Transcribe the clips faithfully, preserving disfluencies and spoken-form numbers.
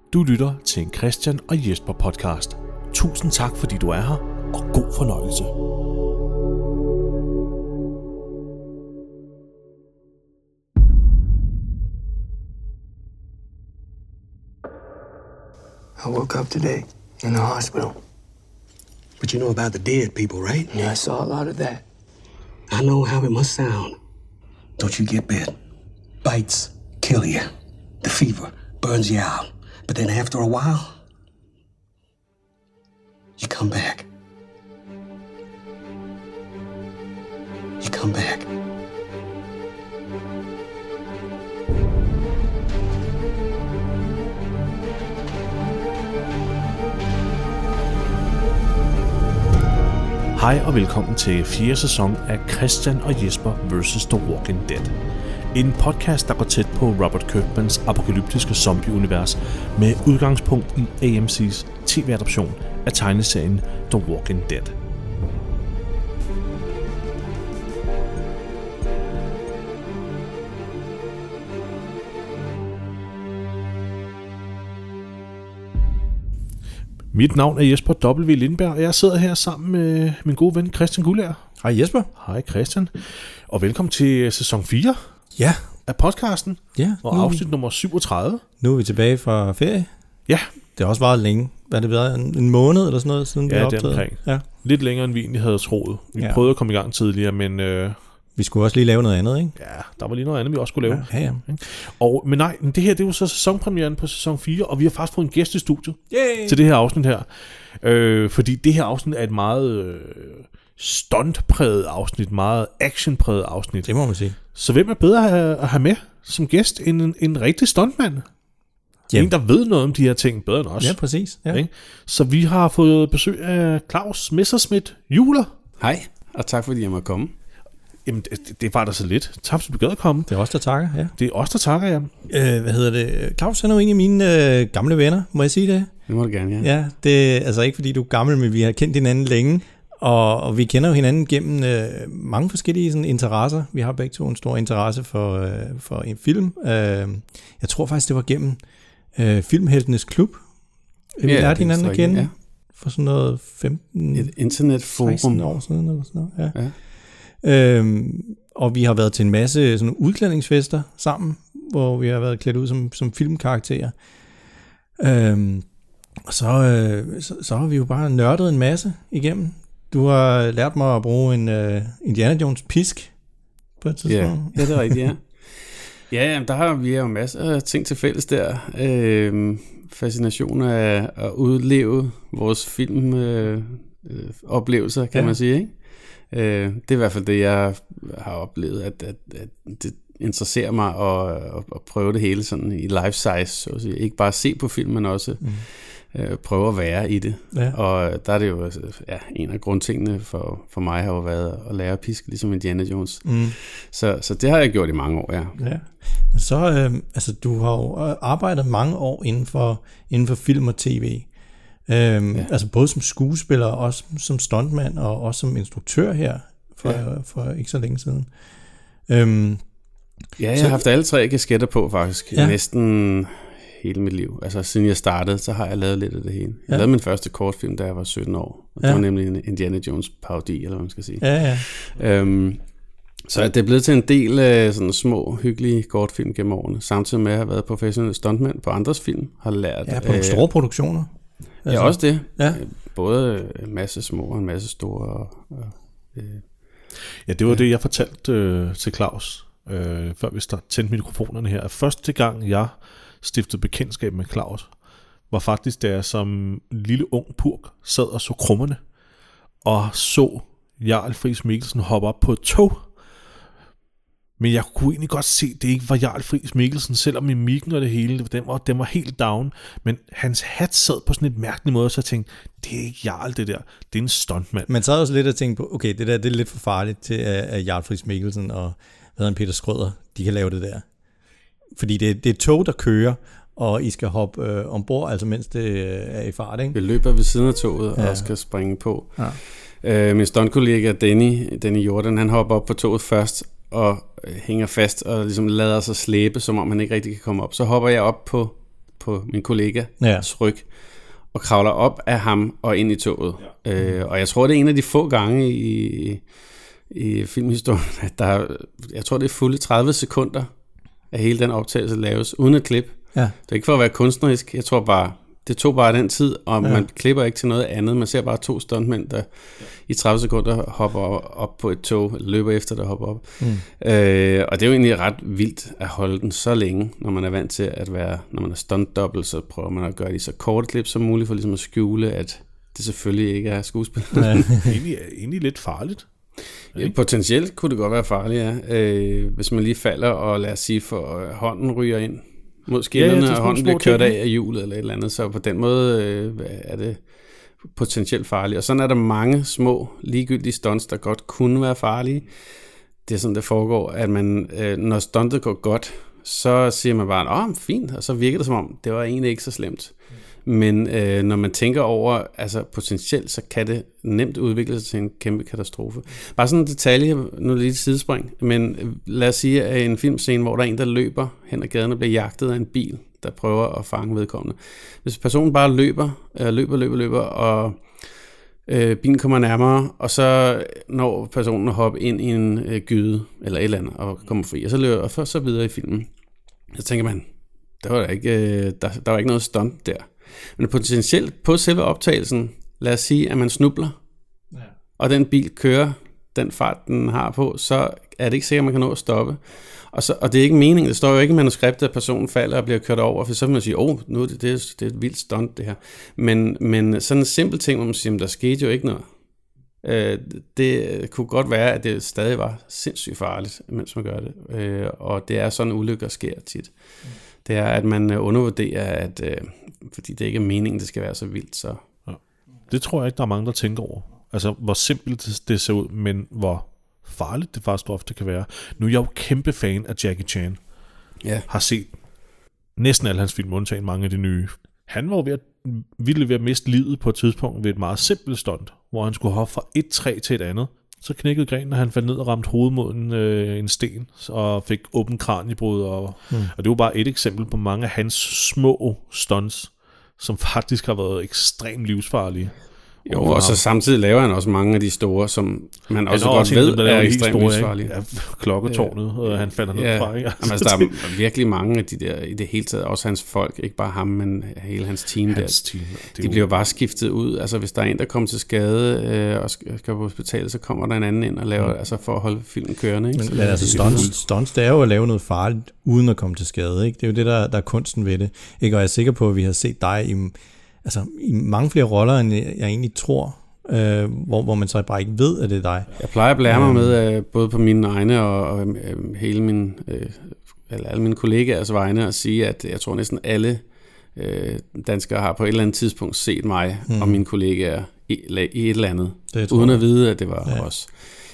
Du lytter til en Christian og Jesper podcast. Tusind tak, fordi du er her, og god fornøjelse. I woke up today in the hospital. But you know about the dead people, right? Yeah, I saw a lot of that. I know how it must sound. Don't you get bit? Bites kill you. The fever burns you out. But then after a while, you come back. You come back. Hej og velkommen til fjerde sæson af Christian og Jesper versus. The Walking Dead. En podcast, der går tæt på Robert Kirkmans apokalyptiske zombie-univers med udgangspunkt i A M C's tv-adoption af tegneserien The Walking Dead. Mit navn er Jesper W. Lindberg, og jeg sidder her sammen med min gode ven Christian Guldager. Hej Jesper. Hej Christian, og velkommen til sæson fire Ja. af podcasten, Ja, og nu, afsnit nummer syvogtredive. nu er vi tilbage fra ferie. Ja. Det har også varet længe. Hvad er det været? En, en måned eller sådan noget, siden Ja, vi har det er optaget? omkring. Ja. Lidt længere, end vi egentlig havde troet. Vi Ja. prøvede at komme i gang tidligere, men øh, Vi skulle også lige lave noget andet, ikke? ja, der var lige noget andet, vi også skulle lave. Ja, ja. Og, men nej, det her det er jo så sæsonpremieren på sæson fire, og vi har faktisk fået en gæst i studiet Yay! til det her afsnit her. Øh, fordi det her afsnit er et meget øh, stuntpræget afsnit, meget actionpræget afsnit. Det må man sige. Så hvem er bedre at have, at have med som gæst end en, en rigtig stuntmand? Jamen. En, der ved noget om de her ting bedre end os. Ja, præcis. Ja. Ikke? Så vi har fået besøg af Claus Messerschmidt Juler. Hej, og tak fordi jeg måtte komme. Jamen, det, det var da så lidt. Tak, fordi du gad at komme. Det er os, der takker, ja. Det er os, der takker jer. Øh, hvad hedder det? Claus er jo en af mine øh, gamle venner, må jeg sige det? Det må du gerne, ja. Ja, det er altså ikke fordi du er gammel, men vi har kendt hinanden længe, og, og vi kender jo hinanden gennem øh, mange forskellige sådan, interesser. Vi har begge to en stor interesse for, øh, for en film. Øh, jeg tror faktisk, det var gennem øh, Filmheltenes Klub. Vi Ja, lærte det hinanden er at så kende ja. for sådan noget femten Et internetforum. seksten år siden eller sådan noget. Ja. Ja. Øhm, og vi har været til en masse sådan udklædningsfester sammen, hvor vi har været klædt ud som, som filmkarakterer. Øhm, og så, øh, så, så har vi jo bare nørdet en masse igennem. Du har lært mig at bruge en uh, Indiana Jones pisk på et Ja, tidspunkt. ja, det er rigtigt, ja. Ja, jamen, der har vi jo masser af ting til fælles der. Øhm, fascination af at udleve vores filmoplevelser, øh, øh, oplevelser, kan Ja. man sige, ikke? Øh, det er i hvert fald det, jeg har oplevet, at, at, at det interesserer mig at, at, at prøve det hele sådan i life size, så at sige. Ikke bare se på film, men også mm. øh, prøve at være i det. Ja. Og der er det jo ja, en af grundtingene for, for mig har jo været at lære at piske, ligesom Indiana Jones. Mm. Så, så det har jeg gjort i mange år, ja. Ja. Så, øh, altså, du har jo arbejdet mange år inden for, inden for film og tv. Øhm, ja. Altså både som skuespiller, og også som stuntmand, og også som instruktør her, for, ja. for ikke så længe siden. Øhm, Ja, jeg så, har haft alle tre kasketter på faktisk, Ja. næsten hele mit liv. Altså siden jeg startede, så har jeg lavet lidt af det hele. Jeg Ja. lavede min første kortfilm, da jeg var sytten år. Og Ja. det var nemlig en Indiana Jones parodi, eller hvad man skal sige. ja, ja. Øhm, så det er blevet til en del af sådan små, hyggelige kortfilm gennem årene. Samtidig med at have været professionel stuntmand på andres film, har lært... Ja, på nogle store produktioner. Ja, også det. Ja. Både en masse små og en masse store. Og, og, øh. Ja, det var ja. det, jeg fortalte øh, til Claus, øh, før vi start, tændte mikrofonerne her. Første gang, jeg stiftede bekendtskab med Claus, var faktisk, da jeg som lille ung purk sad og så Krummerne, og så Jarl Friis Mikkelsen hoppe op på et tog. Men jeg kunne egentlig godt se, at det ikke var Jarl Friis Mikkelsen, selvom mimikken og det hele, den var, den var helt down. Men hans hat sad på sådan et mærkeligt måde, så jeg tænkte, det er ikke Jarl det der, det er en stuntmand. Man sad også lidt og tænkte på, okay, det der det er lidt for farligt til, at Jarl Friis Mikkelsen og hvad hedder Peter Schrøder, de kan lave det der. Fordi det, det er et tog, der kører, og I skal hoppe øh, ombord, altså mens det øh, er i fart, ikke? Vi løber ved siden af toget Ja. og skal springe på. Ja. Øh, min stuntkollega Danny, Danny Jordan, han hopper op på toget først og hænger fast og ligesom lader sig slæbe, som om han ikke rigtig kan komme op. Så hopper jeg op på på min kollegas ja. ryg, og kravler op af ham og ind i toget. Ja. Øh, og jeg tror, det er en af de få gange i, i filmhistorien, at der, jeg tror, det er fulde tredive sekunder af hele den optagelse laves, uden et klip. Ja. Det er ikke for at være kunstnerisk, jeg tror bare, det tog bare den tid, og ja. man klipper ikke til noget andet. Man ser bare to stuntmænd, der ja. i tredive sekunder hopper op på et tog, eller løber efter, der hopper op. Mm. Øh, og det er jo egentlig ret vildt at holde den så længe, når man er vant til at være, når man er stunt-double, så prøver man at gøre de så korte klip som muligt, for ligesom at skjule, at det selvfølgelig ikke er skuespil. Ja. egentlig, egentlig lidt farligt. Ja, potentielt kunne det godt være farligt, ja. Øh, hvis man lige falder, og lad os sige, for hånden ryger ind mod skinnerne, ja, ja, og hånden bliver kørt af af hjulet eller et eller andet, så på den måde øh, er det potentielt farligt. Og sådan er der mange små, ligegyldige stunts, der godt kunne være farlige. Det er sådan, det foregår, at man, øh, når stuntet går godt, så siger man bare, åh, fint, og så virker det som om, det var egentlig ikke så slemt. Men øh, når man tænker over, altså potentielt, så kan det nemt udvikle sig til en kæmpe katastrofe. Bare sådan en detalje, nu lige et sidespring, men lad os sige, at en filmscene, hvor der er en, der løber hen ad gaden og bliver jagtet af en bil, der prøver at fange vedkommende. Hvis personen bare løber, øh, løber, løber, løber, og øh, bilen kommer nærmere, og så når personen at hoppe ind i en øh, gyde, eller et eller andet, og kommer fri, og så løber og først så videre i filmen. Så tænker man, der var der ikke, øh, der, der var ikke noget stunt der. Men potentielt på selve optagelsen, lad os sige, at man snubler, ja. og den bil kører den fart, den har på, så er det ikke sikkert, at man kan nå at stoppe. Og, så, og det er ikke meningen, det står jo ikke i manuskriptet, at personen falder og bliver kørt over, for så vil man sige, åh, oh, nu er det, det, er, det er et vildt stunt, det her. Men, men sådan en simpel ting, hvor man siger, der skete jo ikke noget. Øh, det kunne godt være, at det stadig var sindssygt farligt, mens man gør det. Øh, og det er sådan, ulykker sker tit. Mm. Det er, at man undervurderer, at øh, fordi det ikke er meningen, det skal være så vildt. Så. Ja. Det tror jeg ikke, der er mange, der tænker over. Altså, hvor simpelt det ser ud, men hvor farligt det faktisk ofte kan være. Nu er jeg jo kæmpe fan af Jackie Chan. Ja. Har set næsten alle hans film, undtagen mange af de nye. Han var jo ved at, ville ved at miste livet på et tidspunkt ved et meget simpelt stunt, hvor han skulle hoppe fra et træ til et andet. Så knækkede grenen, og han faldt ned og ramte hovedet mod en, øh, en sten, og fik åbent kraniebrud. Og, mm. og det var bare et eksempel på mange af hans små stunts, som faktisk har været ekstremt livsfarlige. Jo, og så samtidig laver han også mange af de store, som man også godt også ved, der er, er ekstremt ekstremt livsfarlige. Ja, klokketårnet, ja, og han falder ned ja, fra. Ikke? Jamen, altså, der er virkelig mange af de der, i det hele taget, også hans folk, ikke bare ham, men hele hans team hans der. Team, de jo... bliver bare skiftet ud. Altså, hvis der er en, der kommer til skade øh, og skal på hospitalet, så kommer der en anden ind og laver, mm. altså for at holde filmen kørende. Ikke? Men, men altså, stunts, stunts, det er jo at lave noget farligt, uden at komme til skade. Ikke? Det er jo det, der, der er kunsten ved det. Ikke? Og jeg er sikker på, at vi har set dig i, altså, i mange flere roller, end jeg egentlig tror. Øh, hvor, hvor man så bare ikke ved, at det er dig. Jeg plejer at blære mig med, øh, både på mine egne og, og øh, hele min, øh, eller alle mine kollegaers vegne, at sige, at jeg tror næsten alle øh, danskere har på et eller andet tidspunkt set mig mm. og mine kollegaer i, i et eller andet, uden at vide, at det var ja. os.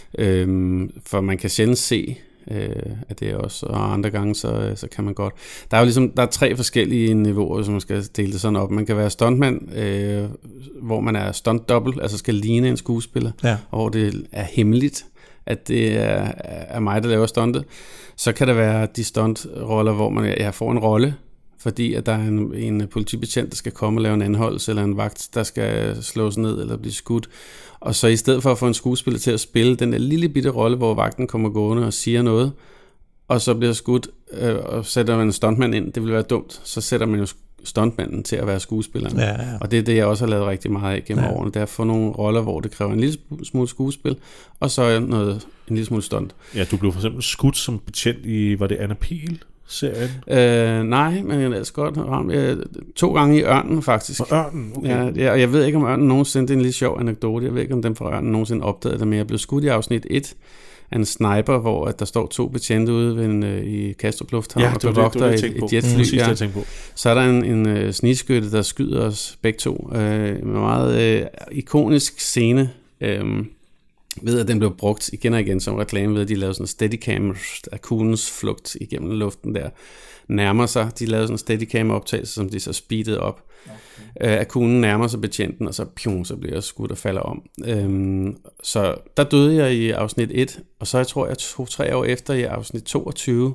Øhm, for man kan sjældent se, øh, at det er os, og andre gange, så, så kan man godt. Der er jo ligesom, der er tre forskellige niveauer, som man skal dele det sådan op. Man kan være stuntmand, øh, hvor man er stunt-double, altså skal ligne en skuespiller, ja. og hvor det er hemmeligt, at det er, er mig, der laver stuntet. Så kan der være de stuntroller, hvor man jeg får en rolle, fordi at der er en, en politibetjent, der skal komme og lave en anholdelse, eller en vagt, der skal slås ned eller blive skudt. Og så i stedet for at få en skuespiller til at spille den der lille bitte rolle, hvor vagten kommer gående og siger noget, og så bliver skudt, øh, og sætter man en stuntmand ind, det vil være dumt, så sætter man jo stuntmanden til at være skuespilleren. Ja, ja. Og det er det, jeg også har lavet rigtig meget af gennem ja. årene, det er at få nogle roller, hvor det kræver en lille smule skuespil, og så noget, en lille smule stunt. Ja, du blev for eksempel skudt som betjent i, var det Anna Pihl? Serien? Øh, nej, men jeg er godt ramt. Jeg, to gange i Ørnen, faktisk. Og Ørnen? Okay. Ja, ja, og jeg ved ikke, om Ørnen nogensinde, det er en lidt sjov anekdote, jeg ved ikke, om dem fra Ørnen nogensinde opdagede det, men jeg blev skudt i afsnit et af en sniper, hvor at der står to betjente ude ved en, i Kastrup Lufthavn, ja, og bevogter et, et jetfly. Mm, ja. Jeg på. Så er der en, en uh, snigskytte, der skyder os begge to. Uh, en meget uh, ikonisk scene. Uh, ved at den blev brugt igen og igen som reklame ved, at de lavede sådan en steadicam af kuglens flugt igennem luften der, nærmer sig. De lavede sådan en steadicam optagelse, som de så speedede op. Okay. Øh, at kuglen nærmer sig betjenten, og så, pjum, så bliver jeg skudt og falder om. Øhm, så der døde jeg i afsnit et, og så jeg tror jeg to-tre år efter i afsnit toogtyve,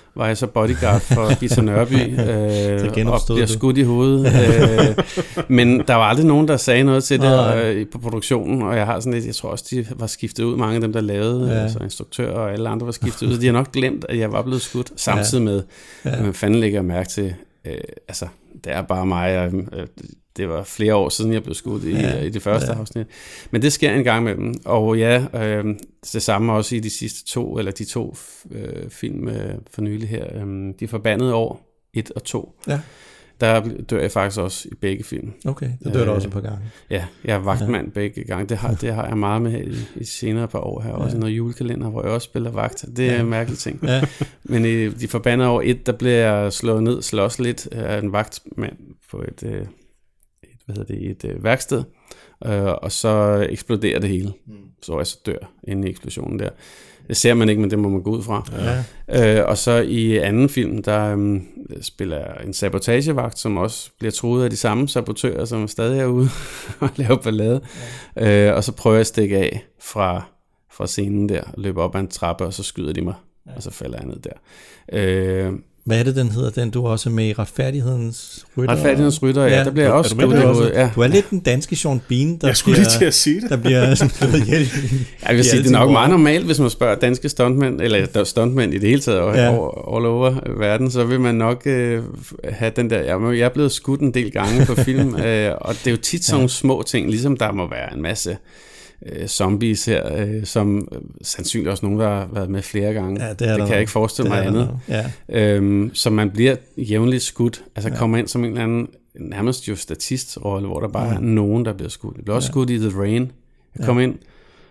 var jeg så bodyguard for Gita Nørby, øh, og bliver skudt i hovedet. Øh, men der var aldrig nogen, der sagde noget til det øh, på produktionen, og jeg har sådan lidt, jeg tror også, de var skiftet ud, mange af dem, der lavede, ja. altså instruktører og alle andre var skiftet ud. De har nok glemt, at jeg var blevet skudt, samtidig med, ja. at man fanden lægger mærke til, øh, altså, det er bare mig, og, øh, det var flere år siden, jeg blev skudt i, ja. i det første ja. afsnit. Men det sker en gang imellem. Og ja, øh, det samme også i de sidste to, eller de to øh, film øh, for nylig her. Øh, De Forbandede År, et og to. Ja. Der dør jeg faktisk også i begge film. Okay, der dør øh, du også et par gange. Ja, jeg er vagtmand ja. begge gange. Det har, det har jeg meget med i, i senere par år her. Ja. Også noget julekalender, hvor jeg også spiller vagt. Det er ja. en mærkelig ting. Ja. Men i De Forbandede År et, der blev jeg slået ned, slås lidt af en vagtmand på et... Øh, hvad hedder det, i et øh, værksted, øh, og så eksploderer det hele. Mm. Så jeg så dør inde i eksplosionen der. Det ser man ikke, men det må man gå ud fra. Ja. Øh, og så i anden film, der øh, spiller jeg en sabotagevagt, som også bliver truet af de samme sabotører, som stadig er ude og laver ballade. Ja. Øh, og så prøver jeg at stikke af fra, fra scenen der, og løber op ad en trappe, og så skyder de mig, ja. og så falder jeg ned der. Øh, Hvad er det, den hedder? Den, du er også med i Retfærdighedens Rytter? Retfærdighedens Rytter, ja. ja. Der bliver jeg også skudt i hovedet. Ja. Du er lidt den danske Sean Bean, der jeg skulle bliver, lige til at sige det. Der bliver sådan ihjel. Jeg vil sige, det er nok meget normalt, hvis man spørger danske stuntmænd, eller stuntmænd i det hele taget, ja. all over verden, så vil man nok øh, have den der, jeg er blevet skudt en del gange på film, øh, og det er jo tit sådan ja. små ting, ligesom der må være en masse øh, zombies her, øh, som øh, sandsynligt også nogen, der har været med flere gange. Ja, det, det kan jeg ikke forestille mig andet. Ja. Øhm, så man bliver jævnligt skudt, altså ja. kommer ind som en eller anden, nærmest jo statistrolle, hvor der bare ja. er nogen, der bliver skudt. Jeg blev også ja. skudt i The Rain. Jeg kom ja. ind,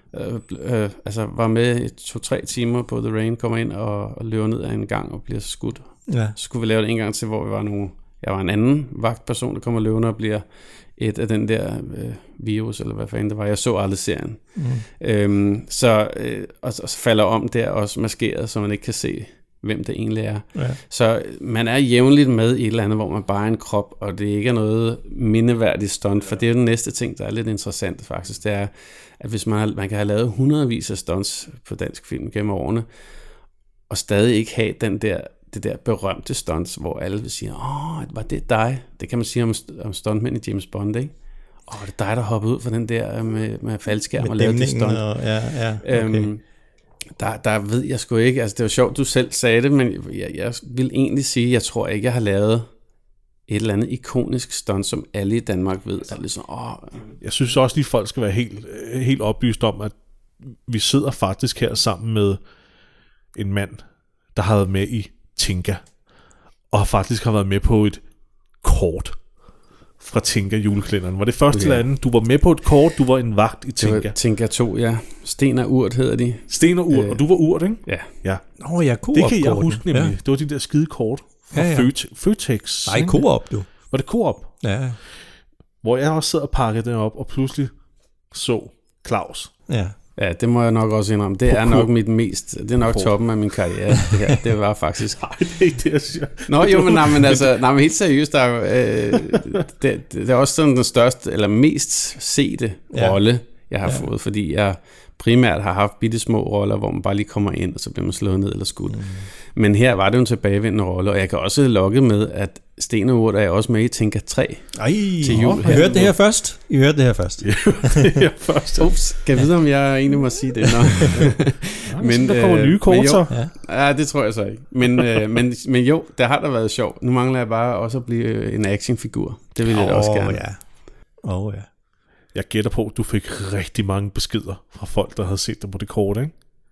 øh, øh, altså var med i to-tre timer på The Rain, kommer ind og, og løber ned ad en gang og bliver skudt. Ja. Så skulle vi lave det en gang til, hvor vi var nogle, jeg var en anden vagtperson, der kommer løbende og bliver et af den der øh, virus, eller hvad fanden det var. Jeg så aldrig serien. Mm. Øhm, så, øh, og, og så falder om der også maskeret, så man ikke kan se, hvem det egentlig er. Ja. Så man er jævnligt med i et eller andet, hvor man bare er en krop, og det ikke er noget mindeværdigt stunt, for det er den næste ting, der er lidt interessant faktisk. Det er, at hvis man, har, man kan have lavet hundredvis af stunts på dansk film gennem årene, og stadig ikke have den der det der berømte stunts, hvor alle vil sige, åh, var det dig? Det kan man sige om, om stuntmænd i James Bond, ikke? Åh, det er dig, der hoppede ud fra den der med, med faldskærm med og lavede det stunt. Og, ja, ja, okay. øhm, der, der ved jeg sgu ikke, altså det var sjovt, du selv sagde det, men jeg, jeg vil egentlig sige, jeg tror ikke, jeg har lavet et eller andet ikonisk stunt, som alle i Danmark ved. Er ligesom, åh. Jeg synes også lige, folk skal være helt, helt oplyst om, at vi sidder faktisk her sammen med en mand, der har været med i Tinka, og faktisk har været med på et kort fra Tinka julekalenderen. Var det første okay. eller andet? Du var med på et kort, du var en vagt i Tinka. Det var Tinka to, ja. Sten og Urt hedder de. Sten og Urt, øh, og du var Urt, ikke? Ja. ja. Nå, ja, Coop. Det kan jeg huske nemlig. Ja. Det var de der skide kort fra ja, ja. Føtex. Nej, Coop, du. Var det Coop? Ja. Hvor jeg også sad og pakkede den op, og pludselig så Claus. Ja. Ja, det må jeg nok også indrømme. Det er nok mit mest, det er nok toppen af min karriere. Det, her, det var faktisk. Nej, det er ikke det, jeg siger. Nå, jo, men, nej, men altså, nej, men helt seriøst, der er, øh, det, det, det er også sådan den største, eller mest sete ja. rolle, jeg har ja. fået, fordi jeg primært har haft bitte små roller, hvor man bare lige kommer ind, og så bliver man slået ned eller skudt. Mm. Men her var det jo en tilbagevendende rolle, og jeg kan også logge med, at Sten og Urt er også med i Tinka tre. Ej, til jul. I hørte det her først. I hørte det her først. det her først. Ups, kan jeg vide, om jeg egentlig må sige det? Nå. ja, men der kommer øh, nye kort, så. Ja. ja, det tror jeg så ikke. Men, øh, men, men jo, det har da været sjovt. Nu mangler jeg bare også at blive en actionfigur. Det vil jeg oh, også gerne. Ja. Åh oh, ja. Jeg gætter på, at du fik rigtig mange beskeder fra folk, der havde set dig på det kort, ikke?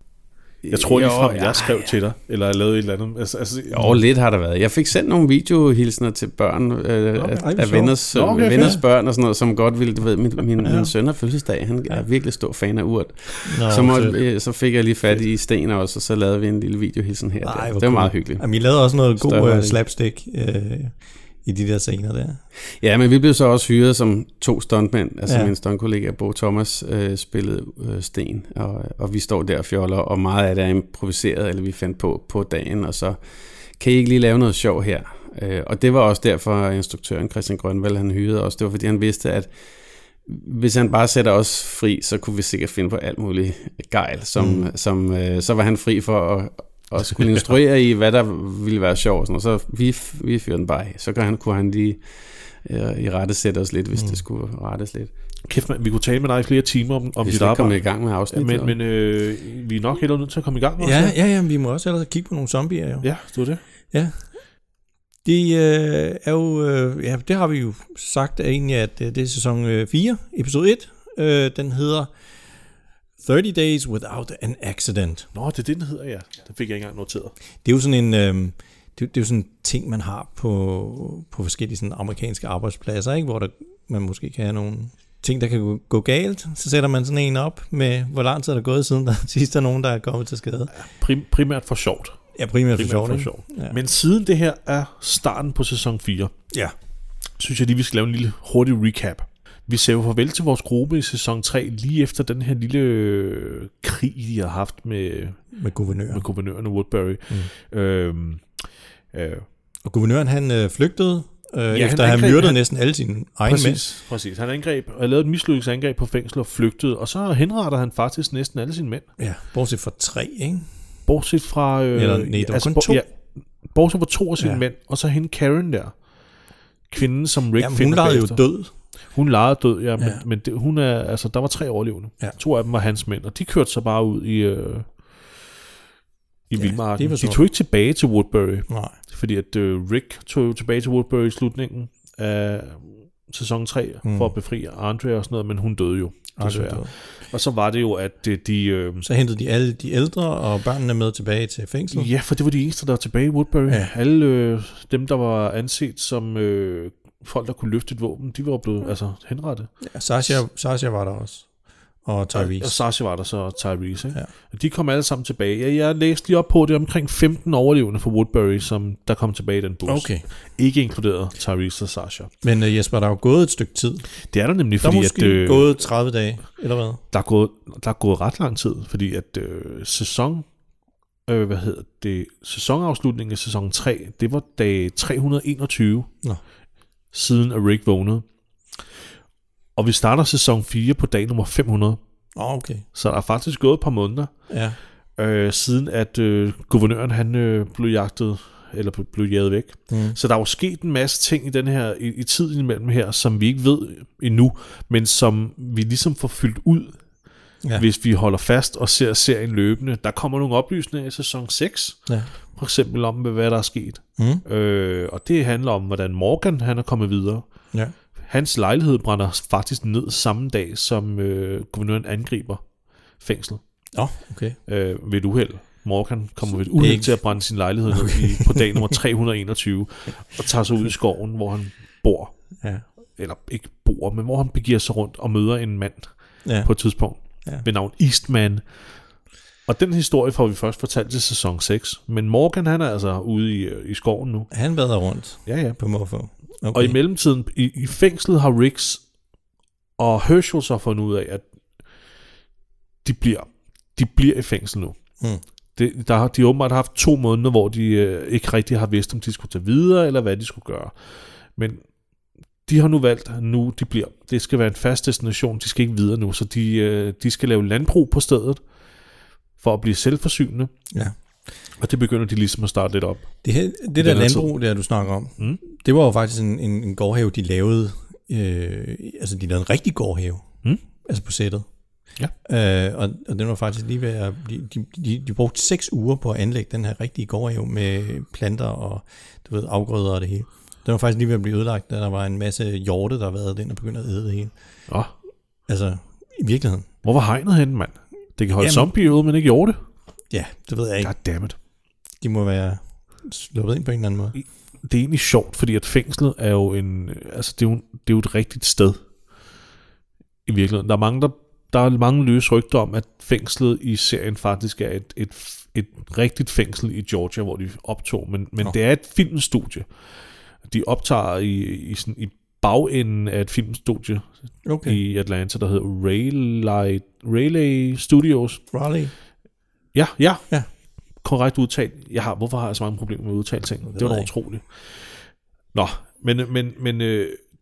Jeg tror lige frem, jeg skrev ja. til dig, eller jeg lavede et eller andet. Altså, altså, jo, lidt har der været. Jeg fik sendt nogle videohilsner til børn, øh, okay, af, af venners, okay, venners børn og sådan noget, som godt ville, du ved, min, min, ja. min søn har fødselsdag, han er virkelig stor fan af Urt. Nå, så, måtte, så fik jeg lige fat i Sten også, og så lavede vi en lille videohilsen her. Nej, det var cool. Meget hyggeligt. Jamen, I lavede også noget god uh, slapstick øh, i de der scener der. Ja, men vi blev så også hyret som to stuntmænd. Altså ja. min stuntkollega Bo Thomas øh, spillede øh, Sten, og, og vi står der og fjoller, og meget af det er improviseret, eller vi fandt på på dagen, og så kan I ikke lige lave noget sjov her? Øh, og det var også derfor, instruktøren Christian Grønvald, han hyrede os. Det var fordi han vidste, at hvis han bare sætter os fri, så kunne vi sikkert finde på alt muligt gejl, som, mm. som, øh, så var han fri for at og skulle instruere i, hvad der ville være sjovt. Og så vi, vi fyrer den bare af. Så kan han, kunne han lige øh, i rette sætte os lidt, hvis mm. det skulle rettes lidt. Kæft man, vi kunne tale med dig i flere timer om, om dit arbejde. Vi skal komme i gang med afsnit. Men, men øh, vi er nok heller nødt til at komme i gang med ja, ja, ja, vi må også ellers kigge på nogle zombier jo. Ja, det var det. Ja. De øh, er jo, øh, ja, det har vi jo sagt egentlig, at det er sæson fire, episode et. Øh, den hedder thirty days Without an Accident. Nå, det er det, den hedder, ja. Det fik jeg ikke engang noteret. Det er jo sådan en, øh, det, det er jo sådan en ting, man har på, på forskellige sådan amerikanske arbejdspladser, ikke? Hvor der, man måske kan have nogle ting, der kan gå, gå galt. Så sætter man sådan en op med, hvor lang tid er der gået siden, der sidst er nogen, der er kommet til skade. Ja, prim, primært for sjovt. Ja, primært, primært for sjovt. For sjovt. Ja. Men siden det her er starten på sæson fire, ja. synes jeg lige, vi skal lave en lille hurtig recap. Vi ser jo farvel til vores gruppe i sæson tre, lige efter den her lille øh, krig, de har haft med, med, guvernøren. med guvernøren af Woodbury. Mm. Øhm, øh, og guvernøren, han øh, flygtede, øh, ja, efter at have myrdet næsten alle sine egne præcis, mænd. Præcis, han angreb og lavede et mislykkelsesangreb på fængsel og flygtede, og så henretter han faktisk næsten alle sine mænd. Ja, bortset fra tre, ikke? Bortset fra... Øh, Eller nej, det var altså, kun to. Ja, bortset fra to af sine ja. mænd, og så hende Karen der. Kvinden, som Rick Jamen, finder hun legede jo død. Hun legede død, ja, men, ja. men det, hun er, altså, der var tre overlevende. Ja. To af dem var hans mænd, og de kørte så bare ud i, øh, i ja, vildmarken. De tog ikke tilbage til Woodbury, nej. Fordi at øh, Rick tog tilbage til Woodbury i slutningen af sæson tre, mm. for at befri Andre og sådan noget, men hun døde jo, desværre. Og så var det jo, at de... Øh, så hentede de alle de ældre og børnene med tilbage til fængslet? Ja, for det var de eneste, der var tilbage i Woodbury. Ja. Alle øh, dem, der var anset som øh, folk, der kunne løfte et våben, de var blevet altså, henrettet. Ja, Sasha, Sasha var der også. Og Tyrese. Og Sasha var der så, og Tyrese. Ikke? Ja. De kom alle sammen tilbage. Jeg, jeg læste lige op på, det er omkring femten overlevende fra Woodbury, som der kom tilbage i den bus. Okay. Ikke inkluderet Tyrese og Sasha. Men uh, Jesper, der er jo gået et stykke tid. Det er der nemlig, der fordi... Der er måske at, øh, gået tredive dage, eller hvad? Der er gået, der er gået ret lang tid, fordi at øh, sæson... Øh, hvad hedder det? Sæsonafslutningen af sæson tre, det var dag tre hundrede og enogtyve, Nå. Siden at Rick vågnede. Og vi starter sæson fire på dag nummer fem hundrede. Oh, okay. Så der er faktisk gået et par måneder, ja. øh, siden at øh, guvernøren han øh, blev jagtet, eller blev jaget væk. Mm. Så der er jo sket en masse ting i den her i, i tiden imellem her, som vi ikke ved endnu, men som vi ligesom får fyldt ud, ja. Hvis vi holder fast og ser serien løbende. Der kommer nogle oplysninger i sæson seks, ja. For eksempel om, hvad der er sket. Mm. Øh, og det handler om, hvordan Morgan han er kommet videre. Ja. Hans lejlighed brænder faktisk ned samme dag, som øh, guvernøren angriber fængslet. Oh, okay. øh, ved et uheld. Morgan kommer ved et uheld til at brænde sin lejlighed ned i, på dag nummer tre hundrede og enogtyve, og tager sig ud i skoven, hvor han bor. Ja. Eller ikke bor, men hvor han begiver sig rundt og møder en mand ja. på et tidspunkt, ja. Ved navn Eastman. Og den historie får vi først fortalt til sæson seks. Men Morgan, han er altså ude i, i skoven nu. Han vader rundt ja, ja. på måfå. Okay. Og i mellemtiden, i, i fængslet har Riggs og Herschel så fundet ud af, at de bliver, de bliver i fængsel nu. Hmm. Det, der har, de har åbenbart haft to måneder, hvor de øh, ikke rigtig har vidst, om de skulle tage videre, eller hvad de skulle gøre. Men de har nu valgt, at nu de bliver. Det skal være en fast destination, de skal ikke videre nu, så de, øh, de skal lave landbrug på stedet, for at blive selvforsynende. Ja. Og det begynder de ligesom at starte lidt op. Det, her, det der landbrug, der du snakker om, mm. det var jo faktisk en, en, en gårdhave, de lavede, øh, altså de lavede en rigtig gårdhave, mm. altså på sættet. Ja. Øh, og, og den var faktisk lige ved at, de, de, de, de brugte seks uger på at anlægge den her rigtige gårdhave med planter og du ved, afgrøder og det hele. Den var faktisk lige ved at blive ødelagt, da der var en masse hjorte, der været den og begyndte at æde det hele. Ja. Altså, i virkeligheden. Hvor var hegnet henne, mand? Det kan holde Jamen, zombie ud, men ikke hjorte. Ja, det ved jeg ikke. Goddammit. De må være sluppet ind på en eller anden måde. Det er egentlig sjovt, fordi at fængslet er jo en, altså det er jo, det er jo et rigtigt sted i virkeligheden. Der er mange, der, der er mange løse rygter om, at fængslet i serien faktisk er et, et, et rigtigt fængsel i Georgia, hvor de optog, men, men det er et filmstudie. De optager i, i, sådan, i bagenden af et filmstudie okay. i Atlanta, der hedder Raleigh, Raleigh Studios. Raleigh? Ja, ja. Ja. Korrekt udtalt. Jeg har, hvorfor har jeg så mange problemer med at udtale ting? Det, det var da utroligt. Nå, men, men, men øh,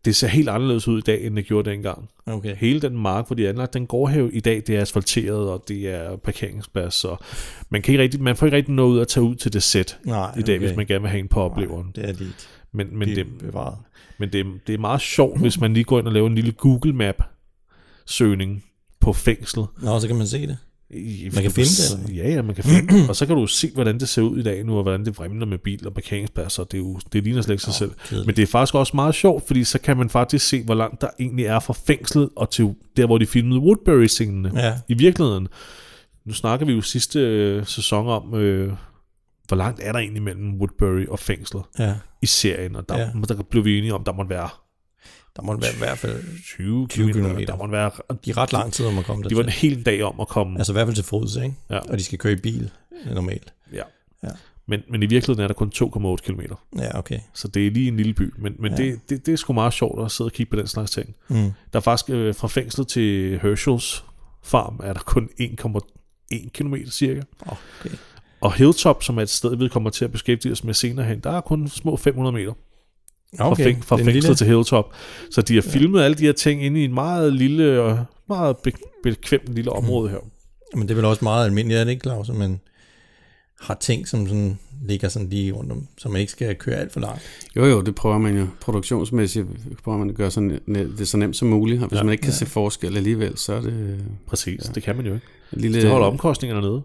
det ser helt anderledes ud i dag, end det gjorde dengang. Okay. Hele den mark, hvor de er anlagt, den gårdhave i dag, det er asfalteret, og det er parkeringsplads, og man, kan ikke rigtig, man får ikke rigtig noget ud at tage ud til det sæt Nej, i dag, okay. hvis man gerne vil have en på opleveren. Nej, det er lige men, men, det, bevaret. men det, det er meget sjovt, hvis man lige går ind og laver en lille Google Map-søgning på fængslet. Nå, så kan man se det. I, man kan finde det? Eller? Ja, ja, man kan finde det. Og så kan du se, hvordan det ser ud i dag nu, og hvordan det vrimler med bil og parkeringspladser. Det, er jo, det ligner slet ikke sig oh, selv. Kedeligt. Men det er faktisk også meget sjovt, fordi så kan man faktisk se, hvor langt der egentlig er fra fængslet, og til der, hvor de filmede Woodbury-scenene ja. i virkeligheden. Nu snakker vi jo sidste øh, sæson om, øh, hvor langt er der egentlig mellem Woodbury og fængslet ja. i serien, og der, ja. der blev vi enige om, der må være Der må være i hvert fald tyve kilometer. Der må være, de er ret lang tid om at komme der. De var en hel dag om at komme. Altså i hvert fald til fods, ikke? Ja. Og de skal køre i bil normalt. Ja. ja. Men, men i virkeligheden er der kun to komma otte kilometer. Ja, okay. Så det er lige en lille by. Men, men ja. det, det, det er sgu meget sjovt at sidde og kigge på den slags ting. Mm. Der er faktisk øh, fra fængslet til Herschels farm, er der kun en komma en kilometer cirka. Okay. Og Hilltop, som er et sted, vi kommer til at beskæftige os med senere hen, der er kun små fem hundrede meter. Okay, fra, fæng, fra fængslet lille... til Hilltop. Så de har filmet ja. alle de her ting inde i en meget lille og meget bekvemt lille område her. Men det er vel også meget almindeligt, er det ikke, Claus? At man har ting, som sådan ligger sådan lige rundt om, så man ikke skal køre alt for langt. Jo jo, det prøver man jo produktionsmæssigt, prøver man at gøre sådan, det så nemt som muligt, og hvis ja. man ikke kan ja. se forskel alligevel, så er det... Præcis, ja. det kan man jo ikke. Lille, det holder omkostningerne nede.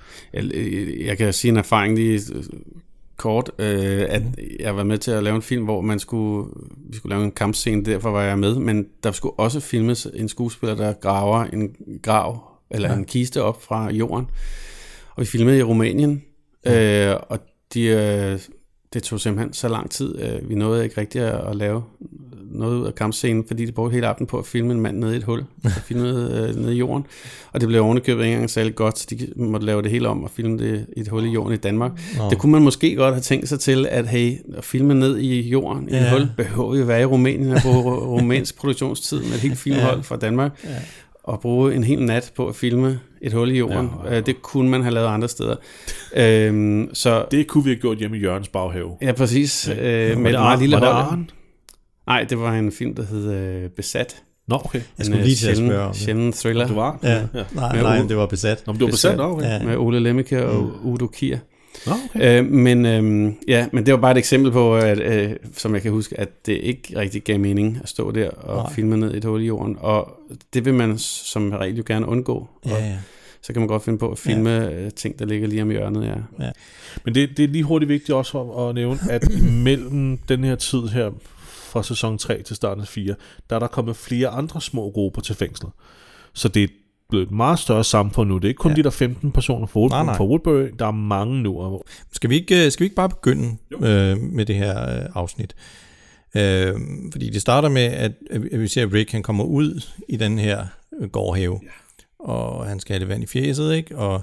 Jeg, jeg kan sige en erfaring lige kort, øh, at jeg var med til at lave en film, hvor man skulle, vi skulle lave en kampscene, derfor var jeg med, men der skulle også filmes en skuespiller, der graver en grav, eller ja. en kiste op fra jorden, og vi filmede i Rumænien, ja. øh, og de, øh, det tog simpelthen så lang tid, øh, vi nåede ikke rigtig at, at lave noget ud af kampscenen, fordi de brugte hele aftenen på at filme en mand nede i et hul, og filmede øh, nede i jorden, og det blev ovenikøbet ikke engang særlig godt, så de måtte lave det hele om og filme det i et hul i jorden i Danmark. Nå. Det kunne man måske godt have tænkt sig til, at hey, at filme ned i jorden i ja. et hul, behøver jo være i Rumænien og bruge rumænsk produktionstid med et helt filmhold ja. fra Danmark, ja. og bruge en hel nat på at filme et hul i jorden. Ja, ja, ja. Det kunne man have lavet andre steder. øhm, så det kunne vi have gjort hjemme i Jørgens baghave. Ja, præcis. Ja. Øh, med et meget lille hold. Nej, det var en film, der hed øh, Besat. Nå, okay. Jeg skulle lige til at spørge om sjælden thriller. Det var? Ja. Ja. Nej, nej, det var Besat. Nå, men det var Besat, Besat okay. Ja. Med Ole Lemke og mm. Udo Kier. Nå, okay. øh, men, øh, ja, men det var bare et eksempel på, at, øh, som jeg kan huske, at det ikke rigtig gav mening at stå der og nej. filme ned i et hul i jorden. Og det vil man som regel jo gerne undgå. Ja, ja. Så kan man godt finde på at filme ja. ting, der ligger lige om hjørnet. Ja. Ja. Men det, det er lige hurtigt vigtigt også at, at nævne, at mellem den her tid her, fra sæson tre til starten af fire, der er der kommet flere andre små grupper til fængslet. Så det er blevet et meget større samfund nu. Det er ikke kun ja. de der femten personer for Woodbury, nej, nej. for Woodbury. Der er mange nu. Skal vi ikke, skal vi ikke bare begynde øh, med det her øh, afsnit? Øh, fordi det starter med, at, at vi ser, at Rick han kommer ud i den her gårdhave, ja. og han skal have det vand i fjeset, ikke? Og,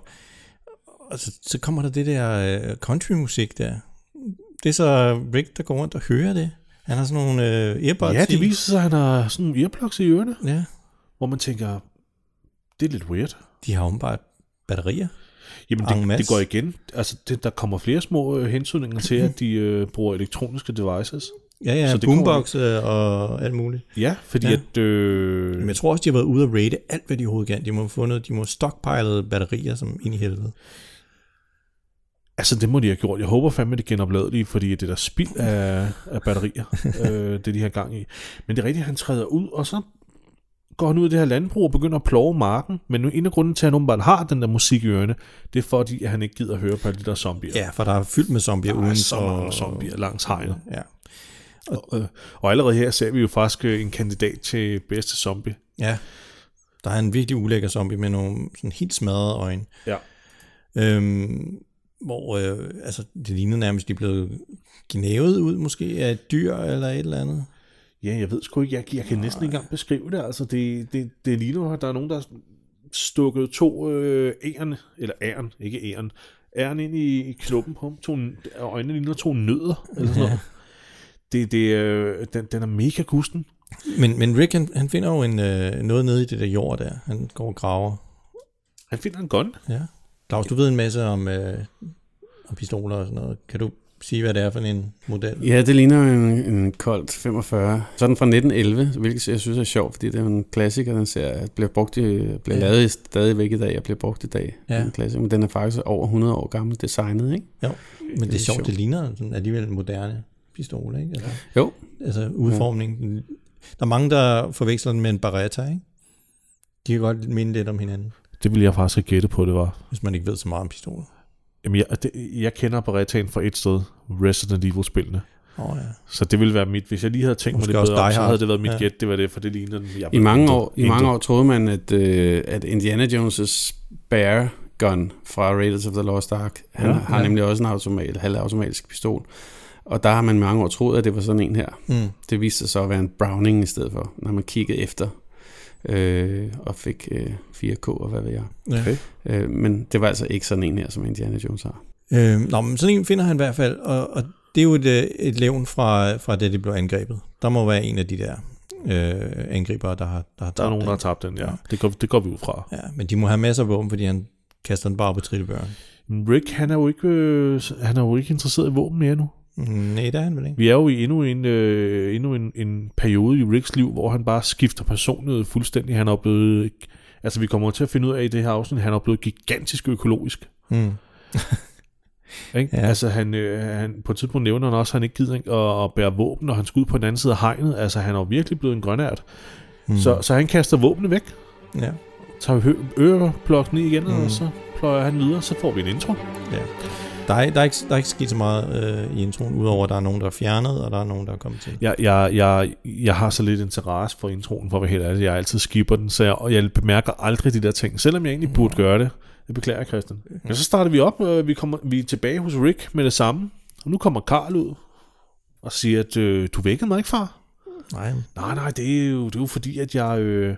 og så, så kommer der det der øh, countrymusik der. Det er så Rick, der går rundt og hører det. Han har sådan nogle øh, earbuds. Ja, det viser sig, at han har sådan nogle earplugs i ørerne. Ja. Hvor man tænker, det er lidt weird. De har åbenbart batterier. Jamen, det, det går igen. Altså, det, der kommer flere små øh, hensynninger til, at de øh, bruger elektroniske devices. Ja, ja, boombox øh, og alt muligt. Ja, fordi ja. at... Øh... Men jeg tror også, de har været ude at rate alt, hvad de overhovedet kan. De må have fundet, de må have stockpilet batterier, som ind i helvede. Altså, det må de have gjort. Jeg håber fandme, de genoplader lige, fordi det der spild af, af batterier, øh, det de har gang i. Men det er rigtigt, at han træder ud, og så går han ud af det her landbrug og begynder at plove marken. Men nu en af grunden til, at han åbenbart har den der musik i ørene, det er fordi, at han ikke gider at høre på alle de der zombier. Ja, for der er fyldt med zombier uden. Der er så mange zombier langs hegnet. Ja. Og, og, og allerede her ser vi jo faktisk en kandidat til bedste zombie. Ja, der er en virkelig ulækker zombie med nogle sådan helt smadrede øjne. Ja. Øhm, hvor øh, altså, det ligner nærmest, de er blevet gnævet ud måske af et dyr eller et eller andet. Ja, jeg ved sgu ikke, jeg, jeg kan Nej. næsten ikke engang beskrive det. Altså, det, det, det ligner, at der er nogen, der har stukket to øh, æren, eller æren, ikke æren, æren ind i, i knuppen på ham. To, øjnene ligner to nødder, eller sådan noget. Det, det, øh, den, den er mega gusten. Men, men Rick, han, han finder jo en, øh, noget nede i det der jord der. Han går og graver. Han finder en gun. Ja. Claus, du ved en masse om, øh, om pistoler og sådan noget. Kan du sige, hvad det er for en model? Ja, det ligner en, en Colt femogfyrre. Sådan fra nitten elleve, hvilket jeg synes er sjovt, fordi det er en klassiker, den ser, at bliver brugt i, bliver ja. lavet stadigvæk i dag, og bliver brugt i dag. Ja. En klassiker, men den er faktisk over hundrede år gammel designet, ikke? Jo, men det er, det er sjovt, sjovt, det ligner sådan alligevel en moderne pistol, ikke? Altså, jo. Altså udformningen. Ja. Der er mange, der forveksler den med en Beretta, ikke? De kan godt minde lidt om hinanden. Det ville jeg faktisk ikke gætte på, det var. Hvis man ikke ved så meget om pistoler. Jamen, jeg, det, jeg kender Berettaen fra et sted, Resident Evil-spillene. Oh, ja. Så det ville være mit, hvis jeg lige havde tænkt Måske mig det bedre om, så havde det været mit ja. gæt, det var det, for det ligner den. I mange år, i mange år troede man, at, øh, at Indiana Jones' Bear Gun fra Raiders of the Lost Ark, han ja, har ja. nemlig også en automat, halvautomatisk pistol. Og der har man mange år troet, at det var sådan en her. Mm. Det viste sig så at være en Browning i stedet for, når man kiggede efter. Øh, og fik øh, fire K og hvad ved jeg. Okay. Øh, men det var altså ikke sådan en her, som Indiana Jones har. Øh, nå, men sådan en finder han i hvert fald, og, og det er jo et, et levn fra, fra det, det blev angrebet. Der må være en af de der øh, angribere, der har, der har tabt Der er nogen, den. der har tabt den, ja. ja. Det, går, det går vi ud fra. Ja, men de må have masser af våben, fordi han kaster den bare på trillebøren. Rick, han er jo ikke, øh, han er jo ikke interesseret i våben mere nu. Nej, det er han vel ikke. Vi er jo i endnu en, øh, endnu en, en periode i Ricks liv, hvor han bare skifter personlighed fuldstændig. Han er blevet, altså vi kommer til at finde ud af i det her afsnit, han er blevet gigantisk økologisk. Mm. Ja. Altså han, øh, han, på et tidspunkt nævner han også, at han ikke gider at, at bære våben, når han skal ud på den anden side af hegnet. Altså han er jo virkelig blevet en grønært. Mm. Så, så han kaster våbnene væk. Ja. Tager øreplukken i igen, mm. og så pløjer han videre, så får vi en intro. Ja. Der er, der, er ikke, der er ikke sket så meget øh, i introen, udover at der er nogen, der er fjernet, og der er nogen, der er kommet til. Jeg, jeg, jeg, jeg har så lidt interesse for introen, for at være helt ærlig. Jeg altid skipper den, så jeg, og jeg bemærker aldrig de der ting, selvom jeg egentlig burde gøre det. Det beklager Christian. Men så starter vi op, og vi, kommer, vi er tilbage hos Rick med det samme. Og nu kommer Carl ud og siger, at øh, du vækkede mig ikke, far? Nej. Nej, nej, det er jo, det er jo fordi, at jeg... Øh,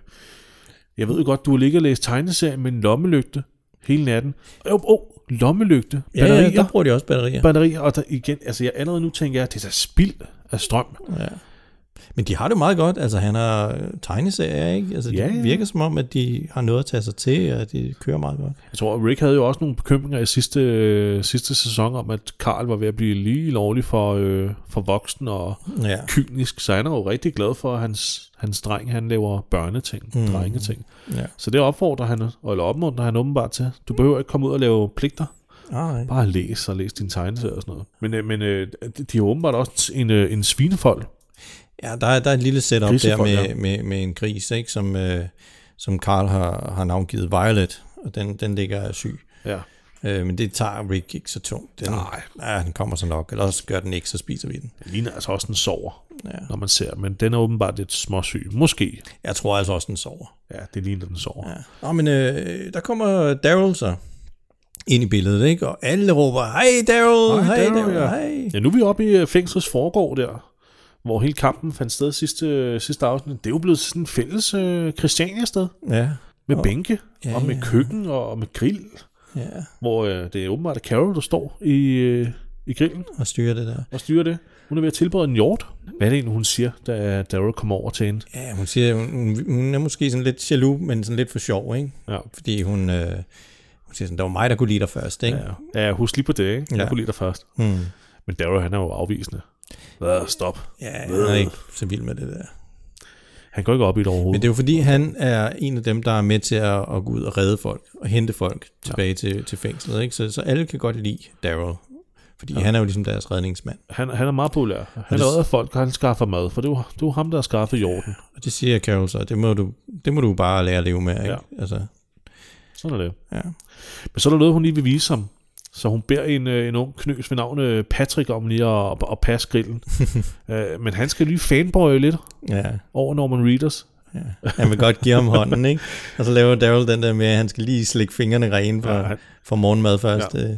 jeg ved jo godt, du har ligget og læst tegneserien med en lommelygte hele natten. Åh, oh, oh, lommelygte. Batterier. Ja, der bruger de også batterier. Batterier, og der igen, altså jeg allerede nu tænker jeg, at det er spild af strøm. Ja. Men de har det meget godt. Altså han har tegneserier, ikke? Altså ja, det ja. virker som om, at de har noget at tage sig til, og de kører meget godt. Jeg tror, Rick havde jo også nogle bekymringer i sidste, øh, sidste sæson om, at Carl var ved at blive lige lovlig for, øh, for voksen og ja. kynisk. Så han er jo rigtig glad for, at hans, hans dreng, han laver børneting, mm. drengeting. Ja. Så det opfordrer han, eller opmuntrer han åbenbart til. Du behøver ikke komme ud og lave pligter. Ah, bare læs og læs din tegneserie og sådan noget. Men, øh, men øh, de har åbenbart også en, øh, en svinefold. Ja, der er, der er et lille setup der med, ja. med, med en gris, ikke, som, øh, som Carl har, har navngivet Violet, og den, den ligger syg. Ja. Øh, men det tager Rick ikke så tungt. Den, Nej. Ja, den kommer så nok, eller også gør den ikke, så spiser vi den. Den ligner altså også en sover, ja. når man ser, men den er åbenbart lidt småsyg. Måske. Jeg tror altså også, den sover. Ja, det ligner den sover. Ja. Nå, men øh, der kommer Daryl så ind i billedet, ikke? Og alle råber, hej Daryl, hej Daryl, ja. hej. Ja, nu er vi oppe i fængslets foregård der, hvor hele kampen fandt sted sidste, sidste afsnit. Det er jo blevet sådan en fælles øh, Christiania-sted. Ja. Med og, bænke, ja, og med ja. køkken, og med grill. Ja. Hvor øh, det er åbenbart Carol, der står i, øh, i grillen. Og styrer det der. Og styrer det. Hun er ved at tilberede en hjort. Hvad er det egentlig, hun siger, da Daryl kommer over til hende? Ja, hun siger, hun, hun er måske sådan lidt jaloux, men sådan lidt for sjov, ikke? Ja. Fordi hun... Øh, hun siger sådan, det var mig, der kunne lide dig først, ikke? Ja, ja husk lige på det, ikke? Jeg ja. kunne lide dig først. Hmm. Men Daryl, han er jo afvisende. Hvad? Stop. Ja, han er ikke så vild med det der. Han går ikke op i det overhovedet. Men det er jo fordi, han er en af dem, der er med til at, at gå ud og redde folk, og hente folk tilbage ja. til, til fængslet, ikke? Så, så alle kan godt lide Daryl, fordi ja. han er jo ligesom deres redningsmand. Han, han er meget populær. Han det, redder folk, og han skaffer mad, for det er jo, det er jo ham, der har skaffet jorden. Og det siger Carol så, det må du, det må du bare lære at leve med, ikke? Ja. Altså. Sådan er det. Ja. Men så er der noget, hun lige vil vise ham. Så hun beder en, en ung knøs ved navn Patrick om lige at, at passe grillen. uh, men han skal lige fanboye lidt ja. over Norman Reedus. Ja. Han vil godt give ham hånden, ikke? Og så laver Daryl den der med, at han skal lige slikke fingrene rene for, ja, han... for morgenmad først. Ja. Det,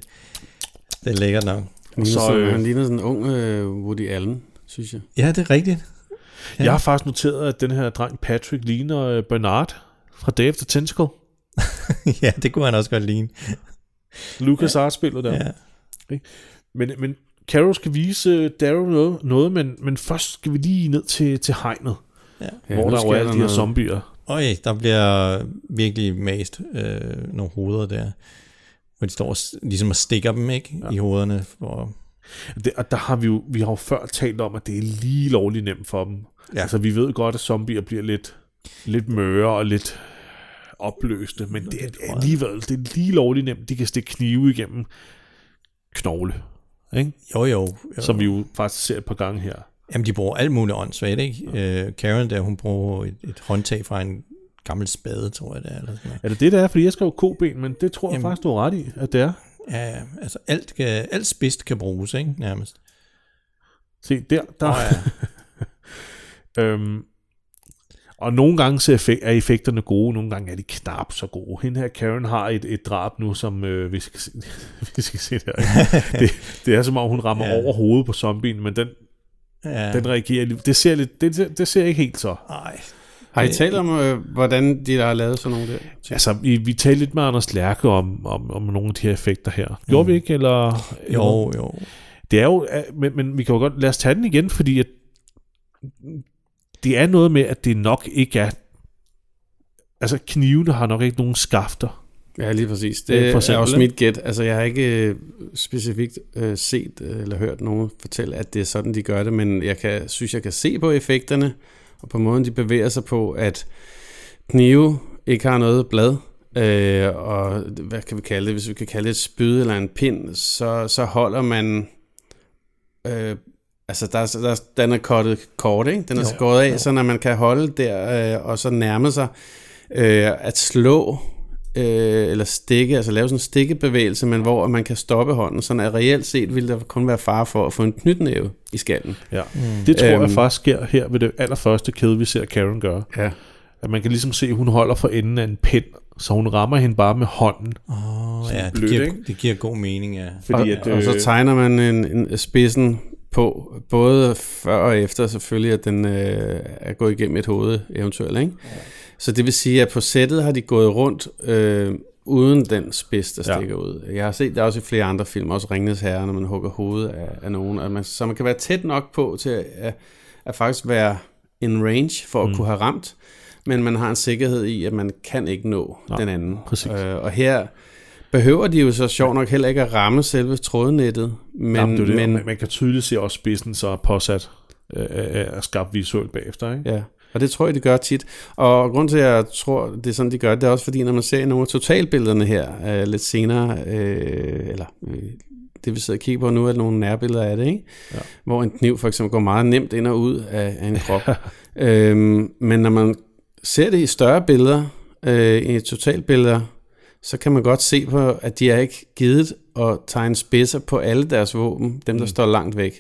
det er lækkert nok. Han, så, øh... han ligner sådan en ung øh, Woody Allen, synes jeg. Ja, det er rigtigt. Ja. Jeg har faktisk noteret, at den her dreng Patrick ligner Bernard fra Day of the Tentacle. Ja, det kunne han også godt ligne. Lucas ja. Arts-spillet der. Ja. Okay. Men, men Carol skal vise Daryl noget, noget men, men først skal vi lige ned til, til hegnet, ja. hvor ja, der er alle de her zombier. Øj, der bliver virkelig mast øh, nogle hoveder der, hvor de står og, ligesom og stikker dem, ikke, ja. i hovederne. For... Det, og der har vi jo, vi har jo før talt om, at det er lige lovligt nemt for dem. Ja. Altså, vi ved godt, at zombier bliver lidt, lidt møre og lidt opløste, men det er alligevel, det er lige lovligt nemt. De kan stikke knive igennem knogle, ikke? Jo, jo, jo. Som vi jo faktisk ser et par gange her. Jamen, de bruger alt muligt åndssvagt, ikke? Ja. Uh, Karen, der hun bruger et, et håndtag fra en gammel spade, tror jeg, det er. Eller sådan noget. Er det det, der er? Fordi jeg skrev koben, men det tror jeg Jamen, faktisk, du har ret i, at det er. Ja, altså alt, kan, alt spidst kan bruges, ikke? Nærmest. Se, der, der. Oh, ja. øhm, og nogle gange så er effekterne gode, nogle gange er de knap så gode. Hende her, Karen, har et, et drab nu, som øh, vi, skal se, vi skal se der. det, det er som om, hun rammer ja. over hovedet på zombien, men den, ja. den reagerer, det ser, lidt, det, det ser ikke helt så. Nej. Har I talt om, øh, hvordan de der har lavet sådan nogle der? Altså, vi, vi talte lidt med Anders Lærke om, om, om nogle af de her effekter her. Gjorde mm. vi ikke? Eller, jo, jo. Det er jo, men, men vi kan jo godt, lad os tage den igen, fordi at, det er noget med, at det nok ikke er, altså knivene har nok ikke nogen skafter. Ja, lige præcis. Det er, er også mit gæt. Altså, jeg har ikke øh, specifikt øh, set øh, eller hørt nogen fortælle, at det er sådan, de gør det, men jeg kan, synes, jeg kan se på effekterne, og på måden, de bevæger sig på, at knive ikke har noget blad, øh, og hvad kan vi kalde det? Hvis vi kan kalde det et spyd eller en pind, så, så holder man, øh, altså der, der, den er cuttet kort, ikke? Den er jo, skåret af, jo. Så når man kan holde der, øh, og så nærme sig øh, at slå, øh, eller stikke, altså lave sådan en stikkebevægelse, men hvor man kan stoppe hånden, sådan at reelt set vil der kun være fare for at få en knytnæve i skallen. Ja. Mm. Det tror jeg æm, faktisk sker her ved det allerførste kæde, vi ser Karen gøre. Ja. At man kan ligesom se, at hun holder for enden af en pind, så hun rammer hende bare med hånden. Åh, oh, ja, blødt, det, giver, det giver god mening, ja. Fordi og, at, og så tegner man en, en spidsen på, både før og efter selvfølgelig, at den øh, er gået igennem et hoved eventuelt, ikke? Ja. Så det vil sige, at på sættet har de gået rundt øh, uden den spids, der stikker ja. ud. Jeg har set det også i flere andre film, også Ringenes Herre, når man hugger hovedet af, af nogen. At man, så man kan være tæt nok på til at, at, at faktisk være in range for at mm. kunne have ramt, men man har en sikkerhed i, at man kan ikke nå ja, den anden. Øh, og her behøver de jo så sjovt nok heller ikke at ramme selve trådnettet, men, Jamen, det det. men man kan tydeligt se også spidsen så er påsat øh, er skabt visuelt bagefter, ikke? Ja. Og det tror jeg, de gør tit. Og grund til, at jeg tror, det er sådan, de gør, det er også fordi, når man ser nogle af totalbillederne her øh, lidt senere, øh, eller øh, det vi sidder og kigger på nu, er nogle nærbilleder af det, ikke? Ja. Hvor en kniv for eksempel går meget nemt ind og ud af, af en krop. øhm, men når man ser det i større billeder, øh, i totalbilleder, så kan man godt se på, at de er ikke givet at tegne spidser på alle deres våben, dem der mm. står langt væk.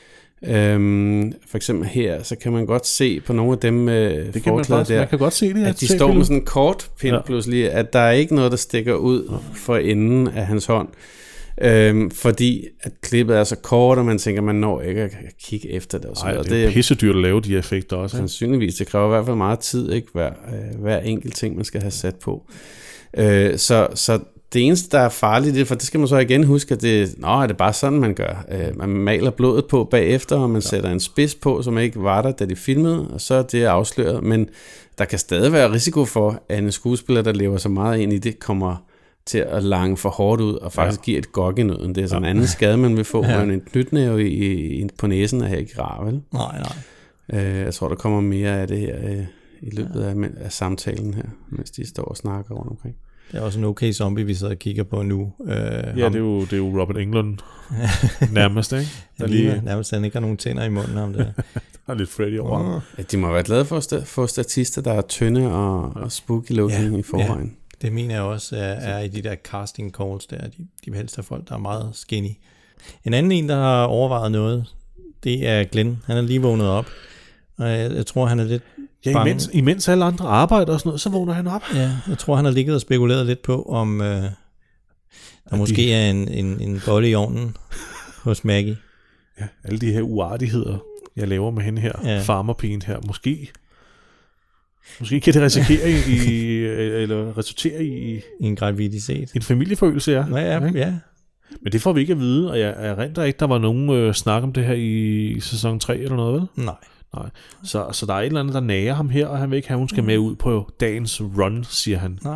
Øhm, for eksempel her, så kan man godt se på nogle af dem med det kan man, faktisk, der, man kan godt se det, at de står med sådan en kort pind ja. pludselig, at der er ikke noget, der stikker ud ja. for enden af hans hånd. Øhm, fordi at klippet er så kort, og man tænker, man når ikke at kigge efter det. Og Ej, det er pissedyrt at lave de effekter også. Sandsynligvis, det kræver i hvert fald meget tid, ikke? Hver, øh, hver enkelt ting, man skal have sat på. Øh, så, så det eneste, der er farligt, det, for det skal man så igen huske, at det, nå, er det bare sådan, man gør. Øh, man maler blodet på bagefter, og man ja. sætter en spids på, som ikke var der, da de filmede, og så er det afsløret. Men der kan stadig være risiko for, at en skuespiller, der lever så meget ind i det, kommer til at lange for hårdt ud, og faktisk ja. give et gok i nøden. Det er sådan en ja. anden skade, man vil få, ja. med en knytnæve i, i, på næsen er her ikke rar, vel? Nej, nej. Øh, jeg tror, der kommer mere af det her øh, i løbet ja. af, af samtalen her, mens de står og snakker rundt omkring. Det er også en okay zombie, vi sidder og kigger på nu. Øh, ja, det er, jo, det er jo Robert Englund nærmest, ikke? Der lige nærmest, han ikke har nogen tænder i munden om det. Der er lidt Freddy over. Ja, de må være glade for at få statister, der er tynde og, og spooky looking ja, i forvejen. Ja, det mener jeg også er, er i de der casting calls der. De, de vil helst have folk, der er meget skinny. En anden en, der har overvejet noget, det er Glenn. Han er lige vågnet op. Og jeg, jeg tror, han er lidt Ja, imens, imens alle andre arbejder og sådan noget, så vågner han op. Ja, jeg tror, han har ligget og spekuleret lidt på, om øh, der ja, måske de... er en, en, en bolle i ovnen hos Maggie. Ja, alle de her uartigheder, jeg laver med hende her, ja. farmerpigen her, måske måske kan det risikere i, eller resultere i, I en graviditet. En familiefølelse, ja. Ja, ja, ja. Men det får vi ikke at vide, og jeg erindrer ikke, der var nogen øh, snak om det her i sæson tre eller noget, vel? Nej. Nej. Så, så der er et eller andet, der nager ham her, og han vil ikke have, hun skal med ud på dagens run, siger han. Nej.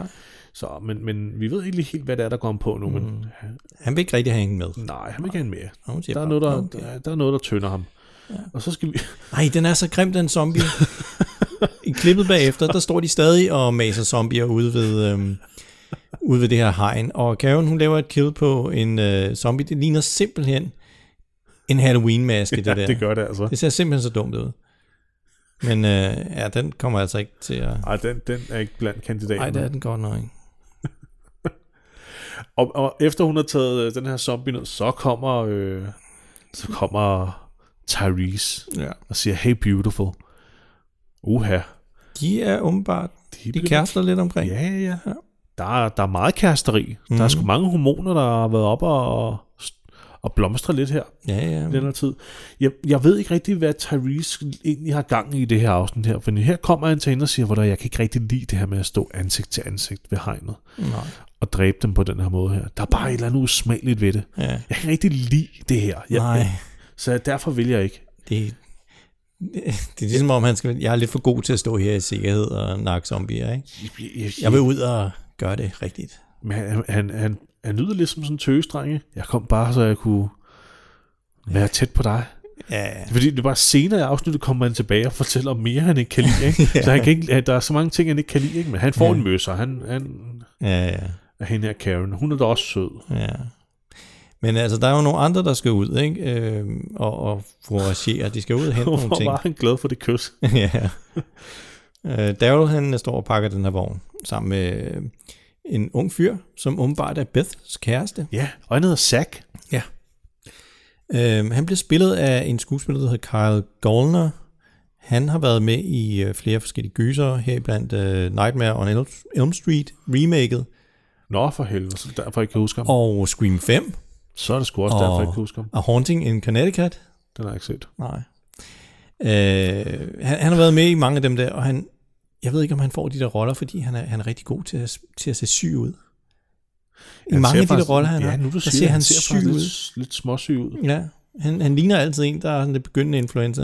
Så, men, men vi ved ikke helt, hvad det er, der går på nu. Mm. Men, han vil ikke rigtig have hende med. Nej, han vil ikke have hende med. Okay. Der er, noget, der, okay. der, der er noget, der tønder ham. Ja. Og så skal vi... Nej, den er så grim, den zombie. I klippet bagefter, der står de stadig og maser zombier ude ved, øhm, ude ved det her hegn. Og Karen, hun laver et kill på en øh, zombie. Det ligner simpelthen en Halloween-maske, det ja, der. det gør det altså. Det ser simpelthen så dumt ud. Men øh, ja, den kommer altså ikke til at... Nej, den, den er ikke blandt kandidaterne. Nej, det er den godt nok ikke. og, og efter hun har taget den her zombie ned, så kommer, øh, så kommer Tyrese ja. og siger, hey beautiful. Uha. De er åbenbart, de, de kærester lidt omkring. Ja, ja, ja. Der er, der er meget kæresteri. Mm-hmm. Der er sgu mange hormoner, der har været op og, og blomstre lidt her. Ja, ja. I den her tid. Jeg, jeg ved ikke rigtig, hvad Tyrese egentlig har gang i det her afsnit her. For her kommer han til hende og siger, hvor der, jeg kan ikke rigtig lide det her med at stå ansigt til ansigt ved hegnet. Nej. Og dræbe dem på den her måde her. Der er bare et eller andet usmageligt ved det. Ja. Jeg kan ikke rigtig lide det her. Jeg, Nej. Jeg, så derfor vil jeg ikke. Det, det, det er ligesom om, han skal, jeg er lidt for god til at stå her i sikkerhed og nakke zombier, ikke? Jeg, jeg, jeg vil ud og gøre det rigtigt. Men han, han, han, han lyder lidt som sådan en tøgestreng. Jeg kom bare, så jeg kunne være tæt på dig. Ja, ja. Fordi det var senere i afsnittet, kommer han tilbage og fortæller om mere, han ikke kan lide. Ikke? ja. Så han kan ikke, der er så mange ting, han ikke kan lide. Ikke? Men han får ja. en møsser. Han, han ja, ja. er hende her Karen. Hun er da også sød. Ja. Men altså, der er jo nogle andre, der skal ud, ikke? Øh, og, og foragere. De skal ud og hente nogle ting. Hvor var han glad for det kys. ja. Øh, Daryl, han står og pakker den her vogn sammen med en ung fyr, som åbenbart er Beths kæreste. Ja, og han hedder Zack. Ja. Øh, han blev spillet af en skuespiller, der hedder Kyle Gallner. Han har været med i uh, flere forskellige gyser, heriblandt uh, Nightmare on Elm Street, remaket. Nå, for helvede, så derfor jeg kan huske ham. Og Scream fem. Så er det sgu også og derfor, jeg kan huske ham. A Haunting in Connecticut. Den har jeg ikke set. Nej. Øh, han, han har været med i mange af dem der, og han, jeg ved ikke, om han får de der roller, fordi han er, han er rigtig god til at, til at se syg ud. I han mange af de faktisk, der roller, han ja, har, nu, der siger, ser han, han ser syg ud. Lidt, lidt småsyg ud. Ja, han, han ligner altid en, der er sådan lidt begyndende influenza.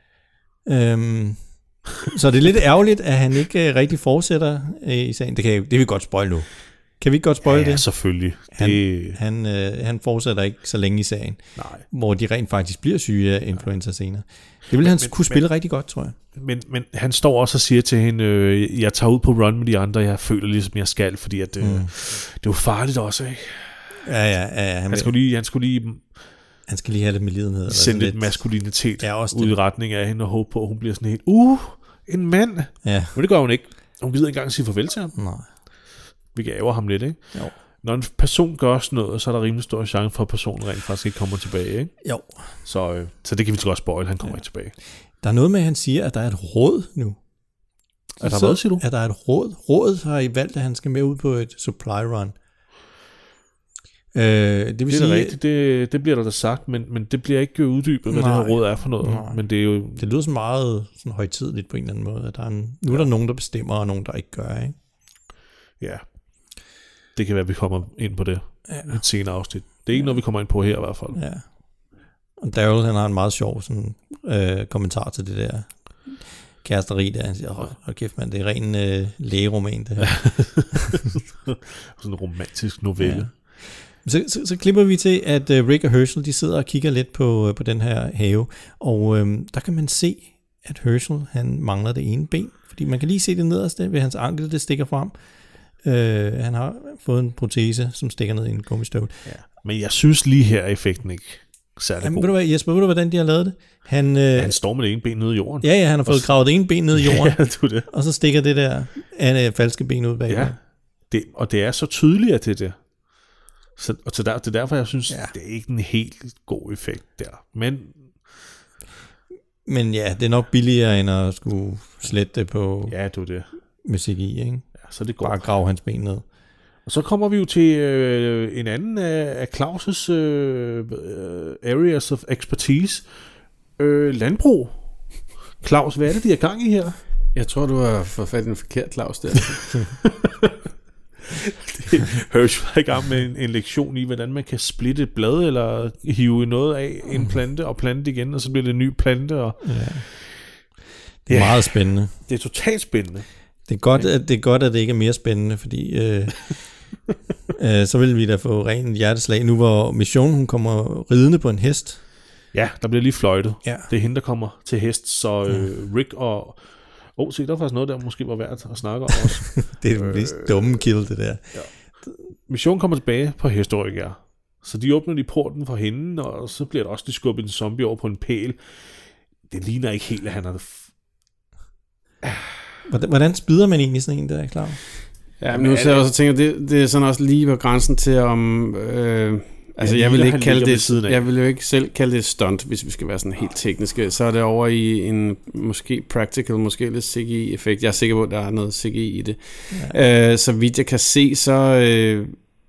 Øhm, så det er lidt ærgerligt, at han ikke uh, rigtig fortsætter uh, i sagen. Det kan, det vil vi godt spoil nu. Kan vi ikke godt spoil ja, det? Ja, selvfølgelig. Han, det... han, øh, han fortsætter ikke så længe i sagen, Nej. hvor de rent faktisk bliver syge af influenza senere. Det ville han men, kunne spille men, rigtig godt, tror jeg. Men, men han står også og siger til hende, øh, jeg tager ud på run med de andre, jeg føler ligesom jeg skal, fordi at, øh, mm. det er jo farligt også, ikke? Ja, ja, ja. Han, han, skulle lige, han skulle lige... Han skal lige have lidt med lidenhed. Sende lidt maskulinitet ja, også ud det. I retning af hende og håbe på, at hun bliver sådan helt, uh, en mand. Ja. Men det gør hun ikke. Hun gider ikke engang sige farvel til ham. Nej. Vi gaver ham lidt, ikke? Jo. Når en person gør sådan noget, så er der rimelig stor chance for, at personen rent faktisk ikke kommer tilbage, ikke? Jo. Så, øh, så det kan vi godt spoil, han kommer ja. ikke tilbage. Der er noget med, at han siger, at der er et råd nu. Er der hvad, siger du? At der er et råd. Rådet har I valgt, at han skal med ud på et supply run. Øh, det, vil det er sige, rigtigt, det, det bliver der da sagt, men, men det bliver ikke uddybet, hvad nej, det her råd er for noget. Nej. Men det er jo... Det lyder så meget sådan højtideligt på en eller anden måde. At der er en, nu er der nogen, der bestemmer, og nogen, der ikke gør, ikke? Ja. Det kan være, at vi kommer ind på det ja. et senere afsnit. Det er ikke ja. noget, vi kommer ind på her i hvert fald. Ja. Og Daryl, han har en meget sjov sådan, øh, kommentar til det der kæresteri der. Han siger, hold, hold kæft mand, det er ren øh, lægeroman det her. Sådan en romantisk novelle. Ja. Så, så, så klipper vi til, at uh, Rick og Herschel, de sidder og kigger lidt på, uh, på den her have, og uh, der kan man se, at Herschel, han mangler det ene ben, fordi man kan lige se det nederste ved hans ankel, det stikker frem. Uh, han har fået en protese, som stikker ned i en gummistøvle. Ja. Men jeg synes lige her, er effekten ikke særlig Jamen, god. Ved du hvad, Jesper, ved du hvordan de har lavet det? Han, uh, han står med det ene ben nede i jorden. Ja, ja, han har fået gravet det ene ben ned i jorden, ja, det det. og så stikker det der uh, falske ben ud bagved. Ja, det, og det er så tydeligt, at det er det. Så, og så der, det er derfor, jeg synes, ja. det er ikke en helt god effekt der. Men Men ja, det er nok billigere, end at skulle slette det på ja, det er det. med C G I, ikke? Ja, så det går. Bare grave hans ben ned. Og så kommer vi jo til øh, en anden af, af Claus' øh, areas of expertise. Øh, landbrug. Claus, hvad er det, de har gang i her? Jeg tror, du har fået fat i en forkert Claus der. Det høres jo i gang med en, en lektion i, hvordan man kan splitte et blad, eller hive noget af en plante, og plante igen, og så bliver det en ny plante. Og ja. Det er ja, meget spændende. Det er totalt spændende. Det er godt, at det er godt, at det ikke er mere spændende, fordi øh, øh, så vil vi da få ren hjerteslag. Nu hvor Mission, hun kommer ridende på en hest. Ja, der bliver lige fløjtet. Ja. Det er hende, der kommer til hest, så øh, Rick og... Åh, oh, se, der er faktisk noget, der måske var værd at snakke om også. Det er det mest dumme kill, det der. Ja. Mission kommer tilbage på hesteryg, ja. Så de åbner lige porten for hende, og så bliver der også de skubbet en zombie over på en pæl. Det ligner ikke helt, at han er... Hvordan, hvordan spyder man egentlig sådan en, der er klar? Ja, men nu ser jeg også og tænker, det, det er sådan også lige på grænsen til om... Øh, altså, ja, jeg vil ikke kalde det... Jeg vil jo ikke selv kalde det stunt, hvis vi skal være sådan helt tekniske. Så er det over i en måske practical, måske lidt C G I-effekt. Jeg er sikker på, at der er noget C G I i det. Ja. Øh, så vidt jeg kan se, så... Øh,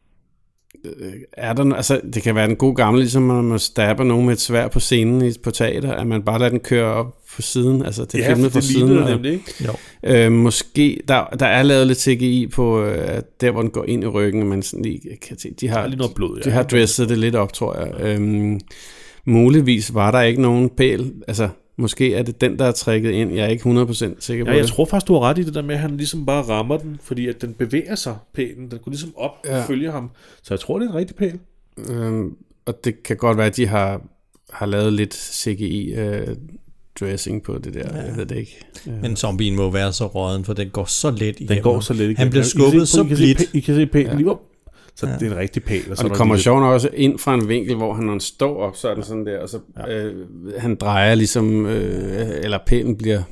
er der, altså, det kan være en god gammel, ligesom når man stabber nogen med et svær på scenen i, på teater, at man bare lader den køre op på siden, altså til ja, filmet på siden. Ja, nemlig, ikke? Jo. Øh, måske, der, der er lavet lidt C G I på, øh, der hvor den går ind i ryggen, man sådan lige kan se, de har, lige noget blod, ja. de har dresset det lidt op, tror jeg. Øh, muligvis var der ikke nogen pæl, altså måske er det den, der er trækket ind. Jeg er ikke hundrede procent sikker på ja, jeg det. tror faktisk, du har ret i det der med, at han ligesom bare rammer den, fordi at den bevæger sig, pælen. Den går ligesom op og ja. følger ham. Så jeg tror, det er en rigtig pæl. Øhm, og det kan godt være, at de har, har lavet lidt C G I øh, dressing på det der. Ja. Jeg ved det ikke. Men zombien må være så råden, for den går så let igennem. Den går så let igennem. Han bliver skubbet så blidt. I kan se pælen lige op. Så ja. Det er en rigtig pæl. Og, og det kommer sjovt nok også ind fra en vinkel, hvor han, når han står op, så er den sådan der, og så ja. øh, han drejer ligesom, øh, eller pælen bliver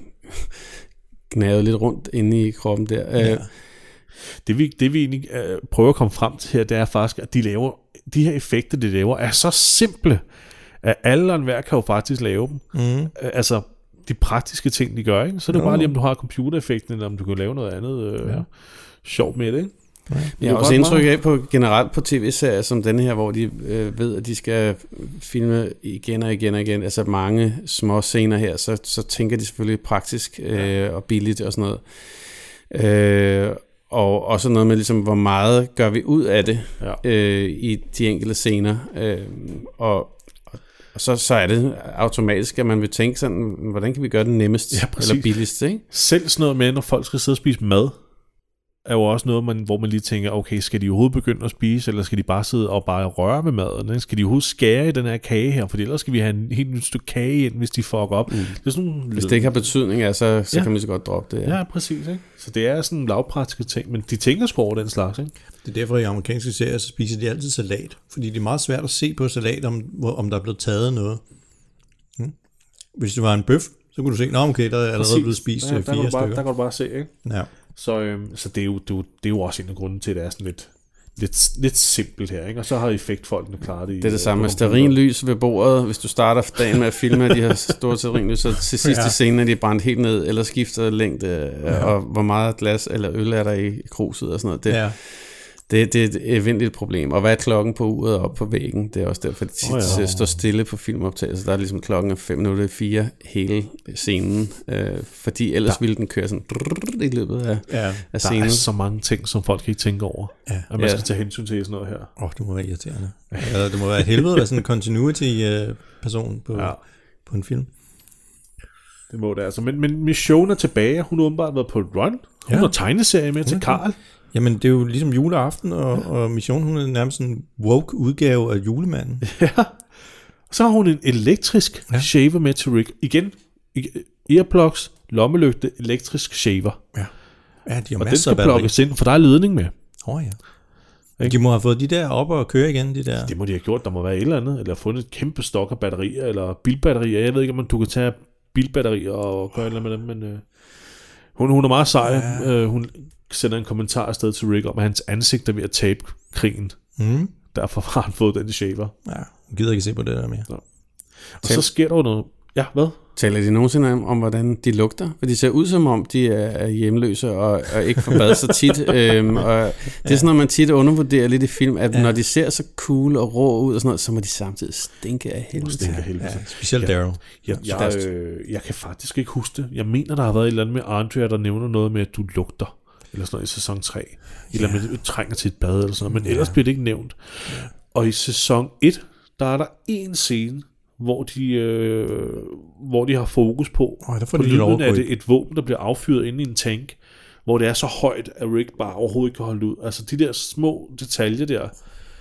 gnavet lidt rundt inde i kroppen der. Ja. Øh, det, vi, det vi egentlig øh, prøver at komme frem til her, det er faktisk, at de laver, de her effekter, de laver, er så simple, at alle og enhver kan jo faktisk lave dem. Mm. Altså, de praktiske ting, de gør, ikke? Så er det jo bare lige, om du har computereffekten, eller om du kan lave noget andet øh, ja. sjovt med det, ikke? Jeg har også indtryk af på generelt på tv-serier som denne her, hvor de øh, ved, at de skal filme igen og igen og igen, altså mange små scener her, så, så tænker de selvfølgelig praktisk øh, og billigt og sådan noget. Øh, og også noget med, ligesom, hvor meget gør vi ud af det ja. øh, i de enkelte scener. Øh, og og så, så er det automatisk, at man vil tænke sådan, hvordan kan vi gøre det nemmest ja, eller billigst, ikke? Selv sådan noget med, når folk skal sidde og spise mad, er jo også noget, man, hvor man lige tænker, okay, skal de overhovedet begynde at spise, eller skal de bare sidde og bare røre med maden? Skal de overhovedet skære i den her kage her? For ellers skal vi have en helt nyt stykke kage ind, hvis de fucker op. Mm. Det er sådan nogle hvis det ikke har betydning, ja, så, så ja. kan man så godt droppe det. Ja, ja præcis. Ikke? Så det er sådan lavpraktiske ting, men de tænker sgu over den slags. Ikke? Det er derfor, i amerikanske serier, så spiser de altid salat. Fordi det er meget svært at se på salat, om, om der er blevet taget noget. Hmm? Hvis det var en bøf, så kunne du se, nå okay, der er allerede præcis. blevet spist ja, fire der stykker. Bare, der kan du bare se, ikke? Ja. Så, øhm, så det, er jo, det, er jo, det er jo også en af grunden til, at det er sådan lidt, lidt, lidt simpelt her, ikke? Og så har effektfolkene klaret det. Det er det samme med stearinlys ved bordet. Hvis du starter dagen med at filme de her store stearinlys, så til sidste ja. scene er de brændt helt ned, eller skifter længde, ja. og hvor meget glas eller øl er der i kruset og sådan noget. Det, ja. det, det er et evindeligt problem. Og hvad er klokken på uret op på væggen? Det er også derfor, at de oh, ja. står stille på filmoptagelser. Der er ligesom klokken er fem minutter i fire hele scenen, øh, fordi ellers der. ville den køre sådan i løbet af, ja, af scenen. Der er så mange ting, som folk ikke tænker over, ja. at man ja. skal tage hensyn til sådan noget her. Åh, oh, det må være irriterende. Ja, det må være et helvede at være sådan en continuity-person på, ja. på en film. Det må det altså. Men, men Mission er tilbage. Hun har åbenbart været på et run. Hun ja. har tegneserie med hun til Karl. Jamen, det er jo ligesom juleaften, og, ja. og Mission, hun er nærmest en woke udgave af julemanden. Ja. Så har hun en elektrisk ja. shaver med til Rick. Igen, earplugs, lommelygte, elektrisk shaver. Ja, ja de har og masser af batteri. Og den skal plukkes ind, for der er ledning med. Åh oh, ja. Ikke? De må have fået de der op og køre igen, de der. Det må de have gjort. Der må være et eller andet, eller fundet et kæmpe stok af batterier, eller bilbatterier. Jeg ved ikke, om du kan tage bilbatterier og gøre et eller andet med dem, men øh, hun, hun er meget sej. Ja. Øh, hun sender en kommentar afsted til Rick om, at hans ansigt er ved at tabe krigen. Mm. Derfor har han fået den shaver. Ja, hun gider ikke se på det der mere. Ja. Og Tal- så sker der jo noget. Ja, hvad? Taler de nogensinde om, om, hvordan de lugter? For de ser ud som om, de er hjemløse og, og ikke får bad så tit. øhm, og det er ja. sådan noget, man tit undervurderer lidt i film, at ja. når de ser så cool og rå ud og sådan noget, så må de samtidig stinke af helvede. Stinke af helvede. Ja, specielt Daryl. Jeg, jeg, jeg, øh, jeg kan faktisk ikke huske det. Jeg mener, der har været et eller andet med Andrea, der nævner noget med, at du lugter. Eller sådan noget i sæson tre. Ja. Eller med, at du trænger til et bad eller sådan noget. Men ellers ja. bliver det ikke nævnt. Ja. Og i sæson et, der er der en scene, hvor de, øh, hvor de har fokus på, oh, på lyden af det, et våben, der bliver affyret inde i en tank, hvor det er så højt, at Rick bare overhovedet ikke kan holde ud. Altså de der små detaljer der,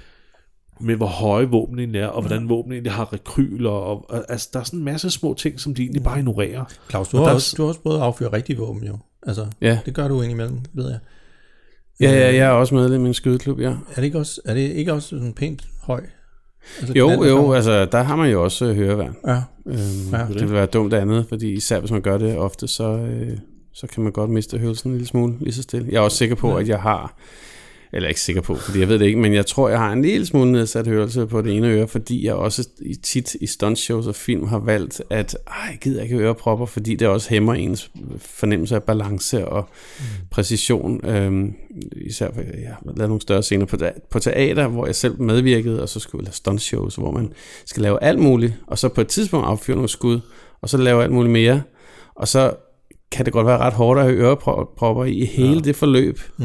med hvor høje våben egentlig er, og hvordan ja. våben egentlig har rekryler, og, og altså der er sådan en masse små ting, som de egentlig bare ignorerer. Claus, du har, også, du har også prøvet at afføre rigtige våben, jo. Altså, ja. det gør du indimellem, ved jeg. Ja, ja, jeg er også medlem i en skydeklub, ja. Er det ikke også, er det ikke også sådan pænt høj? Altså, jo, jo, altså der har man jo også høreværn. Ja. Øhm, ja. Det vil være dumt andet, fordi især hvis man gør det ofte, så, øh, så kan man godt miste hørelsen en lille smule lige så stille. Jeg er også sikker på, ja. at jeg har, eller ikke sikker på, fordi jeg ved det ikke, men jeg tror, jeg har en lille smule nedsat hørelse på det ene øre, fordi jeg også tit i stuntshows og film har valgt, at ej, jeg gider ikke ørepropper, fordi det også hæmmer ens fornemmelse af balance og mm. præcision. Øhm, især for, jeg har lavet nogle større scener på, på teater, hvor jeg selv medvirkede, og så skulle jeg lave stuntshows, hvor man skal lave alt muligt, og så på et tidspunkt affyre nogle skud, og så lave alt muligt mere, og så kan det godt være ret hårdt at have ørepropper i hele ja. det forløb. Mm.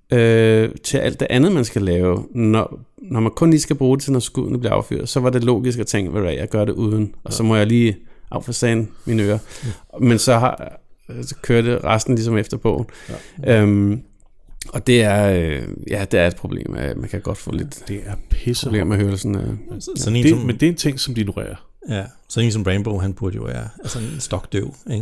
Øh, til alt det andet, man skal lave. Når, når man kun lige skal bruge det til, når skuddene bliver affyret, så var det logisk at tænke, hvad jeg gør det uden, og så må jeg lige afføre mine ører. Mm. Men så, har, så kører det resten ligesom efter bogen. Ja. Øhm, og det er, øh, ja, det er et problem. Man kan godt få lidt det er pisse problemer med hørelsen. Øh. Ja. Det, som, men det er en ting, som de ignorerer. Ja, så en som Rainbow, han burde jo være altså en stokdøv, ikke?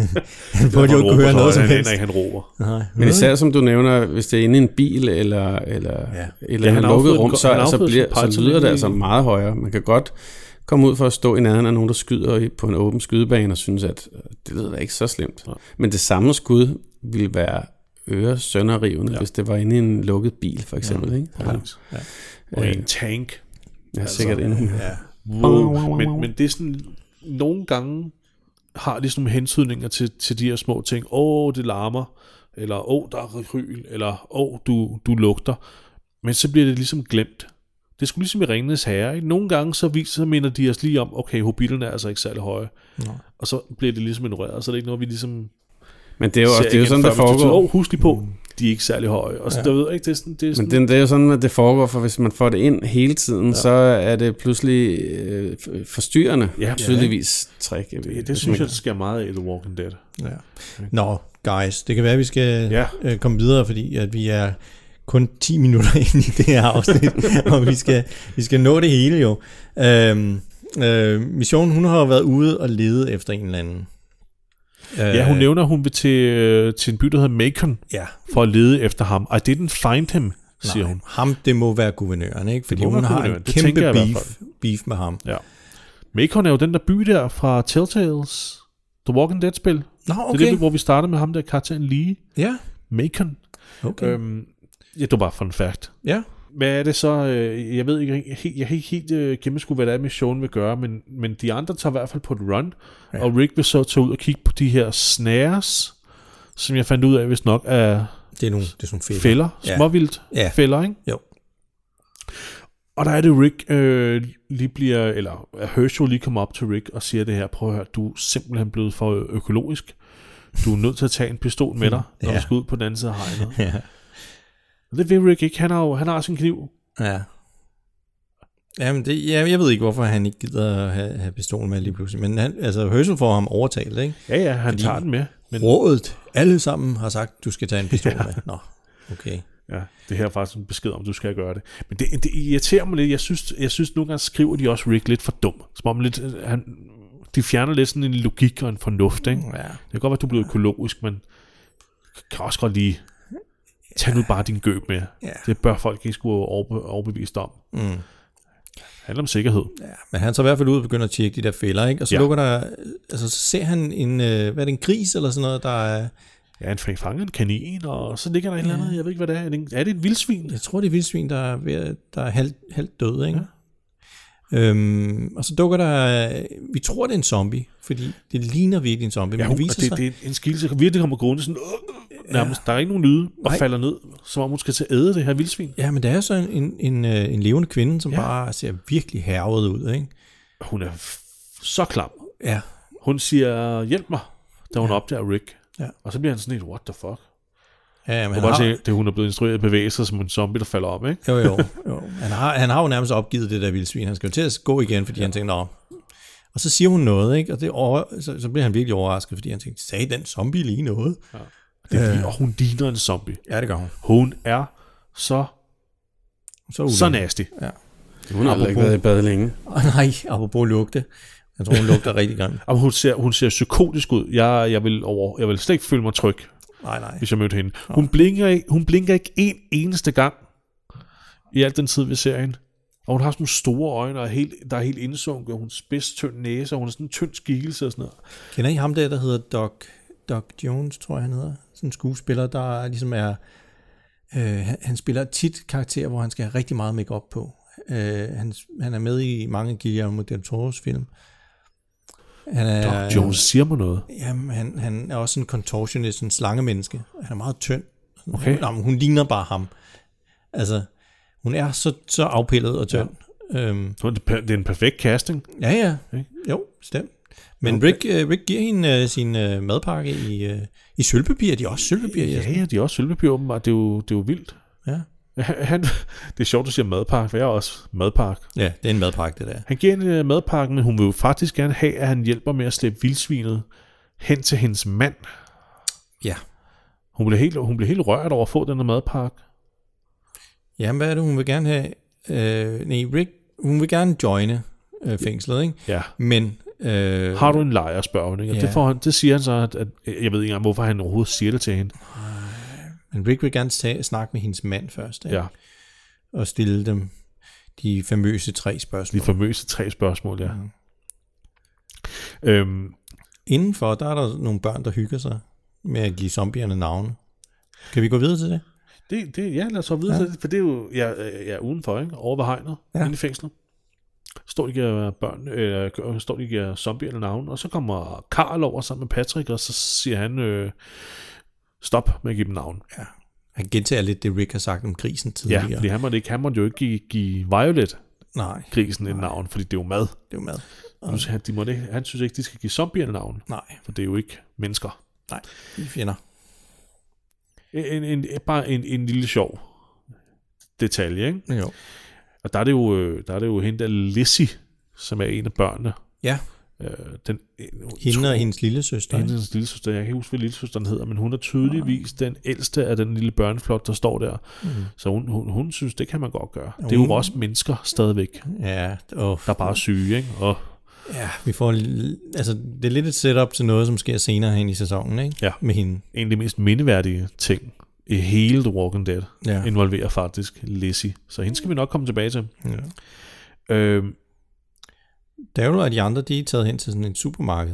Han burde jo ikke høre noget som helst. Han råber. Nej. Men især som du nævner, hvis det er inde i en bil eller eller ja. eller ja, en lukket rum, så altså bliver så lyder det altså meget højere. Man kan godt komme ud for at stå i nærheden af nogen, der skyder på en åben skydebane og synes, at det lyder da ikke så slemt. Ja. Men det samme skud ville være øresønderrivende, ja. hvis det var inde i en lukket bil, for eksempel. Ja. Ikke? Ja. Ja. Og en tank. Ja, altså, sikkert inde. Ja. Wow. Men, men det er sådan, nogle gange har de sådan nogle hensydninger til, til de her små ting. Åh, oh, det larmer, eller åh, oh, der er rekryl, eller åh, oh, du, du lugter. Men så bliver det ligesom glemt. Det skulle ligesom i Ringenes Herre. Ikke? Nogle gange så viser, så minder de os lige om, okay, hobbiterne er altså ikke særlig høje. Nej. Og så bliver det ligesom ignoreret, så er det ikke noget, vi ligesom... Men det er jo, også, det er jo sådan, det foregår. Åh, husk lige på, de er ikke særlig høje. Og så, ja. der ved ikke, det er sådan, det er sådan... Men det, det er jo sådan, at det foregår, for hvis man får det ind hele tiden, ja. så er det pludselig øh, forstyrrende, ja, tydeligvis træk. Det, det, det synes jeg, der sker meget af The Walking Dead. Ja. Okay. Nå, guys, det kan være, at vi skal ja. øh, komme videre, fordi at vi er kun ti minutter ind i det her afsnit, og vi skal, vi skal nå det hele jo. Øhm, øh, Mission, hun har været ude og lede efter en eller anden. Ja, hun nævner, at hun vil til, til en by, der hedder Macon, ja. for at lede efter ham. I didn't find him, siger Nej, hun. Ham, det må være guvernøren, ikke? Fordi hun har en kæmpe beef, beef med ham. Ja. Macon er jo den der by der fra Telltales, The Walking Dead-spil. Nå, okay. Det er det, hvor vi starter med ham der, karakteren Lee. Ja. Macon. Okay. Øhm, ja, det var bare fun fact. Ja. Hvad er det så? Jeg ved ikke, jeg har ikke helt uh, gennemskue, hvad det er, missionen vil gøre, men, men de andre tager i hvert fald på et run, ja. og Rick vil så tage ud og kigge på de her snares, som jeg fandt ud af, hvis nok er, det er nogle, det er nogle fælder, fælder ja. småvildt ja. fælder, ikke? Jo. Og der er det, Rick øh, lige bliver, eller Herschel lige kommer op til Rick og siger det her, prøv at høre, du er simpelthen blevet for økologisk. Du er nødt til at tage en pistol med dig, når ja. du skal ud på den anden side af hegnet. Ja. Det vil Rick ikke. Han har jo, han har sin kniv. Ja. Jamen, det, jeg, jeg ved ikke, hvorfor han ikke gider have, have pistolen med lige pludselig. Men han, altså, Herschel får ham overtalt, ikke? Ja, ja, han Fordi tager den med. Men rådet, alle sammen har sagt, du skal tage en pistol ja. med. Nå, okay. Ja, det her er faktisk en besked om, du skal gøre det. Men det, det irriterer mig lidt. Jeg synes, jeg synes nogle gange skriver de også Rick lidt for dum. Som om lidt, han, de fjerner lidt sådan en logik og en fornuft, ikke? Ja. Det kan godt være, at du er blevet økologisk, men kan også godt lige... Tag nu bare din gøb med. Ja. Det bør folk ikke skulle overbe- overbevist om. Mm. Det handler om sikkerhed. Ja, men han så i hvert fald ud og begynder at tjekke de der fælder, ikke? Og så ja. lukker der, altså så ser han en, øh, hvad er det, en gris eller sådan noget, der er... Ja, en fanger en kanin, og så ligger der ja. et eller andet, jeg ved ikke, hvad det er. Er det, er det et vildsvin? Jeg tror, det er et vildsvin, der er, ved, der er halvt, halvt død, ikke? Ja. Øhm, og så dukker der, vi tror, det er en zombie, fordi det ligner virkelig en zombie, ja, men hun, det viser det, sig... det er en skilse, der virkelig kommer gående sådan... Øh, nærmest, der er ikke nogen lyde, og Nej. falder ned, som om hun skal til at æde det her vildsvin. Ja, men der er så en, en, en, en levende kvinde, som ja. bare ser virkelig hærget ud, ikke? Hun er f- så klam. Ja. Hun siger, hjælp mig, da hun ja. opdager Rick. Ja. Og så bliver han sådan et, what the fuck? Ja, men han har... se, det hun er blevet instrueret at bevæge sig som en zombie, der falder op, ikke? Jo, jo. jo. Han, har, han har jo nærmest opgivet det der vildsvin. Han skal jo til at gå igen, fordi ja. han tænker, nå. Og så siger hun noget, ikke? Og det over, så, så bliver han virkelig overrasket, fordi han tænker, sagde den zombie lige noget? Ja. Det er, Øh. og hun ligner en zombie. Ja, det gør hun. Hun er så, Så, så nasty. Ja. Hun har aldrig ikke været i bad længe. Oh, nej, apropos lugte. Jeg tror, hun lugter rigtig godt. Og hun ser, hun ser psykotisk ud. Jeg, jeg, vil over, jeg vil slet ikke føle mig tryg, Nej, nej. hvis jeg mødte hende. Hun blinker, ikke, hun blinker ikke en eneste gang i al den tid, vi ser hende. Og hun har sådan nogle store øjne, og er helt, der er helt indsunket, og hun har spids, tynd næse, og hun er sådan en tynd skikkelse og sådan noget. Kender I ham der, der hedder Doc, Doc Jones, tror jeg han hedder? Sådan en skuespiller, der ligesom er... Øh, han, han spiller tit karakterer, hvor han skal have rigtig meget make-up på. Øh, han, han er med i mange Guillermo del Toro's film. Han er, Doc Jones siger mig noget. Jamen, han, han er også en contortionist, en slangemenneske. Han er meget tynd. Okay. Hun, jamen, hun ligner bare ham. Altså, hun er så, så afpillet og tynd. Ja. Øhm, Det er en perfekt casting. ja, ja. Okay. Jo, bestemt. Men Okay. Rick, uh, Rick giver hende uh, sin uh, madpakke i, uh, i sølvpapir. De er også sølvpapir. Ja, ja, de er også sølvpapir åbenbart. Det er jo, det er jo vildt. Ja. Han, det er sjovt, du siger madpakke, for jeg er også madpakke. Ja, det er en madpakke, det der. Han giver hende madpakken, men hun vil jo faktisk gerne have, at han hjælper med at slæbe vildsvinet hen til hendes mand. Ja. Hun bliver helt, hun bliver helt rørt over at få den her madpakke. Jamen, hvad er det, hun vil gerne have? Øh, nej, Rick, hun vil gerne joine øh, fængslet, ikke? Ja. Men... Øh, Har du en lejer, spørger hun, ikke? Og Ja. det, får han, det siger han så, at, at jeg ved ikke engang, hvorfor han overhovedet siger det til hende. men Rick vil gerne tage, snakke med hendes mand først, ikke? Ja, Og stille dem de famøse tre spørgsmål. de famøse tre spørgsmål, ja. Mm. Øhm, Indenfor, der er der nogle børn, der hygger sig med at give zombierne navne. Kan vi gå videre til det? det, det, ja, lad os så videre Ja. ja. For det er jo ja, ja, udenfor, ikke? Over ved hegnet, Ja. ja. Inde i fængslet. Står de giver børn, øh, står de giver zombierne navn, og så kommer Karl over sammen med Patrick, og så siger han, øh, stop med at give dem navn. Ja. Han gentager lidt det, Rick har sagt om grisen Ja, tidligere. fordi han måtte, ikke, han måtte jo ikke give, give Violet, Nej, grisen, et navn, fordi det er jo mad. det er jo mad. Nu siger han, de måtte ikke, han synes ikke, de skal give zombierne navn, Nej, for det er jo ikke mennesker. nej, de er fjender. En, en, bare en, en lille sjov detalje, ikke? Jo. Og der er det jo, øh, der er det jo hende der Lizzie, som er en af børnene. Ja, Øh, den, hende og hendes lille søster. Hendes lille søster, jeg kan ikke huske, hvad lille søsteren hedder, men hun er tydeligvis den ældste af den lille børneflok, der står der. Mm. Så hun, hun, hun synes, det kan man godt gøre. Det er jo Hun- også mennesker stadigvæk, Ja, og, der er bare syge, ikke? Og ja, vi får, l- altså det er lidt et setup til noget, som sker senere hen i sæsonen, ikke? Ja. Med hende. en af de mest mindeværdige ting i hele The Walking Dead Ja. involverer faktisk Lizzie. Så hende skal vi nok komme tilbage til. Ja. Øhm, Daryl og de andre, de er taget hen til sådan et supermarked.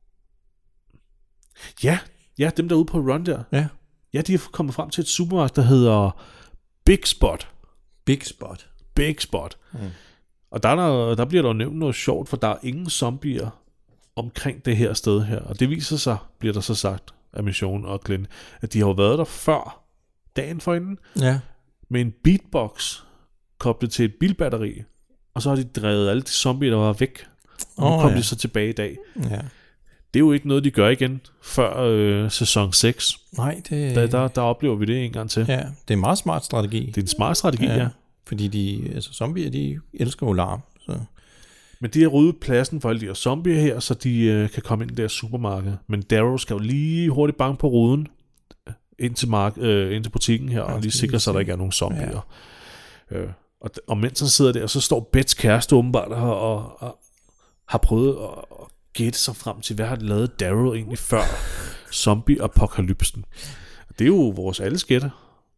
ja, ja, dem der ude på Run der. Ja. Ja, de er kommet frem til et supermarked, der hedder Big Spot. Big Spot. Big Spot. Mm. Og der, er der, der bliver der jo nævnt noget sjovt, for der er ingen zombier omkring det her sted her. Og det viser sig, bliver der så sagt af Mission og Glenn, at de har jo været der før dagen forinden, Ja. med en beatbox koblet til et bilbatteri. Og så har de drevet alle de zombier, der var væk. Og nu Åh, kom ja. de så tilbage i dag. Ja. Det er jo ikke noget, de gør igen før øh, sæson seks. Nej, det, Der, der, der oplever vi det en gang til. ja, det er en meget smart strategi. Det er en smart strategi, ja. ja. Fordi de, altså zombier, de elsker jo larm. Så. Men de har ryddet pladsen for alle de her zombier her, så de øh, kan komme ind i det her supermarked. Men Daryl skal jo lige hurtigt banke på ruden ind til, mark- øh, ind til butikken her, ja, og lige sikre sig, at der ikke er nogen zombier. Ja. Øh, og, og mens han sidder der, så står Bets kæreste åbenbart her og, og har prøvet at, at gætte sig frem til, hvad har lavet Daryl egentlig før zombie-apokalypsen. Det er jo vores alles gætte.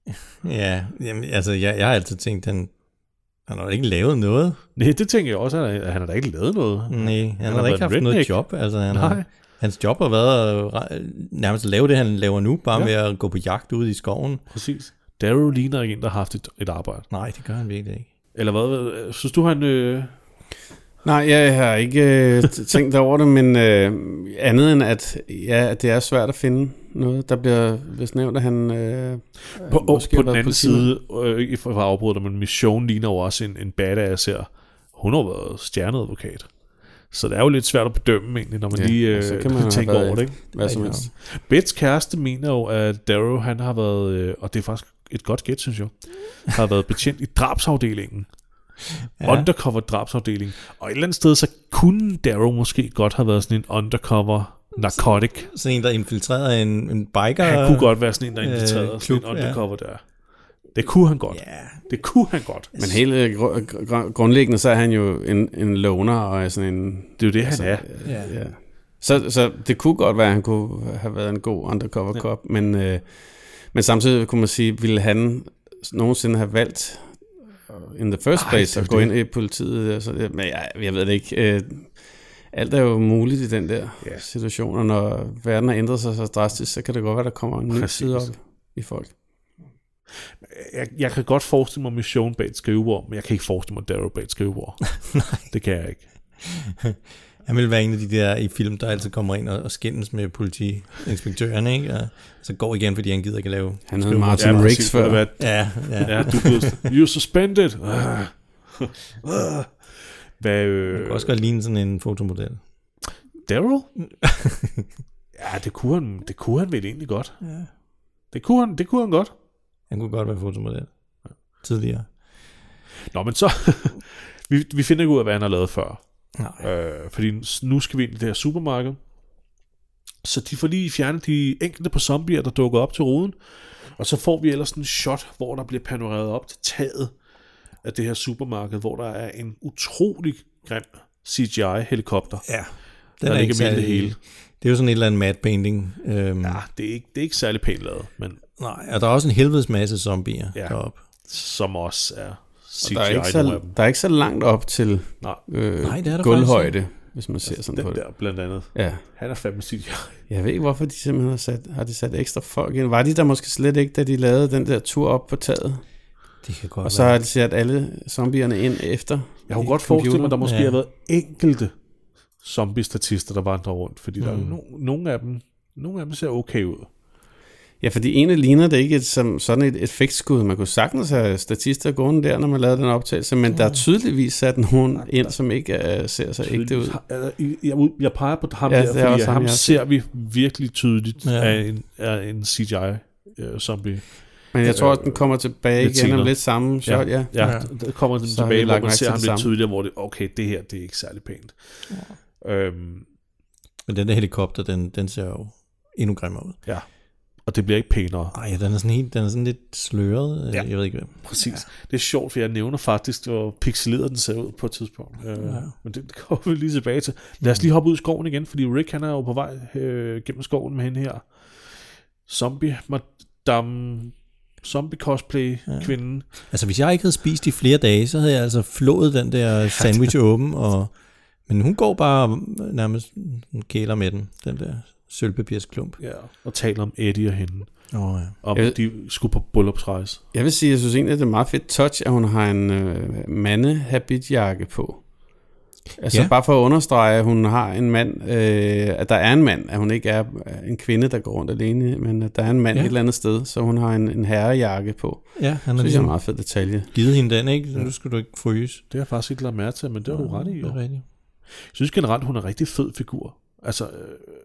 Ja, jamen, altså jeg, jeg har altid tænkt, han, han har da ikke lavet noget. Nej, det tænker jeg også, at han har da ikke lavet noget. Nej, han, han har har da ikke været haft noget redneck. job. Altså, han Nej. har, hans job har været at nærmest at lave det, han laver nu, bare Ja. med at gå på jagt ude i skoven. Præcis. Daryl ligner ikke en, der har haft et, et arbejde. Nej, det gør han virkelig ikke. Eller hvad? Synes du, han... Øh... Nej, jeg har ikke øh, tænkt over det, men øh, andet end at ja, det er svært at finde noget. Der bliver vist nævnt, at han øh, På, måske på har den været anden politimand. side, øh, ikke for at afbryde dig, men Mission ligner jo også en, en badass her. Hun har været stjerneadvokat. Så det er jo lidt svært at bedømme egentlig, når man Ja, ja, lige og så øh, kan man have tænker været- over det. Ikke? Hvad som helst. Bets kæreste mener jo, at Daryl, han har været, øh, og det er faktisk et godt gæt, synes jeg, har været betjent i drabsafdelingen. Ja. Undercover drabsafdeling. Og et eller andet sted, så kunne Daryl måske godt have været sådan en undercover narcotic. Sådan en, der infiltrerede en, en biker. Han kunne godt være sådan en, der infiltrerede øh, sådan en undercover ja. der. Det kunne han godt. Ja. Det kunne han godt. Men helt gr- gr- grundlæggende, så er han jo en, en loner, og er sådan en... Det er jo det, altså, han er. Ja. Ja. Så, så det kunne godt være, at han kunne have været en god undercover ja. cop, men, øh, men samtidig kunne man sige, ville han nogensinde have valgt in the first place Ej, at gå det. ind i politiet? Altså, men jeg, jeg ved det ikke. Øh, alt er jo muligt i den der ja. situation, og når verden har ændret sig så drastisk, så kan det godt være, der kommer en ny side op i folk. Jeg, jeg kan godt forestille mig Mission bag et skrivebord, men jeg kan ikke forestille mig Darrow bag et skrivebord. Nej. Det kan jeg ikke. Han vil være en af de der i film, der altid kommer ind og, og skændes med politiinspektøren, ikke? Og så går igen, fordi han gider ikke lave... Han hedder Martin ja, Riggs før. Hvad? Ja, ja. ja, du blev... You're suspended. Hvad, øh... Han kan også godt ligne sådan en fotomodel. Darrow? Ja, det kunne han, det kunne han vel egentlig godt. Ja. Det kunne han, det kunne han godt. Han kunne godt være fotomodel. Tidligere. Nå, men så... vi, vi finder ikke ud af, hvad han har lavet før. Nej. Øh, fordi nu skal vi ind i det her supermarked. Så de får lige fjernet de enkelte på zombier, der dukker op til ruden. Og så får vi ellers en shot, hvor der bliver panoreret op til taget af det her supermarked, hvor der er en utrolig grim C G I-helikopter. Ja, den der er ikke særlig, det hele. Det er jo sådan et eller andet matte painting. Øhm, ja, det er, ikke, det er ikke særlig pænt lavet. Men nej, og der er også en helvedes masse zombier ja, deroppe. Som også er C G I. Der er, ikke så, der er ikke så langt op til nej. Øh, Nej, det er der gulvhøjde, hvis man ser altså, sådan på det. Den der blandt andet. Ja. Han er fandme C G I. Jeg ved ikke, hvorfor de simpelthen har sat, har de sat ekstra folk ind. Var de der måske slet ikke, da de lavede den der tur op på taget? Det kan godt Og så være. har de sat alle zombierne ind efter. Jeg kunne godt forestille mig, at der måske ja. har været enkelte zombie-statister, der vandrer rundt, fordi mm. der er no- nogle af dem, nogle af dem ser okay ud. Ja, fordi ene ligner det ikke et, som sådan et effektskud. Man kunne sagtens have statister gående der, når man lavede den optagelse, men mm. der er tydeligvis sat nogen ja, ind, som ikke uh, ser så ægte ud. Jeg, jeg peger på ham ja, der, fordi ham, ham ser vi virkelig tydeligt ja. af, en, af en C G I-zombie. Men jeg tror, at den kommer tilbage lidt igen senere. Om lidt samme shot, ja. Ja, ja. Der kommer den så tilbage, hvor man ser ham lidt tydeligere, hvor det, okay, det her, det er ikke særlig pænt. Ja. Øhm, Men den der helikopter, den, den ser jo endnu grimmere ud. Ja, og det bliver ikke pænere. Nej, den er sådan helt, den er sådan lidt sløret. Ja. Jeg ved ikke hvad. Præcis. Ja. Det er sjovt, for jeg nævner faktisk, hvor pixeleret den ser ud på et tidspunkt. Ja. Øh, men det, det kommer vi lige tilbage til. Lad os lige hoppe ud i skoven igen, fordi Rick, han er jo på vej øh, gennem skoven med hende her. Zombie, madame... zombie-cosplay-kvinden. Ja. Altså, hvis jeg ikke havde spist i flere dage, så havde jeg altså flået den der sandwich åben, og... men hun går bare nærmest kæler med den, den der sølvpapirsklump. Ja, og taler om Eddie og hende. Oh, ja. Om vil, de skulle på bryllupsrejse. Jeg vil sige, jeg synes egentlig, at det er meget fedt touch, at hun har en øh, mandehabitjakke på. Altså ja. Bare for at understrege, at hun har en mand, øh, at der er en mand, at hun ikke er en kvinde, der går rundt alene, men at der er en mand ja. Et eller andet sted, så hun har en, en herrejakke på. Ja, han er ligesom en meget fed detalje. Givet hende den, ikke? Så nu skal du ikke fryse. Det har jeg faktisk ikke lagt mærke til, men det har ja, du ret i. Det er rigtigt. Jeg synes generelt, hun er en rigtig fed figur. Altså, øh,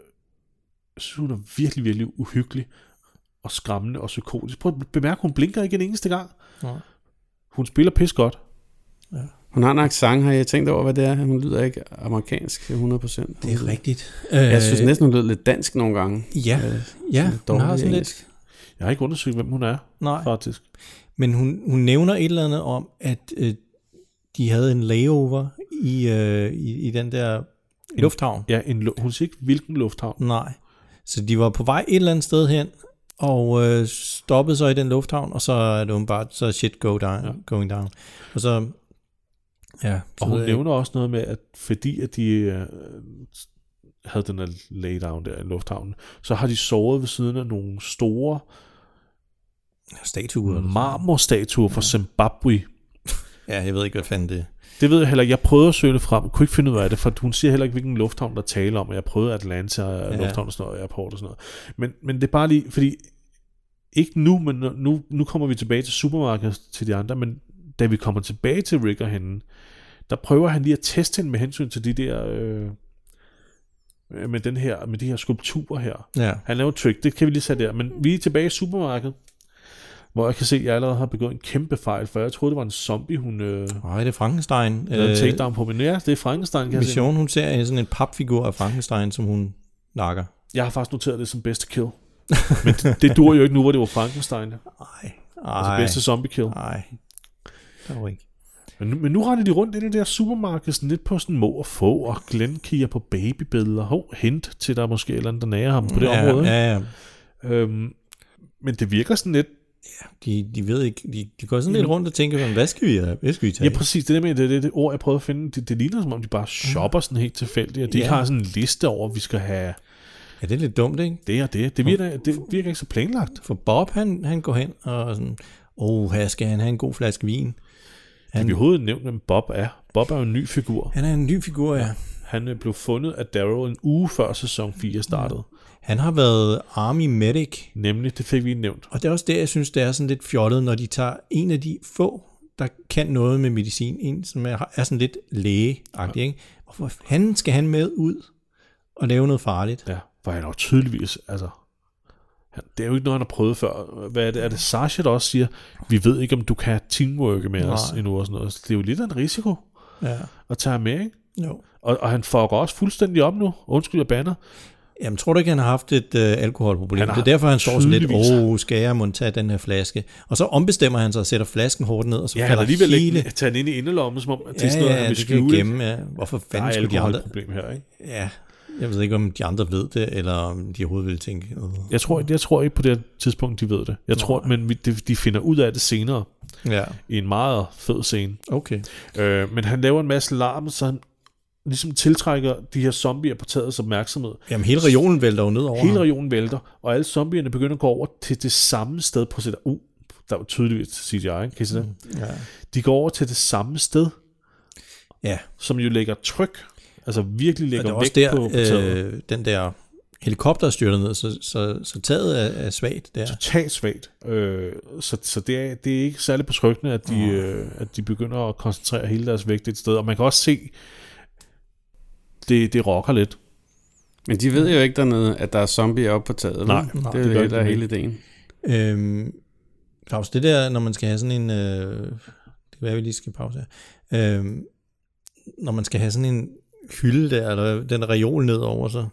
jeg synes, hun er virkelig, virkelig uhyggelig og skræmmende og psykotisk. Prøv at bemærke, hun blinker ikke en eneste gang. Ja. Hun spiller pis godt. Ja. Hun har en accent, har jeg tænkt over, hvad det er. Hun lyder ikke amerikansk hundrede procent. Det er rigtigt. Jeg synes næsten, hun lyder lidt dansk nogle gange. Ja, øh, ja hun har sådan lidt... Jeg har ikke undersøgt, hvem hun er, Nej. faktisk. Men hun, hun nævner et eller andet om, at øh, de havde en layover i, øh, i, i den der en, lufthavn. Ja, en, hun siger ikke, hvilken lufthavn. Nej. Så de var på vej et eller andet sted hen, og øh, stoppede så i den lufthavn, og så er det bare så shit go down, ja. going down. Og så... Ja, og hun nævner også noget med, at fordi at de øh, havde den her laydown der i lufthavnen, så har de sovet ved siden af nogle store statuer, marmorstatuer fra ja. Zimbabwe. Ja, jeg ved ikke, hvad fanden det Det ved jeg heller ikke. Jeg prøvede at søge det frem, kunne ikke finde ud af det, for hun siger heller ikke, hvilken lufthavn der taler om, og jeg prøvede Atlanta og ja. lufthavn og sådan noget, airport og sådan noget. Men, men det er bare lige, fordi ikke nu, men nu, nu kommer vi tilbage til supermarkedet til de andre, men da vi kommer tilbage til Rick og hende, der prøver han lige at teste hende med hensyn til de der øh, med den her med de her skulpturer her. Ja. Han laver et trick, det kan vi lige sætte der. Men vi er tilbage i supermarkedet, hvor jeg kan se, at jeg allerede har begået en kæmpe fejl, for jeg troede, det var en zombie, hun... Øh, Nej, det er Frankenstein. Øh, takedown på, men ja, det er Frankenstein. Kan Mission, hun ser sådan en papfigur af Frankenstein, som hun nakker. Jeg har faktisk noteret det som bedste kill. Men det, det dur jo ikke nu, hvor det var Frankenstein. Nej, Altså nej, bedste zombie kill. nej. Det var ikke. Men nu, men nu render de rundt i det der supermarked sådan lidt på sådan må og få, og Glenn kigger på babybilleder. Hov, hint til der måske et eller andet, der nærer ham på det ja, område. Ja, ja. Øhm, men det virker sådan lidt... De, de ved ikke, de, de går sådan lidt rundt og tænker sådan, hvad skal vi, hvad skal vi tage? Ja, præcis. Det der med det, det, det ord, jeg prøvede at finde, det, det ligner som om, de bare shopper sådan helt tilfældigt, og de Ja. ikke har sådan en liste over, vi skal have Ja, det er lidt dumt, ikke? det og det. Det virker, det virker ikke så planlagt. For Bob, han, han går hen og sådan, åh, her skal han have en god flaske vin. Han, vi har overhovedet nævnt, hvem Bob er. Bob er jo en ny figur. Han er en ny figur, ja. Han øh, blev fundet af Daryl en uge før sæson fire startede. Han har været Army Medic, Nemlig, det fik vi nævnt. og det er også det, jeg synes, det er sådan lidt fjollet, når de tager en af de få, der kan noget med medicin, en som er, er sådan lidt lægeagtig, ikke? Hvorfor han skal han med ud og lave noget farligt? Ja, for han er jo tydeligvis, altså... Han, det er jo ikke noget, han har prøvet før. Hvad er det? Er det Sasha, der også siger, vi ved ikke, om du kan teamworke med os Nej. endnu og sådan noget. Så det er jo lidt af en risiko Ja, at tage ham med, ikke? jo. Og, og han fucker også fuldstændig op nu. Undskyld, jeg banner. Jamen, tror du ikke, han har haft et øh, alkoholproblem? Han har Det er derfor, han står sådan lidt, tydeligvis. åh, skal jeg må tage den her flaske? Og så ombestemmer han sig og sætter flasken hårdt ned, og så Ja, han falder har alligevel hele... ikke taget den ind i inderlommen, som om at det er Ja, sådan noget, ja, han vil det kan skjule. gemme, ja. Hvorfor Der er fanden skulle de andre... alkoholproblem her, ikke? Ja, jeg ved ikke, om de andre ved det, eller om de overhovedet vil tænke... Øh. Jeg tror, jeg tror ikke på det tidspunkt, de ved det. Jeg tror, men vi- de, de finder ud af det senere Ja, i en meget fed scene. okay. Øh, men han laver en masse larm, så han ligesom tiltrækker de her zombier på tagets opmærksomhed. Jamen, hele regionen vælter jo ned over Hele ham. regionen vælter, og alle zombierne begynder at gå over til det samme sted på sit... Uh, der var tydeligvis C G I, ikke? Kan I se det? Ja. De går over til det samme sted, Ja, som jo lægger tryk, altså virkelig og lægger det er også vægt der, på, på taget. øh, den der helikopter styrter ned, så, så, så taget er, er svagt der. Totalt svagt. Øh, så så det, er, det er ikke særlig betryggende, at de, øh, at de begynder at koncentrere hele deres vægt et sted. Og man kan også se, det, det rocker lidt. Men de ved jo ikke dernede, at der er zombier oppe på taget. Nej, vel? nej, det er det jo gør det, der er de hele ideen. Øhm, Claus, det der, når man skal have sådan en... Øh, det kan være, vi lige skal pause her. Øhm, når man skal have sådan en hylde der, eller den reol ned over sig.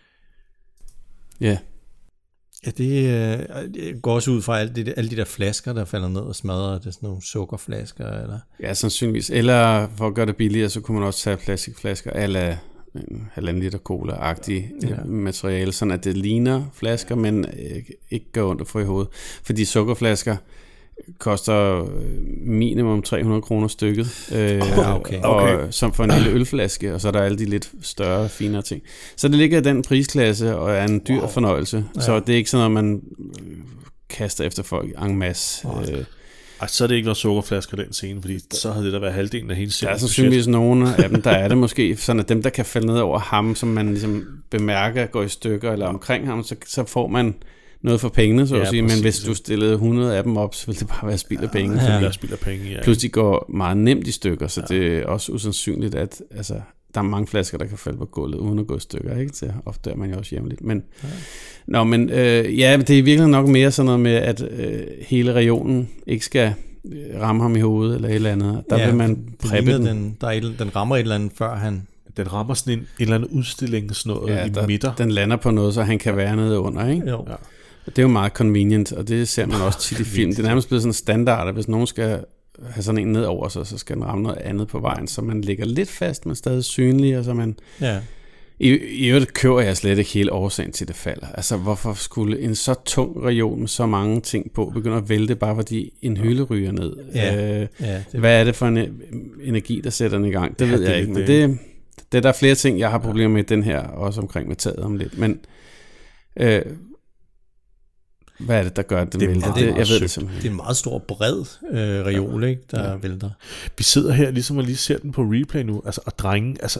Ja. Ja, det, øh, det går også ud fra alle de, alle de der flasker, der falder ned og smadrer. Det er sådan nogle sukkerflasker, eller... Ja, sandsynligvis. Eller for at gøre det billigere, så kunne man også tage plastikflasker, eller en halvanden liter cola-agtige Ja. ja. materiale, sådan at det ligner flasker, men ikke gør ondt at få i hovedet. Fordi sukkerflasker koster minimum tre hundrede kroner stykket, øh, Ja, okay. og Okay. som for en lille ølflaske, og så er der alle de lidt større, finere ting. Så det ligger i den prisklasse, og er en dyr wow. fornøjelse. Ja. Så det er ikke sådan noget, man kaster efter folk en masse. Øh, Ej, så er det ikke noget sukkerflasker den scene, fordi så havde det der været halvdelen af hele Der serien. er sandsynligvis nogle af dem, der er det måske, sådan at dem, der kan falde ned over ham, som man ligesom bemærker, går i stykker, eller omkring ham, så, så får man noget for pengene, så Ja, at sige. Men præcis. hvis du stillede hundrede af dem op, så ville det bare være spild af penge. Ja, Fordi der spiller penge, ja. plus de går meget nemt i stykker, så ja. det er også usandsynligt, at altså, der er mange flasker, der kan falde på gulvet, uden at gå i stykker, ikke? Så ofte er man jo også jævnligt. Men, ja. Nå, men øh, ja, det er virkelig nok mere sådan noget med, at øh, hele regionen ikke skal ramme ham i hovedet, eller et eller andet. Der ja, vil man præppe den. den. Der er et, den rammer et eller andet, før han... Den rammer sådan en, en eller anden udstilling, sådan noget Ja, i der, midter. den lander på noget, så han kan være nede under, ikke? Jo. Ja. Det er jo meget convenient, og det ser man også tit i film. Det er nærmest blevet sådan en standard, at hvis nogen skal have sådan en ned over sig, så skal den ramme noget andet på vejen, så man ligger lidt fast, men stadig synlig, og så man... Ja. I, i øvrigt køber jeg slet ikke hele årsagen til, det falder. Altså, hvorfor skulle en så tung region med så mange ting på begynde at vælte, bare fordi en hylde ryger ned? Ja. Øh, Ja, det, hvad er det for en energi, der sætter den i gang? Det Ja, ved det jeg er ikke, men det. det, det er der flere ting, jeg har problemer med i den her, også omkring med taget om lidt. Men øh, hvad er det, der gør, at den Det er vælter? meget, Det, meget jeg ved søgt. det simpelthen. det er en meget stor, bred øh, reol, ikke, der ja. vælter. Vi sidder her ligesom og lige ser den på replay nu, altså, og drengen, altså,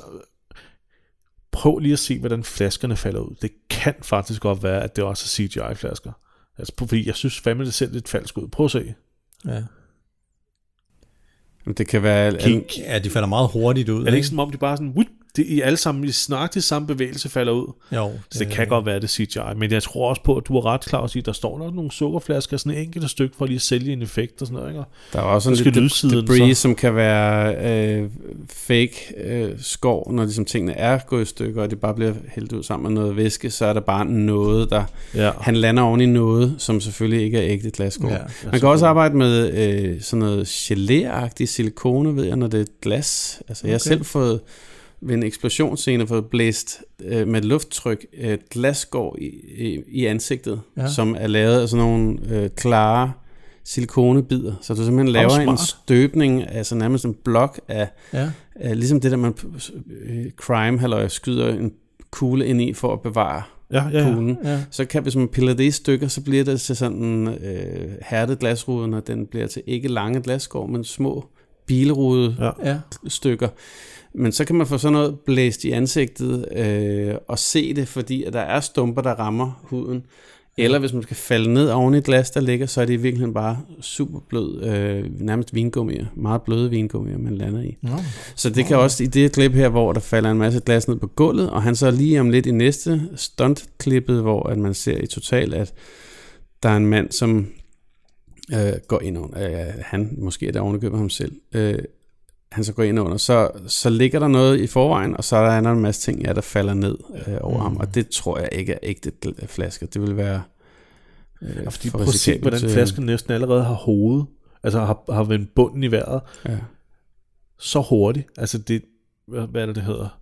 prøv lige at se, hvordan flaskerne falder ud. Det kan faktisk godt være, at det også er C G I-flasker. Altså, fordi jeg synes fandme, det ser lidt falsk ud. Prøv at se. Ja. Men det kan være... Al, Kig. Ja, de falder meget hurtigt ud. Er det ikke som om, de bare sådan, wut, det i alle sammen, i snart det samme bevægelse falder ud. Jo, det, det kan godt være, det C G I, men jeg tror også på, at du har ret, Claus, i, der står nok nogle sukkerflasker, sådan en enkelt stykke, for lige at sælge en effekt og sådan noget, ikke? Der er også en lidt debris, som kan være øh, fake øh, skov, når ligesom tingene er gået i stykker, og det bare bliver hældt ud sammen med noget væske, så er der bare noget, der... Ja. Han lander oven i noget, som selvfølgelig ikke er ægte glasskov. Ja, man kan også arbejde med øh, sådan noget gelé-agtigt silikone, ved jeg, når det er glas. Altså, okay. Jeg har selv fået... ved en eksplosionsscene fået blæst øh, med lufttryk øh, glasskår i, i, i ansigtet, ja. Som er lavet af sådan nogle øh, klare silikonebidder. Så du simpelthen laver oh, en støbning, altså nærmest en blok af, ja. af ligesom det der, man øh, crime, eller skyder en kugle ind i for at bevare ja, ja, ja. kuglen. Ja. Så kan, hvis man piller det i stykker, så bliver det til sådan øh, hærdet glasrude, når den bliver til ikke lange glasskår, men små bilrude ja. stykker. Men så kan man få sådan noget blæst i ansigtet øh, og se det, fordi at der er stumper, der rammer huden. Eller hvis man skal falde ned oven i et glas, der ligger, så er det i virkeligheden bare super blød, øh, nærmest vingummier, meget bløde vingummier, man lander i. Ja. Så det kan også, i det klip her, hvor der falder en masse glas ned på gulvet, og han så lige om lidt i næste stunt-klippet, hvor at man ser i total, at der er en mand, som øh, går ind under, øh, han, måske er det ovenikøbet ham selv, øh, han så går ind under, så, så ligger der noget i forvejen, og så er der en masse ting, ja, der falder ned øh, over mm. ham, og det tror jeg ikke er ægte flasker. Det vil være øh, ja, fordi prøv at se, hvordan flasken næsten allerede har hovedet, altså har, har vendt bunden i vejret, ja. Så hurtigt. Altså det, hvad er det, det hedder?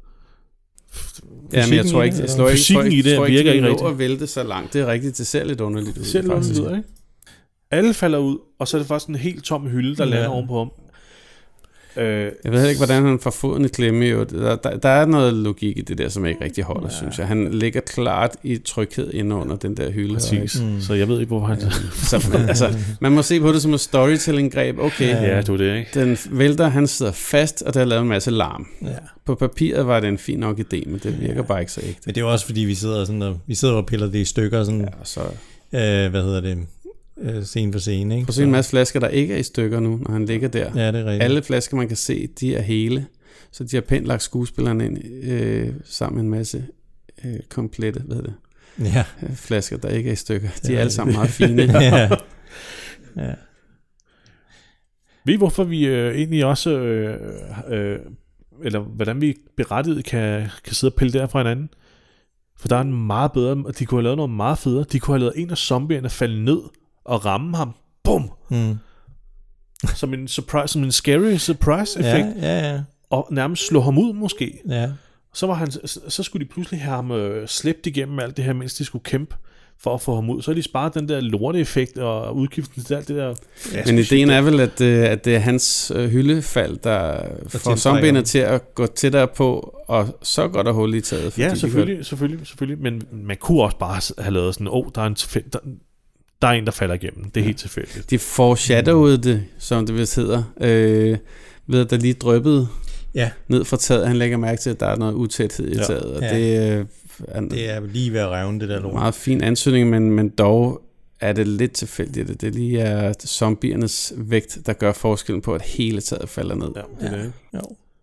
Ja, men jeg tror ikke, jeg slår ikke, fysikken i det virker ikke rigtigt. At vælte så langt, det er rigtigt, det ser lidt underligt ud. Det ser lidt underligt ud, ikke? Alle falder ud, og så er det faktisk en helt tom hylde, der ja. lander ovenpå ham. Øh, jeg ved ikke, hvordan han får foden i klemme. Jo. Der, der, der er noget logik i det der, som ikke rigtig holder, ja. synes jeg. Han ligger klart i tryghed inde under den der hylde. Præcis. Mm. Så jeg ved ikke, hvorfor han... Ja. Så, altså, man må se på det som et storytelling-greb. Okay, ja, du det, ikke? Den vælter, han sidder fast, og der er lavet en masse larm. Ja. På papiret var det en fin nok idé, men det virker ja. bare ikke så ægte. Men det er også, fordi vi sidder, sådan, og, vi sidder og piller det i stykker. Sådan, ja, så... øh, hvad hedder det... scene for scene, ikke? Prøv at se en masse flasker, der ikke er i stykker nu, når han ligger der. Ja, det er rigtigt. Alle flasker, man kan se, de er hele. Så de har pænt lagt skuespillerne ind øh, sammen med en masse øh, komplette, hvad det, ja. øh, flasker, der ikke er i stykker. De er, er alle sammen meget fine. ja. ja. Ved I, hvorfor vi øh, egentlig også, øh, øh, eller hvordan vi berettiget kan, kan sidde og pille der fra hinanden? For der er en meget bedre, og de kunne have lavet noget meget federe. De kunne have lavet en af zombierne falde ned og ramme ham. Bum! Mm. Som en surprise, som en scary surprise-effekt. Ja, ja, ja. Og nærmest slå ham ud måske. Ja. Så, var han, så skulle de pludselig have ham øh, slæbt igennem alt det her, mens de skulle kæmpe for at få ham ud. Så har de sparet den der lorte-effekt og udgiften til alt det der. Ja, men ideen er vel, at, at det er hans hyldefald, der, der får zombierne til at gå tættere på, og så går der hul i taget. Ja, selvfølgelig, de selvfølgelig, selvfølgelig. Men man kunne også bare have lavet sådan, åh, oh, der er en tilfælde, der, der er en, der falder igennem. Det er ja. helt tilfældigt. De foreshadowede det, som det vist hedder, øh, ved at der lige dryppede ja. ned fra taget. Han lægger mærke til, at der er noget utæthed i taget, ja. og ja. det øh, det er lige ved at revne det der lort. Meget fin ansøgning, men, men dog er det lidt tilfældigt. Det lige er zombiernes vægt, der gør forskellen på, at hele taget falder ned. Ja, det er ja. det. Jo.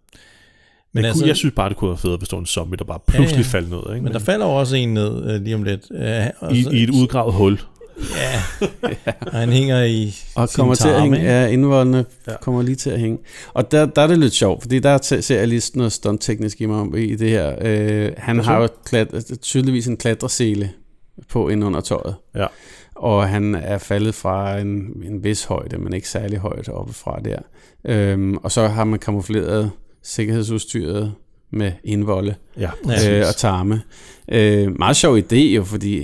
Men altså, kunne, jeg synes bare, det kunne være fedt at bestå en zombie, der bare pludselig ja, ja. falder ned. Ikke? Men, men der falder også en ned uh, lige om lidt. Uh, I, I et udgravet hul. Ja, og han hænger i og kommer til at hænge, ja, indvoldene ja. kommer lige til at hænge. Og der, der er det lidt sjovt, fordi der ser jeg lige noget stunt-teknisk i mig om i det her. Øh, han har jo klat, tydeligvis en klatresele på ind under tøjet. Ja. Og han er faldet fra en, en vis højde, men ikke særlig højt oppefra der. Øhm, og så har man kamufleret sikkerhedsudstyret med indvolde ja, øh, og tarme. Øh, meget sjov idé jo, fordi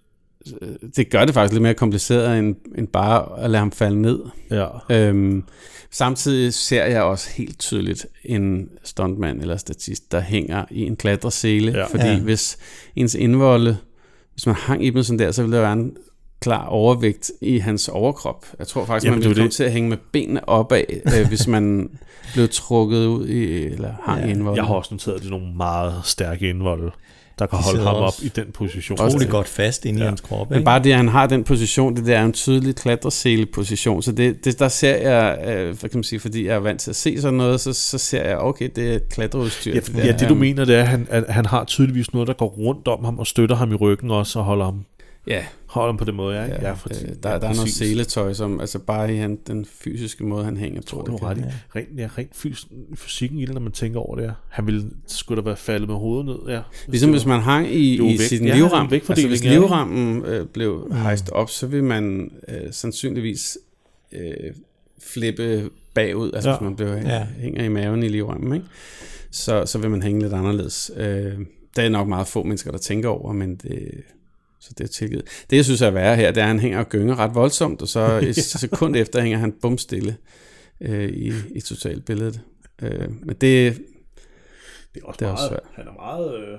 det gør det faktisk lidt mere kompliceret end, end bare at lade ham falde ned. Ja. Øhm, samtidig ser jeg også helt tydeligt en stuntmand eller statist, der hænger i en klatresele, ja. fordi ja. hvis ens indvolde, hvis man hang i dem sådan der, så ville der være en klar overvægt i hans overkrop. Jeg tror faktisk, Jamen, man ville komme det. til at hænge med benene opad, øh, hvis man blev trukket ud i, eller hang ja. i indvolde. Jeg har også noteret, at det er nogle meget stærke indvolde. der kan De holde sidder ham op også i den position. Utrolig godt fast inde ja. i hans krop. Men ikke? bare det, at han har den position, det der er en tydelig klatresele-position, så det, det, der ser jeg, øh, hvad kan man sige, fordi jeg er vant til at se sådan noget, så, så ser jeg, okay, det er et klatreudstyr. Ja, det, ja, det du mener, det er, at han, at han har tydeligvis noget, der går rundt om ham og støtter ham i ryggen også og holder ham, ja. holder ham på den måde. Ja, ja, ja, for, øh, ja, der, der er noget seletøj, som, altså bare i han, den fysiske måde, han hænger på. Jeg tror, det var ret i. Rent, ja, rent fys, fysikken i det, når man tænker over det her. Han ville, skulle da være faldet med hovedet ned. Ja, ligesom hvis man hang i, i sin ja, livram. Altså hvis livrammen øh, blev mm. hejst op, så vil man øh, sandsynligvis øh, flippe bagud, altså ja. hvis man blev, ja. hænger i maven i livrammen, ikke? Så, så vil man hænge lidt anderledes. Øh, der er nok meget få mennesker, der tænker over, men det, så det er tilgivet. Det, jeg synes er værre her, det er, at han hænger og gynger ret voldsomt, og så et sekund efter hænger han bumstille øh, i, i totalbilledet. Øh, men det, det er også, det er meget, også svært. Han er meget... Øh...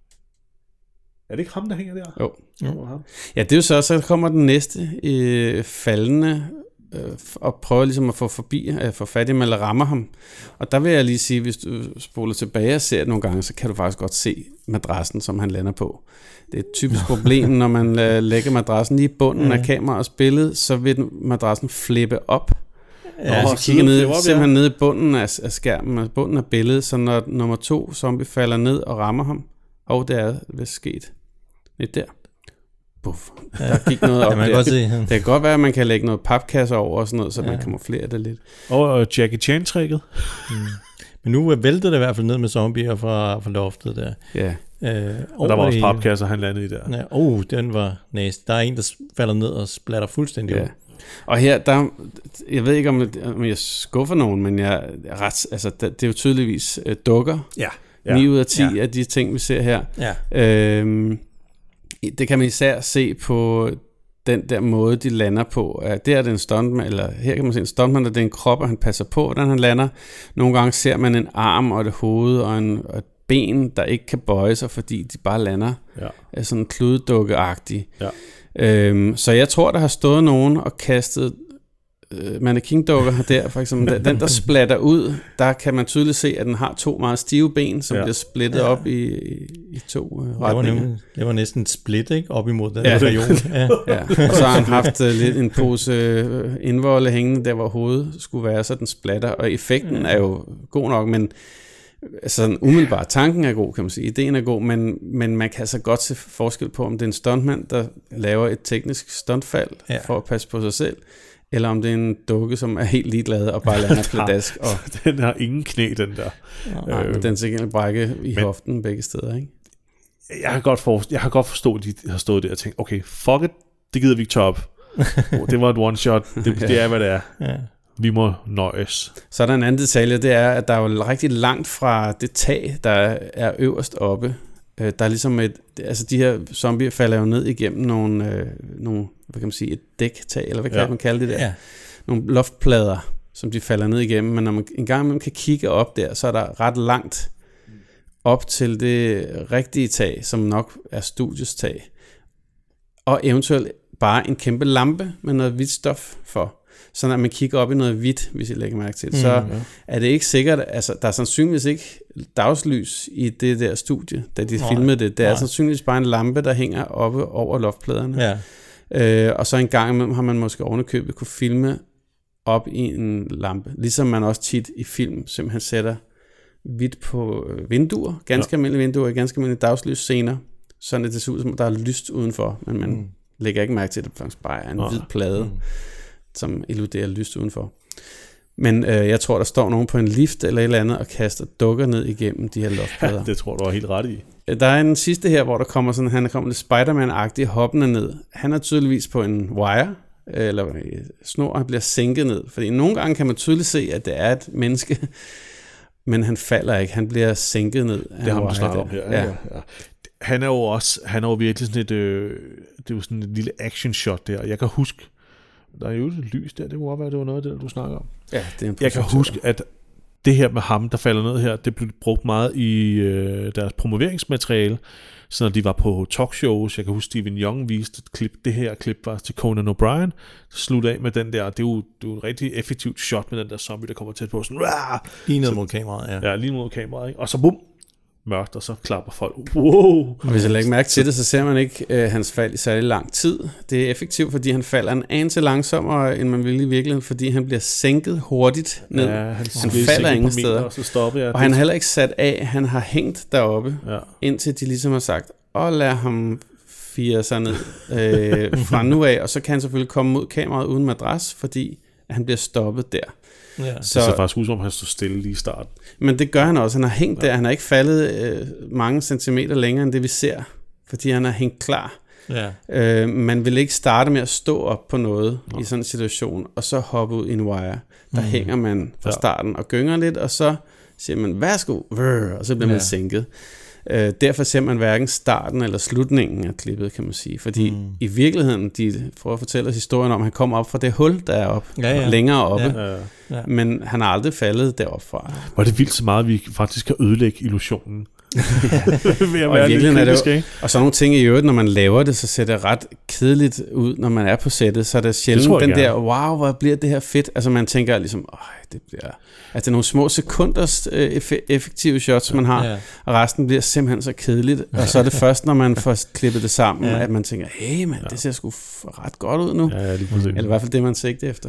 Er det ikke ham, der hænger der? Jo. jo. Ja, det er jo så, så kommer den næste øh, faldende øh, og prøver ligesom at få forbi, øh, få fat i ham eller rammer ham. Og der vil jeg lige sige, hvis du spoler tilbage og ser det nogle gange, så kan du faktisk godt se madrassen, som han lander på. Det er et typisk problem, når man øh, lægger madrassen lige i bunden af kameraets billede, så vil den, madrassen flippe op. Ja, og så kigger ned, op, simpelthen ja. ned i bunden af, af skærmen, altså bunden af billedet, så når nummer to zombie falder ned og rammer ham, og det er vist sket. Lidt der. Buff. Ja. Der gik noget op ja, man der. Godt se. Det kan godt være, at man kan lægge noget papkasse over og sådan noget, så ja. man kamuflerer det lidt. Og Jackie Chan-tricket. Mm. Men nu væltede det i hvert fald ned med zombier fra, fra loftet der. Ja. Øh, og der var også papkasser, han landede i der. Ja, oh, den var næst. Der er en, der falder ned og splatter fuldstændig ja. ud. Og her, der, jeg ved ikke, om jeg, om jeg skuffer nogen, men jeg ret, altså, det er jo tydeligvis uh, dukker. Ja. ja. ni ud af ti ja. af de ting, vi ser her. Ja. Øhm, det kan man især se på den der måde, de lander på. Der er det en stuntman, eller her kan man se en stuntman, og det er en krop, og han passer på, hvordan han lander. Nogle gange ser man en arm og et hoved og, en, og et ben, der ikke kan bøje sig, fordi de bare lander ja. sådan kludedukkeagtigt. Ja. Øhm, så jeg tror, der har stået nogen og kastet øh, mannequin-dukker her der, for eksempel. Den, der splatter ud, der kan man tydeligt se, at den har to meget stive ben, som ja. bliver splittet ja. op i, i, i to øh, retninger. Det var, det var næsten et split, ikke? Op imod den ja. region. Ja. ja. Og så har han haft uh, lidt en pose øh, indvolde hængende, der hvor hovedet skulle være, så den splatter. Og effekten ja. er jo god nok, men altså umiddelbart tanken er god, kan man sige. Ideen er god, men, men man kan altså godt se forskel på, om det er en stuntmand, der laver et teknisk stuntfald ja. for at passe på sig selv, eller om det er en dukke, som er helt ligeglad og bare lander pladask. Og den har ingen knæ, den der. Ja, øh, den sikkert brække i men, hoften begge steder, ikke? Jeg har godt, for, jeg har godt forstået, at de har stået der og tænkt, okay, fuck it, det gider vi ikke tage op. Oh, det var et one shot, det, det er, hvad det er. Ja. Vi må nøjes. Så er der en anden detalje, det er, at der er jo rigtig langt fra det tag, der er øverst oppe. Der er ligesom et, altså de her zombier falder jo ned igennem nogle, øh, nogle hvad kan man sige, et dæktag, eller hvad kan ja. man kalde det der? Ja. Nogle loftplader, som de falder ned igennem, men når man en gang man kan kigge op der, så er der ret langt op til det rigtige tag, som nok er studiets tag. Og eventuelt bare en kæmpe lampe med noget hvidt stof for. Så når man kigger op i noget hvidt, hvis I lægger mærke til det, mm, så ja. er det ikke sikkert, altså der er sandsynligvis ikke dagslys i det der studie, da de nej, filmede det. Det er nej. sandsynligvis bare en lampe, der hænger oppe over loftpladerne. Ja. Øh, og så en gang imellem har man måske ovenikøbet kunne filme op i en lampe. Ligesom man også tit i film simpelthen sætter hvidt på vinduer, ganske ja. almindelige vinduer, ganske almindelige dagslys-scener, sådan at det ser ud som, der er lyst udenfor, men man mm. lægger ikke mærke til, at det faktisk bare er en ja. hvid plade. Mm. som illuderer lyst udenfor. Men øh, jeg tror, der står nogen på en lift eller et eller andet og kaster dukker ned igennem de her loftplader. Ja, det tror du er helt ret i. Der er en sidste her, hvor der kommer sådan, han kommer lidt Spider-Man-agtig hoppende ned. Han er tydeligvis på en wire, eller snor, og han bliver sænket ned. Fordi nogle gange kan man tydeligt se, at det er et menneske, men han falder ikke. Han bliver sænket ned. Det har man snakket om her. Ja. Ja, ja. Han er jo også, han er jo virkelig sådan et, øh, det er jo sådan et lille action shot der. Jeg kan huske, der er jo et lys der, det må godt være, det var noget af det, du snakker om. Ja, det er en jeg kan huske, at det her med ham, der falder ned her, det blev brugt meget i øh, deres promoveringsmateriale, så når de var på talkshows, jeg kan huske, Stephen Young viste et klip, det her klip var til Conan O'Brien, slutte af med den der, det er jo, det er jo et rigtig effektivt shot med den der zombie, der kommer tæt på, sådan, lige ned mod kameraet, ja. Ja, lige mod kameraet, ikke? Og så bum, mørkt, og så klapper folk. Wow! Og hvis jeg lægger mærke til det, så ser man ikke øh, hans fald i særlig lang tid. Det er effektivt, fordi han falder en anelse langsommere, end man ville i virkeligheden, fordi han bliver sænket hurtigt ned. Ja, han, han falder ingen steder. Og, så stopper jeg. Og han har heller ikke sat af. Han har hængt deroppe, ja. indtil de ligesom har sagt, og lad ham fire sig ned øh, fra nu af. Og så kan han selvfølgelig komme mod kameraet uden madras, fordi han bliver stoppet der. Ja. Så, det ser faktisk ud som, han står stille lige i starten. Men det gør han også. Han har hængt ja. der. Han har ikke faldet øh, mange centimeter længere, end det vi ser. Fordi han har hængt klar. Ja. Øh, man vil ikke starte med at stå op på noget ja. i sådan en situation, og så hoppe ud i en wire. Der mm. hænger man fra starten og gynger lidt, og så siger man, værsgo, og så bliver man ja. sænket. Øh, derfor ser man hverken starten eller slutningen af klippet, kan man sige. Fordi mm. i virkeligheden, de prøver at fortælle os historien om, at han kommer op fra det hul, der er op, ja, ja. længere oppe. Ja. Ja. Men han har aldrig faldet deroppe fra. Hvor det vildt så meget, at vi faktisk kan ødelægge illusionen. og, i virkeligheden er det jo, og så nogle ting i øvrigt, når man laver det, så ser det ret kedeligt ud, når man er på sættet. Så er det sjældent den der, wow, hvor bliver det her fedt. Altså man tænker ligesom, åh, det bliver... Altså det er nogle små sekunders øh, effektive shots, man har, ja. og resten bliver simpelthen så kedeligt. Og så er det først, når man får klippet det sammen, ja. at man tænker, hey man, ja. det ser sgu ret godt ud nu. Ja, lige Eller i hvert fald det, man sigter efter.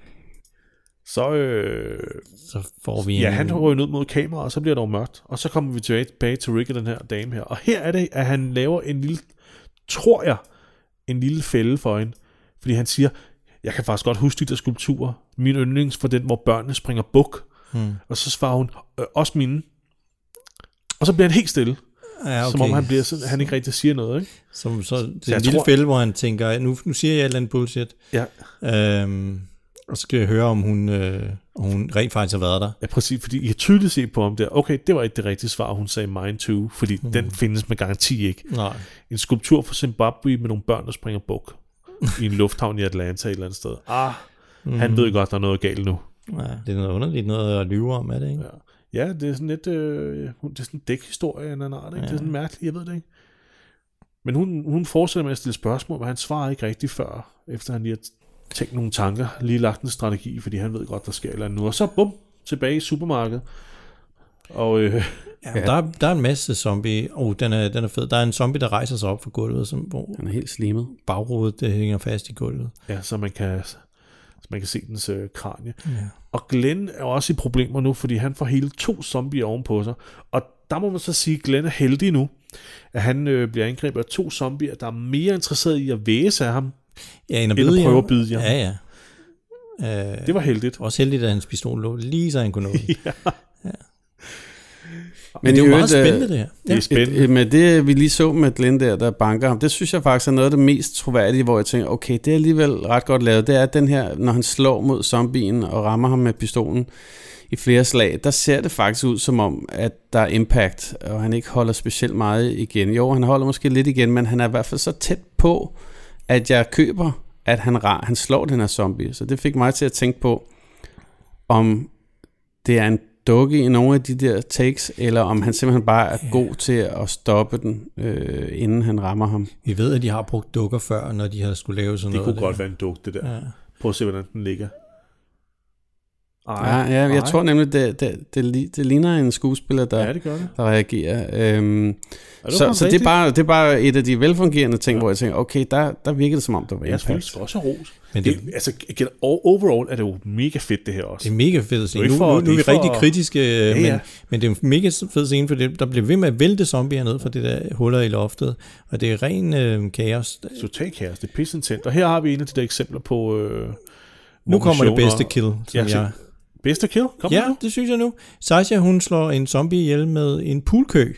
Så, øh, så får vi en... Ja, han røger ned mod kameraet, og så bliver det jo mørkt. Og så kommer vi tilbage, tilbage til Rick og den her dame her. Og her er det, at han laver en lille, tror jeg, en lille fælde for hende. Fordi han siger, jeg kan faktisk godt huske de der skulpturer. Min yndlings for den, hvor børnene springer buk. Hmm. Og så svarer hun, øh, også mine. Og så bliver han helt stille. Ja, okay. Som om han, bliver sådan, han ikke rigtig siger noget, ikke? Som, så, det er så en lille tror... fælde, hvor han tænker, nu, nu siger jeg et eller andet bullshit. Ja. Øhm, og så skal jeg høre, om hun, øh, om hun rent faktisk har været der. Ja, præcis, fordi I kan tydeligt se på ham der. Okay, det var ikke det rigtige svar, hun sagde mine too, fordi hmm. den findes med garanti ikke. Nej. En skulptur fra Zimbabwe med nogle børn, der springer buk i en lufthavn i Atlanta et eller andet sted. Ah, hmm. han ved godt, der er noget galt nu. Ja, det er noget underligt noget at lyve om, er det ikke? Ja, ja det er sådan lidt, øh, det er sådan en dækhistorie af en art, ikke? Ja. Det er sådan mærkeligt, jeg ved det ikke. Men hun, hun fortsætter med at stille spørgsmål, men han svarer ikke rigtigt før, efter han lige har tænkt nogle tanker, lige lagt en strategi, fordi han ved godt, der sker et eller andet nu. Og så bum, tilbage i supermarkedet. Og øh, ja, der, er, der er en masse zombie. Oh, den er, den er fed. Der er en zombie, der rejser sig op fra gulvet, som, hvor han er helt slimet. Baghovedet, det hænger fast i gulvet. Ja, så man kan... Så man kan se dens øh, kranie. Ja. Og Glenn er også i problemer nu, fordi han får hele to zombier ovenpå sig. Og der må man så sige, at Glenn er heldig nu, at han øh, bliver angrebet af to zombier, der er mere interesseret i at væse af ham, ja, end at, end at prøve at bide ham. Ja, ja. Øh, det var heldigt. Også heldigt, at hans pistol lå lige så han kunne nå det. ja. ja. Men det er jo meget et, spændende, det her. Det er spændende. Et, med det, vi lige så med Glenn der, der banker ham, det synes jeg faktisk er noget af det mest troværdige, hvor jeg tænker, okay, det er alligevel ret godt lavet. Det er den her, når han slår mod zombien og rammer ham med pistolen i flere slag, der ser det faktisk ud som om, at der er impact, og han ikke holder specielt meget igen. Jo, han holder måske lidt igen, men han er i hvert fald så tæt på, at jeg køber, at han, han slår den her zombie. Så det fik mig til at tænke på, om det er en dukke i nogle af de der takes, eller om han simpelthen bare er yeah. god til at stoppe den, øh, inden han rammer ham. Vi ved, at de har brugt dukker før, når de har skulle lave sådan det noget. Det kunne godt der. være en dukke, det der. Ja. Prøv at se, hvordan den ligger. Ej, ja, ja, jeg ej. tror nemlig, det, det, det, det ligner en skuespiller, der, ja, det gør det. der reagerer. Øhm, det så så det, er bare, det er bare et af de velfungerende ting, ja. hvor jeg tænker, okay, der, der virker det som om, der var impact. Jeg synes også ros. Men det, det, altså, overall er det jo mega fedt, det her også. Det er mega fedt scene. Nu, for, nu, nu er vi for, rigtig kritiske, ja, ja. Men, men det er en mega fed scene, for det, der bliver ved med at vælte zombier ned fra det der huller i loftet, og det er ren øh, kaos. Total kaos, det er pissentent. Og her har vi en af de der eksempler på... Øh, nu kommer det bedste kill, som ja, jeg... Bedste kill? Kom ja, nu. Det synes jeg nu. Sasha, hun slår en zombie ihjel med en poolkø.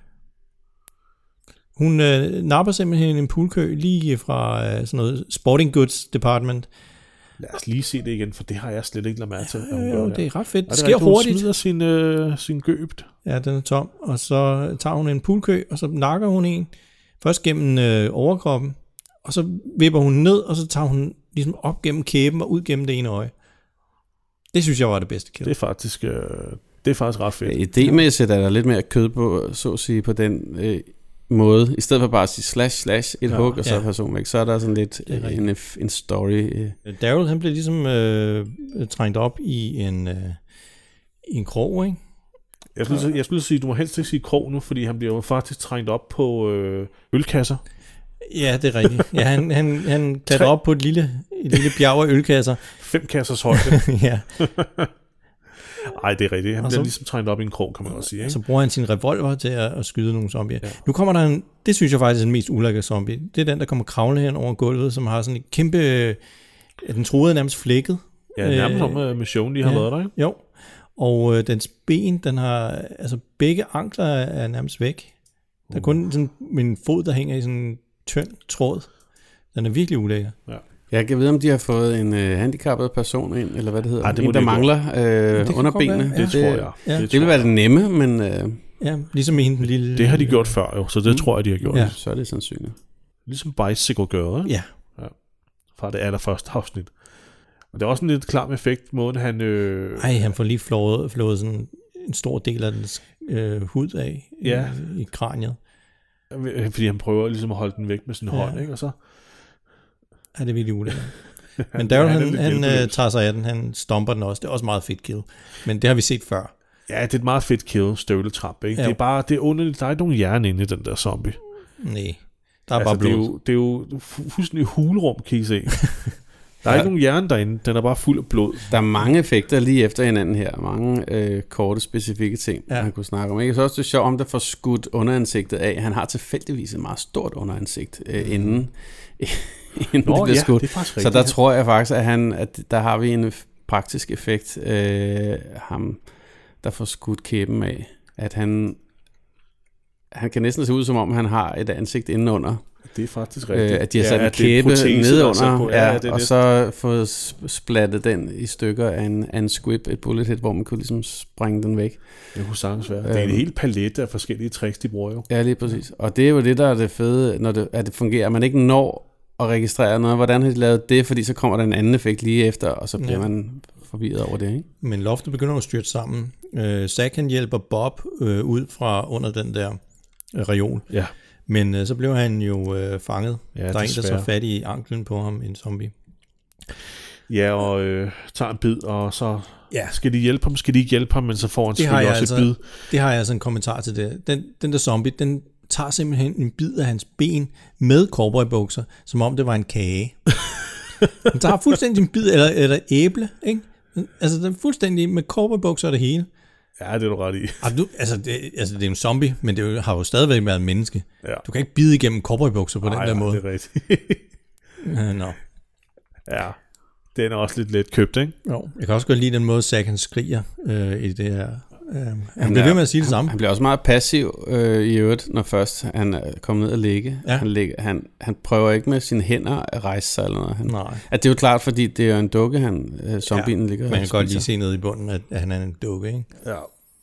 Hun øh, napper simpelthen en poolkø lige fra øh, sådan noget sporting goods department. Lad os lige se det igen, for det har jeg slet ikke lagt mærke til. Ja, jo, det er ret fedt. Og det sker er, hurtigt. Hun smider sin, øh, sin gøbt. Ja, den er tom. Og så tager hun en poolkø, og så nakker hun en. Først gennem øh, overkroppen, og så vipper hun ned, og så tager hun ligesom op gennem kæben og ud gennem det ene øje. Det synes jeg var det bedste kill. Det er faktisk, øh, det er faktisk ret fedt. Ja, idémæssigt er der lidt mere kød på, så at sige, på den øh, måde. I stedet for bare at sige slash, slash, et ja, hug, og så ja. person væk. Så er der sådan lidt en, en story. Øh. Daryl, han blev ligesom øh, trængt op i en, øh, i en krog, ikke? Jeg skulle, jeg skulle sige, du må helst ikke sige krog nu, fordi han bliver jo faktisk trængt op på øh, ølkasser. Ja, det er rigtigt. Ja, han, han, han klatrer op på et lille, et lille bjerg af ølkasser. Fem kassers højde. Ja. Ej, det er rigtigt. Han og bliver så, ligesom trængt op i en krog, kan man også sige. Ikke? Så bruger han sin revolver til at, at skyde nogle zombier. Ja. Nu kommer der en, det synes jeg faktisk er den mest ulækre zombie. Det er den, der kommer kravlende hen over gulvet, som har sådan et kæmpe... Den troede nærmest flækket. Ja, nærmest som øh, missionen lige har ja, været der, ikke? Jo. Og øh, dens ben, den har... Altså, begge ankler er nærmest væk. Der er kun sådan en fod, der hænger i sådan en tynd tråd. Den er virkelig ulækker. Ja. Jeg kan vide, om de har fået en øh, handicappet person ind, eller hvad det hedder. Ej, det en, der de mangler øh, under benene. Ja. Det, det tror jeg. Ja. Det, det vil være det nemme, men... Øh, ja, ligesom i den lille... Det har de gjort før, jo, så det mm. tror jeg, de har gjort. Ja. Så er det sandsynligt. Ligesom Bicycle gør, ikke? Ja. ja. Fra det allerførste afsnit. Og det er også en lidt klar effekt, måden han... Øh... Ej, han får lige flået, flået sådan en stor del af dens øh, hud af ja. i, i kraniet. Fordi han prøver ligesom at holde den væk med sin ja. hånd, ikke? Og så... Ja, det er virkelig ulækkert. Men Daryl, han, han, han uh, tager sig af den, han stomper den også. Det er også meget fedt kill. Men det har vi set før. Ja, det er et meget fedt kill, støvletrap, ikke? Ja. Det er bare, det er underligt, der er ikke nogen hjerne inde i den der zombie. Nej, der er altså, bare blod. Det er jo, det er jo fuldstændig hulrum, kan I se. Der er ja. ikke nogen hjerne derinde, den er bare fuld af blod. Der er mange effekter lige efter hinanden her. Mange øh, korte, specifikke ting, ja. man kunne snakke om. Jeg synes også, det er sjovt, om der får skudt underansigtet af. Han har tilfældigvis et meget stort underansigt øh, inden, inden Nå, det bliver ja, skudt. Det så der rigtigt. tror jeg faktisk, at, han, at der har vi en praktisk effekt. Øh, ham, der får skudt kæben af. At han, han kan næsten se ud, som om han har et ansigt indenunder. Det er faktisk rigtigt. Øh, at de har sat ja, en kæbe nedunder, på, ja, ja, og så fået splattet den i stykker af en, af en squib, et bullet hit, hvor man kunne ligesom springe den væk. Det kunne sagtens være. Det er en hel palet af forskellige tricks, de bruger jo. Ja, lige præcis. Og det er jo det, der er det fede, når det, at det fungerer. Man ikke når at registrere noget. Hvordan har de lavet det? Fordi så kommer der en anden effekt lige efter, og så bliver ja. man forvirret over det, ikke? Men loftet begynder at styrte sammen. Øh, Zack, han hjælper Bob øh, ud fra under den der øh, reol. Ja. Men øh, så blev han jo øh, fanget. Ja, der er en, der så fat i anklen på ham, en zombie. Ja, og øh, tager en bid, og så ja. skal de hjælpe ham, skal de ikke hjælpe ham, men så får han selvfølgelig også altså, et bid. Det har jeg altså en kommentar til det. Den, den der zombie, den tager simpelthen en bid af hans ben med cowboybukser, som om det var en kage. Den tager fuldstændig en bid, eller, eller æble, ikke? Altså, den er fuldstændig med cowboybukser og det hele. Ja, det er du ret i. Altså, du, altså, det, altså, det er en zombie, men det har jo stadigvæk været en menneske. Ja. Du kan ikke bide igennem cowboybukser på Ej, den der ja, måde. det er rigtigt. uh, no. Ja, den er også lidt let købt, ikke? Jo, jeg kan også godt lide den måde, Zack han skriger øh, i det her. Øh, han, han bliver ved med at sige det samme. Han bliver også meget passiv øh, i øvrigt, når først han er kommet ned og ligge. Ja. Han, ligger, han, han prøver ikke med sine hænder at rejse sig eller noget. Han, Nej. At det er jo klart, fordi det er en dukke, han, øh, zombien ja, ligger. Man kan godt lige se ned i bunden, at, at han er en dukke, ikke? Ja.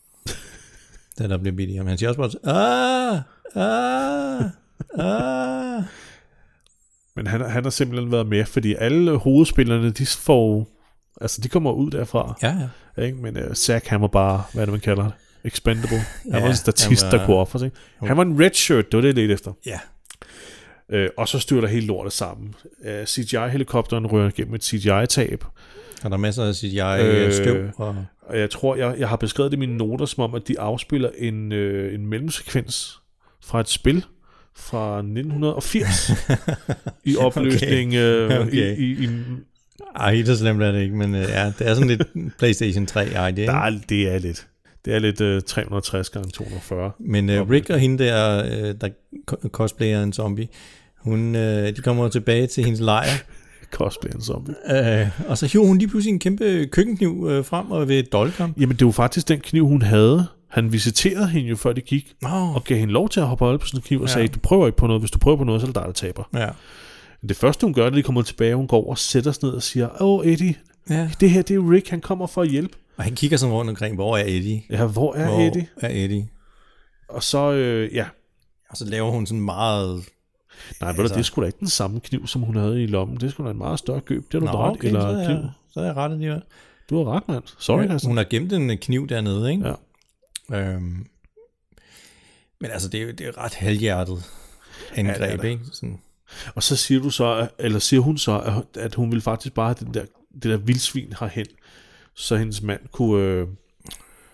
Da der bliver bidt i ham. Han siger også bare, ah, ah, ah. Men han, han har simpelthen været med, fordi alle hovedspillerne, de får, altså de kommer ud derfra. Ja, ja. Ikke? Men uh, Zack, han var bare, hvad er det, man kalder det? Expendable. Han ja, var en statist, var, der kunne ofre sig. Han var en red shirt, det var det lidt efter. Ja. Uh, og så styrter hele lortet sammen. Uh, C G I-helikopteren rører gennem et C G I-tab. Og der er masser af C G I-støv. Øh, og... og jeg tror, jeg, jeg har beskrevet det i mine noter, som om, at de afspiller en, øh, en mellemsekvens fra et spil fra nitten firs i opløsning. Okay. Øh, okay. I, i, i, Ej, det er slemt er det ikke, men øh, ja, det er sådan lidt PlayStation tre-ej, det, der er, det er lidt. Det er lidt øh, tre hundrede og tres gange to hundrede og fyrre. Men øh, Rick og hende der, øh, der cosplayer en zombie, hun, øh, de kommer tilbage til hendes lejr. Cosplay en zombie. Øh, og så hiver hun lige pludselig en kæmpe køkkenkniv øh, frem og ved dolkam. Jamen det var faktisk den kniv, hun havde. Han visiterede hende jo, før de gik, oh. og gav hende lov til at hoppe op på sådan en kniv, og ja. sagde, du prøver ikke på noget. Hvis du prøver på noget, så er det dig, der taber. Ja. Det første, hun gør, da de kommer tilbage, hun går og sætter sig ned og siger, åh Eddie, ja. det her, det er Rick, han kommer for at hjælpe. Og han kigger sådan rundt omkring, hvor er Eddie? Ja, hvor er hvor Eddie? Hvor er Eddie? Og så, øh, ja. Og så laver hun sådan meget... Nej, altså... det er sgu da ikke den samme kniv, som hun havde i lommen. Det er sgu da en meget større køb. Det er du Nå, ret, okay, eller så er, kniv. Så er jeg ret alligevel. Du har ret, mand. Sorry, ja, hun har gemt en kniv dernede, ikke? Ja. Øhm, men altså, det er, det er ret halvhjertet angreb, ja, ikke? Sådan. Og så siger du så, eller siger hun så, at hun vil faktisk bare have den der, det der vildsvin herhen, så hendes mand kunne, øh,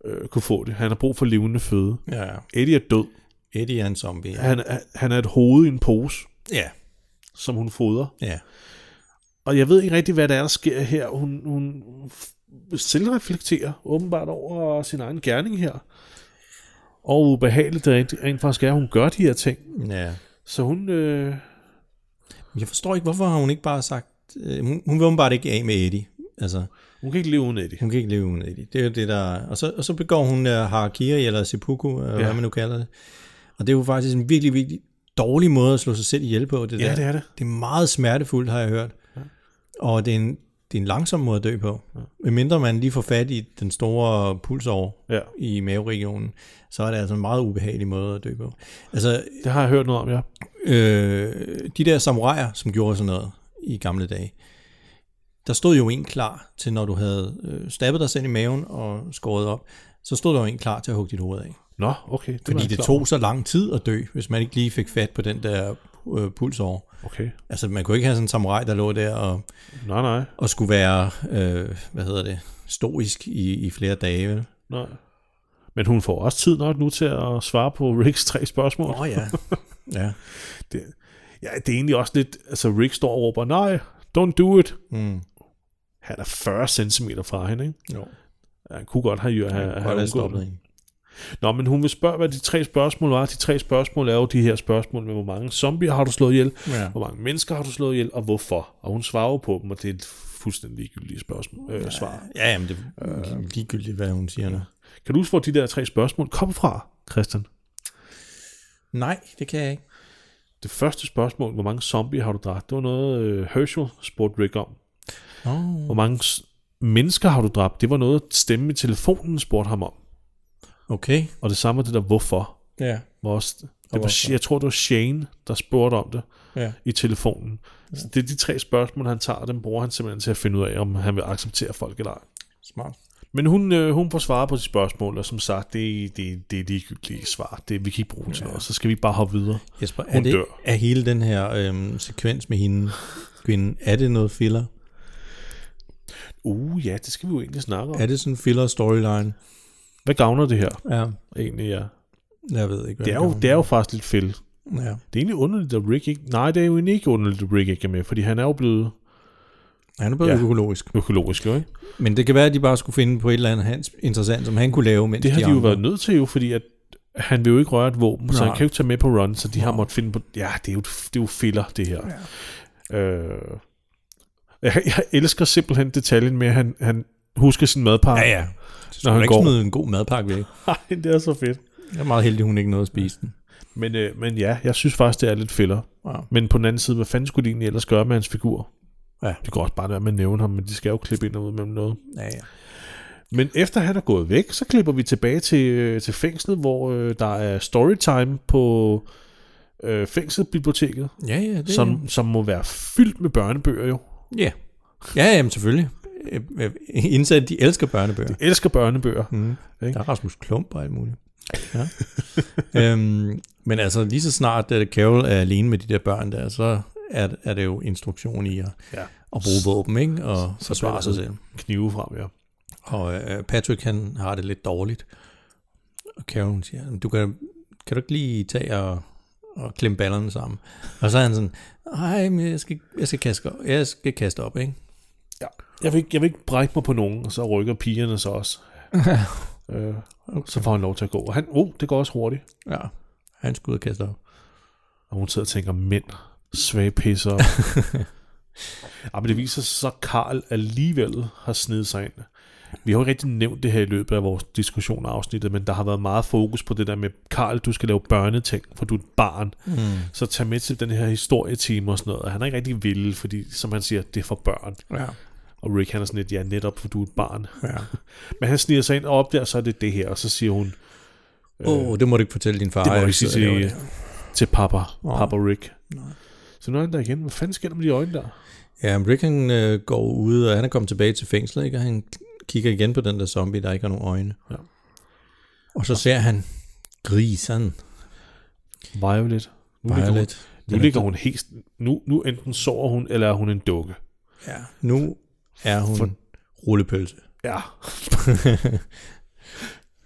øh, kunne få det. Han har brug for levende føde. Ja. Eddie er død. Eddie er en zombie. Ja. Han, han er et hoved i en pose, Ja. som hun fodrer. Ja. Og jeg ved ikke rigtig, hvad der er, der sker her. Hun, hun selvreflekterer åbenbart over sin egen gerning her. Og ubehageligt rent, rent faktisk er, at hun gør de her ting. Ja. Så hun... Øh... Jeg forstår ikke, hvorfor har hun ikke bare sagt... Øh, hun, hun vil åbenbart ikke af med Eddie. Altså, Hun kan ikke leve uden Eddie. hun kan ikke leve uden Eddie. Det er jo det, der... Og så, og så begår hun uh, harakiri, eller seppuku, uh, ja. hvad man nu kalder det. Og det er jo faktisk en virkelig, virkelig dårlig måde at slå sig selv ihjel på. Det Ja, der. det er det. Det er meget smertefuldt, har jeg hørt. Ja. Og det er, en, det er en langsom måde at dø på. Ja. Medmindre man lige får fat i den store pulsår Ja. i maveregionen, så er det altså en meget ubehagelig måde at dø på. Altså, Det har jeg hørt noget om, ja. øh, de der samuraier, som gjorde sådan noget i gamle dage, der stod jo en klar til, når du havde øh, stabbet dig selv i maven og skåret op, så stod der jo en klar til at hugge dit hoved af. Nå, okay. Det var Fordi jeg det klar tog over. så lang tid at dø, hvis man ikke lige fik fat på den der øh, pulsår. Okay. Altså, man kunne ikke have sådan en samurai, der lå der og, Nej, nej. og skulle være, øh, hvad hedder det, stoisk i, i flere dage, vel? nej. Men hun får også tid nok nu til at svare på Ricks tre spørgsmål. Åh oh, ja. ja. Det, ja, det er egentlig også lidt... Altså, Rick står og råber, nej, don't do it. Mm. Han er fyrre centimeter fra hende, ikke? Jo. Ja, han kunne godt have, have, have, Godt have have undgået stoppet det. hende. Nå, men hun vil spørge, hvad de tre spørgsmål var. De tre spørgsmål er jo de her spørgsmål med, hvor mange zombier har du slået ihjel, Ja. hvor mange mennesker har du slået ihjel, og hvorfor. Og hun svarer jo på dem, og det er et fuldstændig ligegyldigt spørgsmål, øh, svar. Ja, jamen det er ligegyldigt, hvad hun siger nu. Kan du huske, hvor de der tre spørgsmål kom fra, Christian? Nej, det kan jeg ikke. Det første spørgsmål, hvor mange zombier har du dræbt, det var noget, øh, Herschel spurgte Rick om. Oh. Hvor mange s- mennesker har du dræbt, det var noget, stemme i telefonen spurgte ham om. Okay. Og det samme var det der, hvorfor. Ja. Var også, det Og var, hvorfor? jeg tror, det var Shane, der spurgte om det Ja. i telefonen. Ja. Så det er de tre spørgsmål, han tager, og dem bruger han simpelthen til at finde ud af, om han vil acceptere folk eller ej. Smart. Men hun, øh, hun får svaret på de spørgsmål, og som sagt, det, det, det er ligegyldige svar. Det, vi kan ikke bruge det til noget, så skal vi bare hoppe videre. Jesper, er, Hun det, dør. er hele den her øhm, sekvens med hende, kvinden, er det noget filler? Uh, ja, det skal vi jo egentlig snakke om. Er det sådan en filler storyline? Hvad gavner det her? Ja, Egentlig, ja. jeg ved ikke, hvad Det er jo, det er jo faktisk lidt fælde. Ja. Det er egentlig underligt, at Rick ikke... Nej, det er jo egentlig ikke underligt, at Rick ikke er med, fordi han er jo blevet Han er blevet Ja. ja. økologisk. økologisk, jo, ikke? Men det kan være, at de bare skulle finde på et eller andet hans interessant, som han kunne lave, mens Det har de, de jo andre... været nødt til jo, fordi at han vil jo ikke røre et våben, så Nej. han kan jo ikke tage med på run, så de har Nej. måttet finde på... Ja, det er jo, det er jo filler, det her. Ja. Øh, jeg, jeg elsker simpelthen detaljen med, at han, han husker sin madpakke. Ja, ja. Så Når han han ikke går. smide en god madpakke væk. Nej, det er så fedt. Jeg er meget heldig, at hun ikke nåede at spise den. Men, øh, men ja, jeg synes faktisk, det er lidt filler. Wow. Men på den anden side, hvad fanden skulle de egentlig ellers gøre med hans figur? Ja. Det går også bare være med at nævne ham, men de skal jo klippe ind og ud mellem noget. Ja, ja. Men efter han er gået væk, så klipper vi tilbage til, øh, til fængslet, hvor øh, der er storytime på øh, fængselsbiblioteket, Ja, ja. Det, som, som må være fyldt med børnebøger jo. Ja. Ja, jamen selvfølgelig. Øh, øh, Indsat, de elsker børnebøger. Jeg elsker børnebøger. Mm. Ikke? Der er Rasmus Klump og alt muligt. Ja. øhm, men altså lige så snart, at Carol er alene med de der børn der, så er, er det jo instruktion i at, Ja. at bruge våben, ikke? Og Så forsvare sig bliver selv. Knive frem, ja. Og øh, Patrick, han har det lidt dårligt. Og Carol, hun siger, du kan, kan du ikke lige tage og, og klemme ballerne sammen? Og så er han sådan, nej, men jeg skal, jeg skal, kaste, op. jeg skal kaste op, ikke? ja. Jeg, vil ikke, jeg vil ikke brække mig på nogen, og så rykker pigerne så også. øh, Okay. så får han lov til at gå. Og han, oh, det går også hurtigt. Ja, han skulle ud og kaste op. Og hun sidder og tænker, mænd, svage pisser. ja, men det viser sig så, at Carl alligevel har snedet sig ind. Vi har jo ikke rigtig nævnt det her i løbet af vores diskussion af afsnittet, men der har været meget fokus på det der med, Carl, du skal lave børneting, for du er et barn. Mm. Så tag med til den her historietime og sådan noget. Og han er ikke rigtig villig, fordi, som han siger, det er for børn. Ja. Og Rick, han er sådan lidt, ja, netop, for du er et barn. Ja. Men han sniger sig ind og op der, så er det det her. Og så siger hun, Åh, øh, oh, det må du ikke fortælle din far. det må du jeg ikke sige sidder til, derovre. til papa, Nå. papa Rick. Nå. Så nu er han der igen. Hvad fanden sker der med de øjne der? Ja, men Rick han øh, går ud, og han er kommet tilbage til fængslet, ikke? Og han kigger igen på den der zombie, der ikke har nogen øjne. Ja. Og så ser han grisen. Violet. Nu ligger hun, Violet. nu ligger hun helt... Nu, nu enten sover hun, eller er hun en dukke. Ja, nu er hun For- rullepølse. Ja.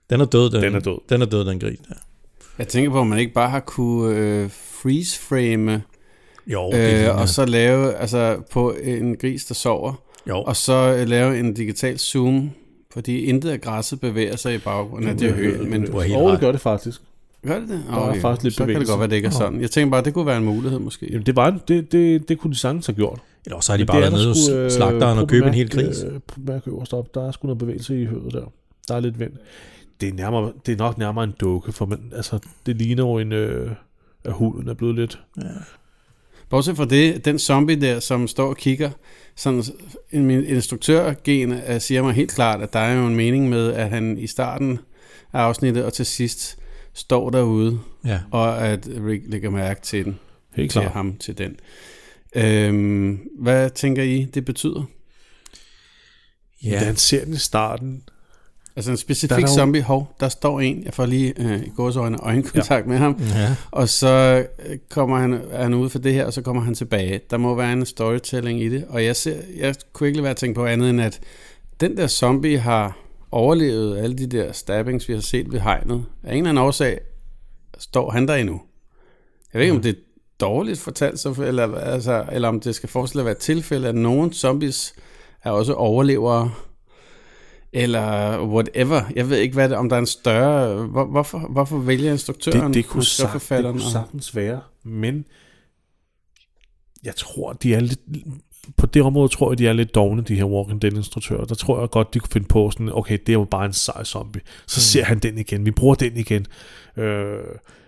Den er død, den, den er død. Den er død, den gris der. Jeg tænker på, om man ikke bare har kunne øh, freeze-frame, jo, øh, og så lave altså på en gris, der sover, jo. og så øh, lave en digital zoom, fordi intet af græsset bevæger sig i baggrunden af det hø. Men du og det gør det faktisk. Gør det det? Der er okay. faktisk lidt så bevægelse. kan det godt være, det ikke er sådan. Jeg tænker bare, det kunne være en mulighed måske. Jamen, det, var, det, det, det kunne de sagtens have gjort. Eller så har de bare været nede hos øh, slagteren og købe en hel gris. Mærke øverst op. Der er sgu noget bevægelse i høvet der. Der er lidt vind. Det er, nærmere, det er nok nærmere en dukke, for man, altså, det ligner jo en, øh, at huden er blevet lidt... Ja. Bortset fra det, den zombie der, som står og kigger, sådan en instruktørgen siger mig helt klart, at der er jo en mening med, at han i starten af afsnittet og til sidst står derude, ja. og at Rick lægger mærke til den. Helt til klart. ham, til den. Øhm, hvad tænker I, det betyder? Ja. Da han ser den i starten... Altså en specifik der zombie, hov, der står en, jeg får lige øh, i gåseøjne øjenkontakt ja. med ham, ja. og så kommer han, er han ude for det her, og så kommer han tilbage. Der må være en storytelling i det, og jeg, ser, jeg kunne ikke lade være at tænke på andet, end at den der zombie har overlevet alle de der stabbings, vi har set ved hegnet. Af en eller anden årsag står han der endnu. Jeg ved ikke, mm. om det er dårligt fortalt, så, eller, altså, eller om det skal forestille at være et tilfælde, at nogle zombies er også overlevere, eller whatever. Jeg ved ikke, hvad det, om der er en større... Hvor, hvorfor, hvorfor vælger instruktøren? Det, det, kunne sagt, det kunne sagtens være, men jeg tror, de er lidt... På det område tror jeg, de er lidt dovne, de her Walking Dead-instruktører. Der tror jeg godt, de kunne finde på sådan, okay, det er jo bare en sej zombie. Så mm. ser han den igen. Vi bruger den igen. Øh...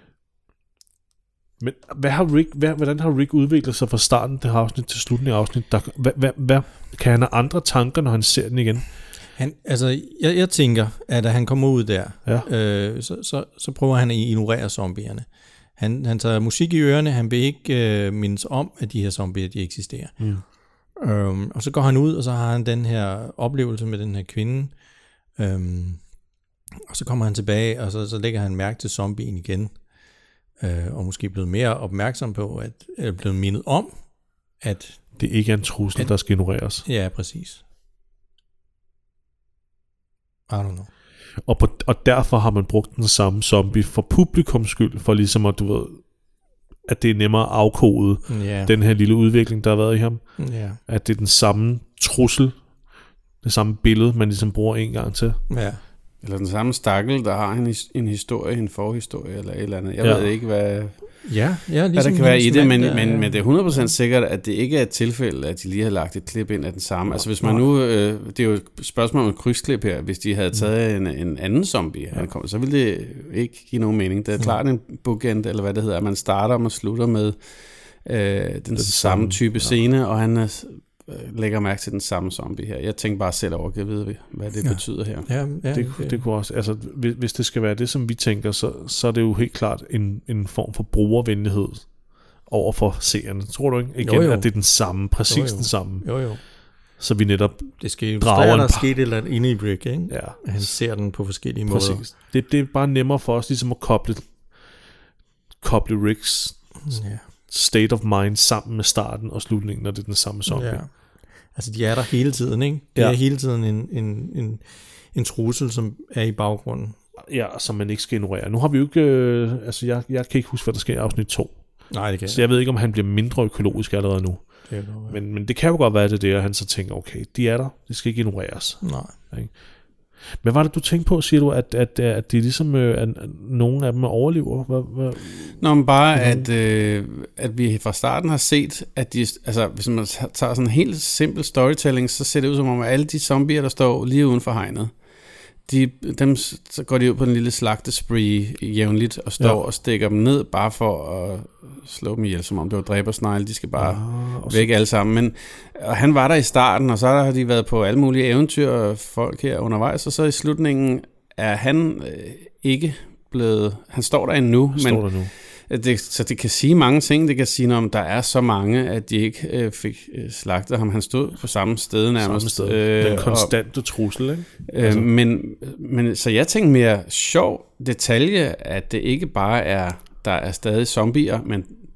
Men hvad har Rick, hvad, hvordan har Rick udviklet sig fra starten af det her afsnit til slutningen af afsnit? Der, hvad, hvad, hvad, kan han have andre tanker, når han ser den igen? Han, altså, jeg, jeg tænker, at da han kommer ud der, ja. øh, så, så, så prøver han at ignorere zombierne. Han, han tager musik i ørerne, han vil ikke øh, mindes om, at de her zombier, de eksisterer. Mm. Øhm, og så går han ud, og så har han den her oplevelse med den her kvinde. Øhm, og så kommer han tilbage, og så, så lægger han mærke til zombien igen. Øh, og måske blevet mere opmærksom på, at er blevet mindet om, at det ikke er en trussel, at, der skal ignoreres. Ja, præcis. I don't know. Og, på, og derfor har man brugt den samme zombie for publikums skyld, for ligesom at, du ved, at det er nemmere at afkode yeah. den her lille udvikling, der har været i ham. Yeah. At det er den samme trussel, det samme billede, man ligesom bruger en gang til. Ja. Eller den samme stakkel, der har en, en historie, en forhistorie, eller et eller andet. Jeg ja. ved ikke, hvad, ja, ja, ligesom hvad der kan være i det, men, der, men, ja. men det er hundrede procent sikkert, at det ikke er et tilfælde, at de lige har lagt et klip ind af den samme. Altså hvis man nu, øh, det er jo et spørgsmål om et krydsklip her, hvis de havde taget en, en anden zombie, ja. han kom, så ville det ikke give nogen mening. Det er klart en bookend, eller hvad det hedder, at man starter og man slutter med øh, den det samme samme type ja. scene, og han er... lægger mærke til den samme zombie her. Jeg tænker bare selv over, jeg ved, hvad det ja. betyder her. Ja, ja, det, det, det kunne også, altså, hvis det skal være det, som vi tænker, så, så er det jo helt klart en, en form for brugervenlighed over for seerne. Tror du ikke? Igen, jo, jo. At det er den samme, præcis jo, jo. den samme. Jo, jo. Så vi netop det skal jo drager der er sket et eller andet inde i Rick, ikke? Ja. Han ser den på forskellige præcis. måder. Det, det er bare nemmere for os ligesom at koble, koble Ricks ja. state of mind sammen med starten og slutningen, når det er den samme zombie. Ja. Altså, de er der hele tiden, ikke? Det ja. er hele tiden en, en, en, en trussel, som er i baggrunden. Ja, som man ikke skal ignorere. Nu har vi jo ikke... Øh, altså, jeg, jeg kan ikke huske, hvad der sker i afsnit to. Nej, det kan Så jeg ved ikke, om han bliver mindre økologisk allerede nu. Det men, men det kan jo godt være det der, at han så tænker, okay, de er der, de skal ikke ignoreres. Nej. Ikke? Men hvad var det, du tænkte på, siger du, at, at, at de ligesom, øh, at nogle af dem overlever? Hvad, hvad? Nå, men bare, at, øh, at vi fra starten har set, at de, altså, hvis man tager sådan en helt simpel storytelling, så ser det ud som om, at alle de zombier, der står lige uden for hegnet, de, dem, så går de ud på en lille slagtespree jævnligt, og står ja. og stikker dem ned, bare for at slå dem ihjel, som om det var dræbersnegle. De skal bare ja, væk alle sammen. Men, og han var der i starten, og så har de været på alle mulige eventyr, folk her undervejs, og så i slutningen er han øh, ikke blevet... Han står der endnu, han men... Står der nu. Det, så det kan sige mange ting. Det kan sige noget om, der er så mange, at de ikke øh, fik øh, slagtet ham. Han stod på samme sted nærmest. Samme sted. Øh, Den konstante og, trussel, ikke? Øh, altså. men, men, så jeg tænkte mere sjov detalje, at det ikke bare er, der er stadig zombier, men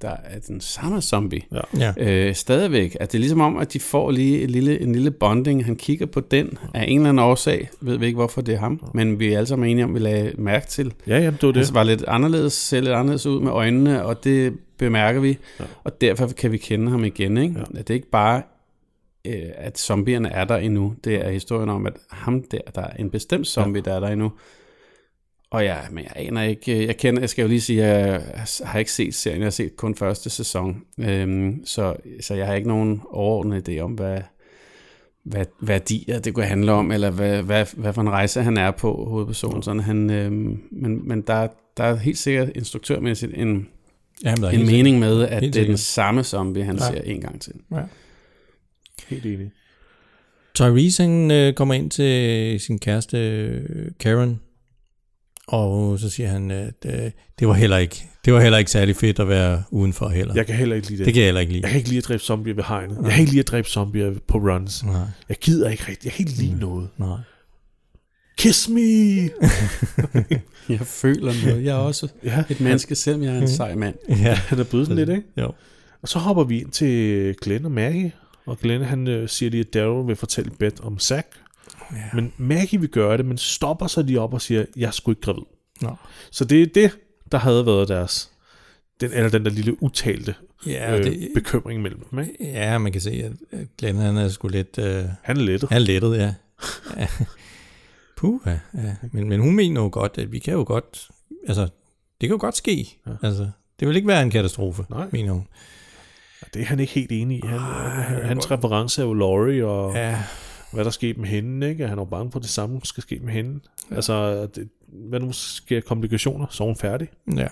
der er den samme zombie. Ja. Ja. Øh, stadigvæk. At det er ligesom om, at de får lige en lille, en lille bonding. Han kigger på den af en eller anden årsag. Ved vi ikke, hvorfor det er ham. Men vi er alle sammen enige om, at vi lagde mærke til. Ja, jamen, det var det. Han var lidt anderledes, ser lidt anderledes ud med øjnene, og det bemærker vi. Ja. Og derfor kan vi kende ham igen. Ikke? Ja. At det er ikke bare, øh, at zombierne er der endnu. Det er historien om, at ham der, der er en bestemt zombie, ja. der er der endnu. Og ja, men jeg aner ikke, jeg kender, jeg skal jo lige sige, at jeg har ikke set serien, jeg har set kun første sæson, øhm, så, så jeg har ikke nogen overordnet idé om, hvad, hvad værdier det kunne handle om, eller hvad, hvad, hvad for en rejse han er på, hovedpersonen. Sådan, han, øhm, men men der, der er helt sikkert instruktørmæssigt en, Jamen, en mening med, at det er sikkert. den samme zombie, han ja. ser en gang til. Ja. Helt enig. Tyrese, han øh, kommer ind til sin kæreste Karen, og så siger han, at øh, det var heller ikke det var heller ikke særlig fedt at være udenfor heller. Jeg kan heller ikke lide det. Det kan jeg heller ikke lide. Jeg kan ikke lide at dræbe zombier ved hegnet. Jeg kan ikke lide at dræbe zombier på runs. Nej. Jeg gider ikke rigtigt. Jeg kan ikke lide mm. noget. Nej. Kiss me! Jeg føler noget. Jeg er også ja. et menneske, selvom jeg er en sej mand. Ja, han er blevet sådan lidt, ikke? Jo. Og så hopper vi ind til Glenn og Maggie. Og Glenn, han øh, siger lige, at Daryl vil fortælle Beth om Zack. Ja. Men Maggie vil gøre det, men stopper sig lige op og siger, jeg er sgu ikke gravid. Nå. Så det er det, der havde været deres, den, eller den der lille utalte ja, øh, det, bekymring mellem dem, ikke? Ja, man kan se, at Glenn, han er sgu lidt... Øh, han er lettet. Han er lettet, ja. ja. Puh, ja. ja. Men, men hun mener jo godt, at vi kan jo godt... Altså, det kan jo godt ske. Ja. Altså, det vil ikke være en katastrofe, Nej. mener hun. Det er han ikke helt enig i. Han, Ej, han, hans godt. reference er jo Laurie, og ja. hvad der sker med hende, ikke? Han er jo bange for, at det samme skal ske med hende. Ja. Altså, det, hvad nu sker komplikationer, så er hun færdig. Ja.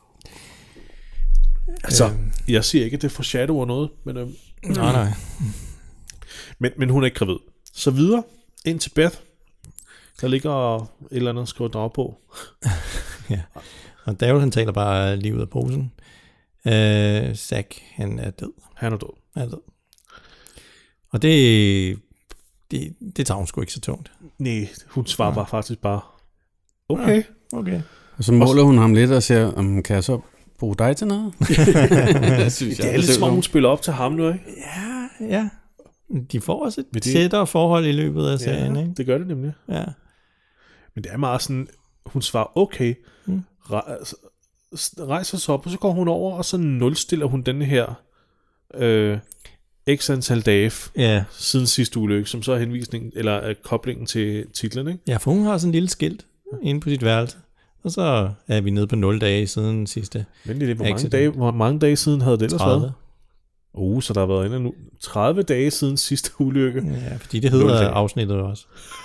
Altså, øh. jeg siger ikke, at det foreshadower noget, men... Øh, nej, nej. Men, men hun er ikke gravid. Så videre, ind til Beth. Der ligger et eller andet skrive drag på. Ja, og Daryl, han taler bare lige ud af posen. Øh, Zack, han er død. Han er død. Han er død. Og det, det, det tager hun sgu ikke så tungt. Nej, hun svarer bare faktisk bare, okay. Ja, okay. Og så måler hun ham lidt og siger, om kan jeg så bruge dig til noget? det, synes jeg, det er lidt som om hun spiller op til ham nu, ikke? Ja, ja. De får også et det, tættere forhold i løbet af serien, ja, ikke? det gør det nemlig. Ja. Men det er meget sådan, hun svarer okay, hmm. rejser sig op, og så går hun over, og så nulstiller hun den her øh, x antal dage ja. siden sidste ulykke, som så er henvisning, eller er koblingen til titlen, ikke? Ja, for hun har sådan en lille skilt inde på sit værelse, og så er vi nede på nul dage siden sidste. Vent lige, hvor mange, dage, hvor mange dage siden havde det ellers tredive. Været? Uh, så der har været en tredive dage siden sidste ulykke. Ja, fordi det hedder afsnittet også.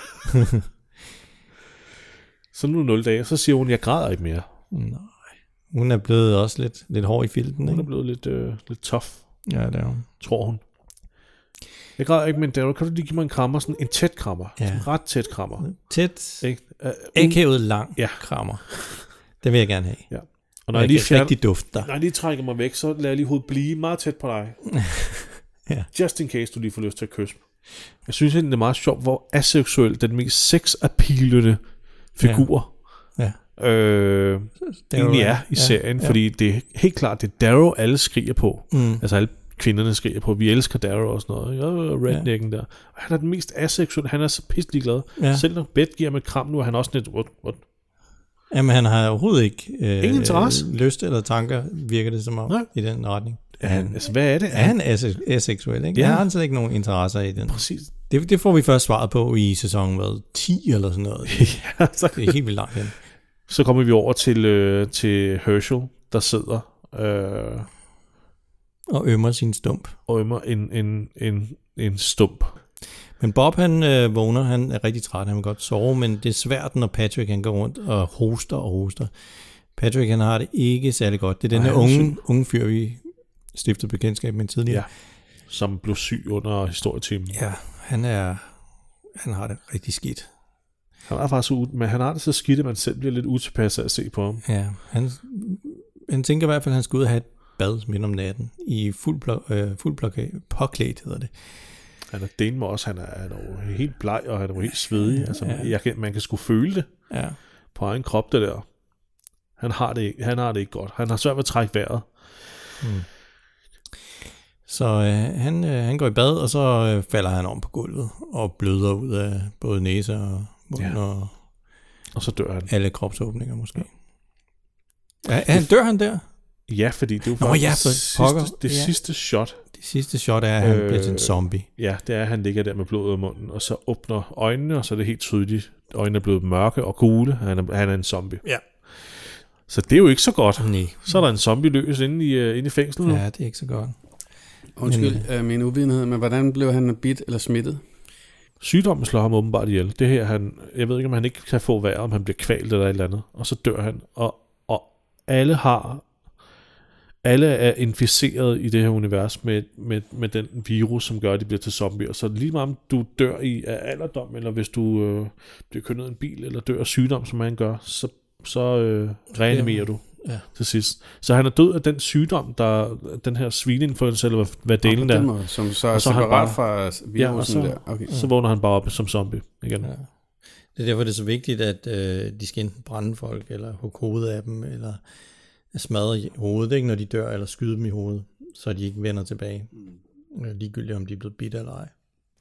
Så nu er nul dage, så siger hun, jeg græder ikke mere. Nej, hun er blevet også lidt, lidt hård i filten, Hun ikke? er blevet lidt, øh, lidt tough. Ja, det er hun. Tror hun. Jeg græder ikke, men Daryl, kan du lige give mig en krammer? Sådan en tæt krammer. Ja. Sådan en ret tæt krammer. Tæt, ikke? Uh, akavet lang ja. krammer. Det vil jeg gerne have. Ja. Og når jeg, jeg lige fjerner, rigtig dufter. Når jeg lige trækker mig væk, så lader jeg lige hovedet blive meget tæt på dig. ja. Just in case, du lige får lyst til at kysse. Jeg synes egentlig, det er meget sjovt, hvor aseksuel den mest sex-appealende figur ja. Ja. Øh, egentlig er i serien, ja. Fordi det er helt klart, det er Daryl, alle skriger på. Mm. Altså alle kvinderne skriger på, vi elsker Daryl og sådan noget. Ja, rednecken ja. Der. Og han er den mest aseksuelle, han er så pisselig glad. Ja. Selv når Beth giver ham et kram nu, er han også lidt, what, what? Jamen han har overhovedet ikke øh, ingen interesse. Lyst eller tanker, virker det som om, Nej. I den retning. Er han, altså, hvad er det? Er han aseksuel, ikke? Ja. Han har slet ikke nogen interesser i den. Præcis. Det, det får vi først svaret på i sæson hvad, ti eller sådan noget. ja, så det er helt vildt langt hen. Så kommer vi over til, øh, til Herschel, der sidder øh, og ømmer sin stump. Og ømmer en, en, en, en stump. Men Bob, han øh, vågner, han er rigtig træt, han vil godt sove, men det er svært, når Patrick, han går rundt og hoster og hoster. Patrick, han har det ikke særlig godt. Det er den her unge, unge fyr, vi stiftede bekendtskab med tidligere. Ja, som blev syg under historietimen. Ja, han er, han har det rigtig skidt. Han er faktisk ud, men han har det så skidt, at man selv bliver lidt utilpasset at se på ham. Ja, han, han tænker i hvert fald, at han skal ud og have et bad midt om natten i fuld, blok, øh, fuld blokade, påklædt hedder det. Han er den med også, han er, han er jo helt bleg, og han er jo helt svedig. Ja, altså, ja. jeg kan, man kan sgu føle det ja. På egen krop, det der. Han har det, han har det ikke godt. Han har svært ved at trække vejret. Mm. Så øh, han, øh, han går i bad, og så øh, falder han om på gulvet og bløder ud af både næse og mund ja. og, og så dør han. Alle kropsåbninger måske. Ja, han dør han der? Ja, fordi det er jo Nå, faktisk ja, det, sidste, det ja. sidste shot. Det sidste shot er, at han øh, bliver til en zombie. Ja, det er, at han ligger der med blod ud af munden, og så åbner øjnene, og så er det helt tydeligt. Øjnene er blevet mørke og gule, han er, han er en zombie. Ja. Så det er jo ikke så godt. Nej. Så er der en zombie løs inde i, uh, inde i fængslet nu. Ja, det er ikke så godt. Undskyld men, øh, min uvidenhed, men hvordan blev han bidt eller smittet? Sygdommen slår ham åbenbart ihjel. Det her, han, jeg ved ikke, om han ikke kan få vejr, om han bliver kvalt eller et eller andet. Og så dør han. Og, og alle har... Alle er inficeret i det her univers med, med, med den virus, som gør, at de bliver til zombier. Så lige meget om du dør i af alderdom, eller hvis du øh, bliver kørt ned i en bil, eller dør af sygdom, som han gør, så, så øh, reanimerer du ja. til sidst. Så han er død af den sygdom, der den her svineinfluenza, eller hvad, hvad delen der. Måde, som så er separat bare, fra virusen ja, så, der. Okay. Så vågner han bare op som zombie igen. Ja. Det er derfor, det er så vigtigt, at øh, de skal enten brænde folk, eller hugge hovedet af dem, eller smadre i hovedet, ikke, når de dør, eller skyde dem i hovedet, så de ikke vender tilbage. Mm. Ligegyldigt, om de er blevet bidt eller ej.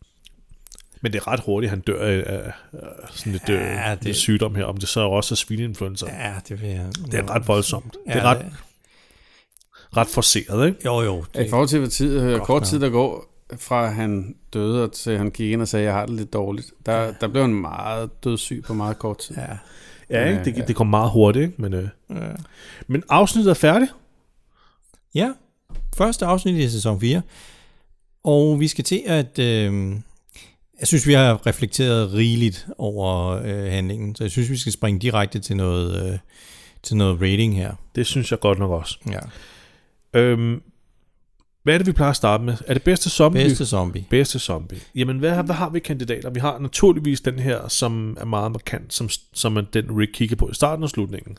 Men det er ret hurtigt, han dør af, af sådan et, ja, øh, det, sygdom her, om det så også er svineinfluenza. Ja, det vil jeg... Det er ret voldsomt. Ja, det er ret, det... ret forceret, ikke? Jo, jo. Det... I forhold til, hvad tid, øh, kort tid der går, fra han døde, og til han gik ind og sagde, jeg har det lidt dårligt, der, ja. der blev han meget dødssyg på meget kort tid. Ja. Ja, ikke? Det, det kom meget hurtigt, ikke? Men, øh. ja. men afsnittet er færdigt. Ja, første afsnit i sæson fire. Og vi skal til at... Øh, jeg synes, vi har reflekteret rigeligt over øh, handlingen, så jeg synes, vi skal springe direkte til noget, øh, til noget rating her. Det synes jeg godt nok også. Ja. Øhm, hvad er det, vi plejer at starte med? Er det bedste zombie? Bedste zombie. Bedste zombie. Jamen, hvad, hvad har vi kandidater? Vi har naturligvis den her, som er meget markant, som, som er den, Rick kigger på i starten og slutningen.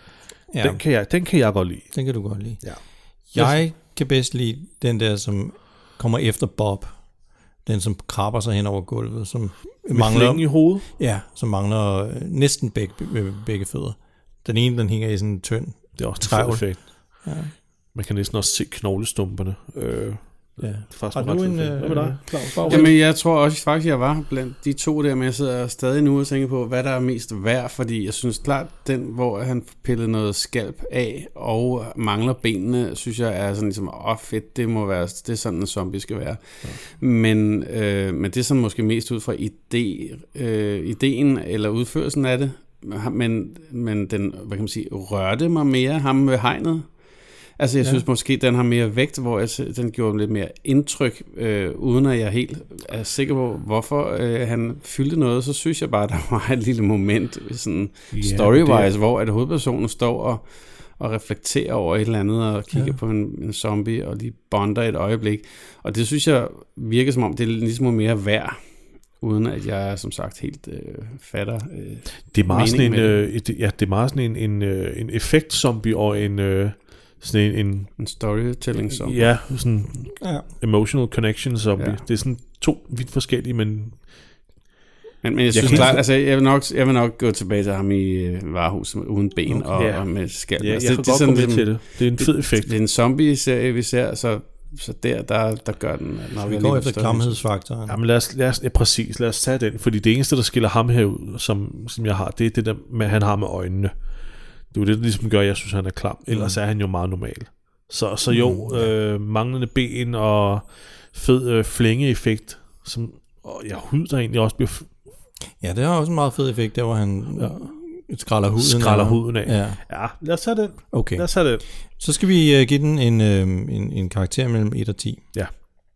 Ja. Den, kan jeg, den kan jeg godt lide. Den kan du godt lide. Ja. Jeg kan bedst lide den der, som kommer efter Bob. Den, som krabber sig hen over gulvet. Som med mangler, i hovedet? Ja, som mangler næsten begge, begge fødder. Den ene, den hænger i sådan en tynd det er også trævl. Effekt. Ja. Man kan næsten også se knoglestumperne. Øh, ja. Faktisk har du en... Øh, hvad med dig, Claus? Jamen, jeg tror også faktisk, jeg var blandt de to der, men jeg sidder stadig nu og tænker på, hvad der er mest værd, fordi jeg synes klart, den, hvor han pillede noget skalp af og mangler benene, synes jeg er sådan ligesom, åh oh, fedt, det må være, det er sådan en zombie skal være. Ja. Men, øh, men det er sådan måske mest ud fra idé, øh, ideen eller udførelsen af det, men, men den, hvad kan man sige, rørte mig mere, ham med hegnet. Altså jeg ja. synes måske, den har mere vægt, hvor jeg, den gjorde lidt mere indtryk, øh, uden at jeg helt er sikker på, hvorfor øh, han fyldte noget. Så synes jeg bare, der var et lille moment sådan ja, story-wise, hvor at hovedpersonen står og, og reflekterer over et eller andet, og kigger ja. på en, en zombie, og lige bonder et øjeblik. Og det synes jeg virker som om, det er ligesom mere værd, uden at jeg som sagt helt øh, fatter øh, det er meget sådan en, øh, et, ja, det er meget sådan en, en, øh, en effekt-zombie og en... Øh, sådan en, en, en storytelling zombie. Ja, sådan ja. emotional connection zombie. Ja. Det er sådan to vidt forskellige, men... Men, men jeg, jeg synes klart, altså jeg vil, nok, jeg vil nok gå tilbage til ham i øh, varehuset uden ben okay. og, ja. og med skalp. Ja, altså, jeg det, kan det, godt sådan, gå med til det. Det er en fed effekt. Det, det er en zombie-serie, vi ser, så, så der, der, der gør den... Så vi går efter klamhedsfaktoren. Jamen lad os, lad os, ja, præcis, lad os tage den, fordi det eneste, der skiller ham herud, som, som jeg har, det er det der, med, han har med øjnene. Det er jo det, der ligesom gør, at jeg synes, han er klam. Ellers mm. er han jo meget normal. Så, så jo, mm, ja. øh, manglende ben og fed øh, flængeeffekt, som og ja, hud, der egentlig også bliver... F- ja, det har også en meget fed effekt, der hvor han ja. skralder huden skralder af. huden af. Ja. ja, lad os tage den. Okay. Lad os tage den. Så skal vi uh, give den en, uh, en, en karakter mellem et og ti. Ja.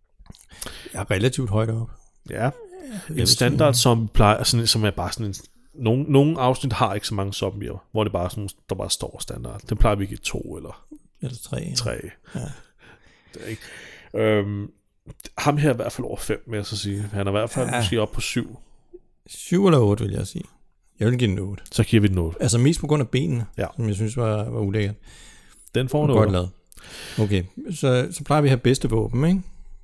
Jeg er relativt højt op. Ja. En standard zombie plejer, sådan, som er bare sådan en... Nogle, nogle afsnit har ikke så mange zombier, hvor det bare sådan, der bare står standard. Den plejer vi ikke to eller... Eller tre. Tre. Ja. Det er ikke. Øhm, ham her er i hvert fald over fem, vil jeg så sige. Han er i hvert fald ja. måske op på syv. Syv eller otte, vil jeg sige. Jeg vil give den otte. Så giver vi den otte. Altså mest på grund af benene, ja. som jeg synes var, var ulækkert. Den får en godt lavet. Okay, så, så plejer vi at have bedste våben, ikke?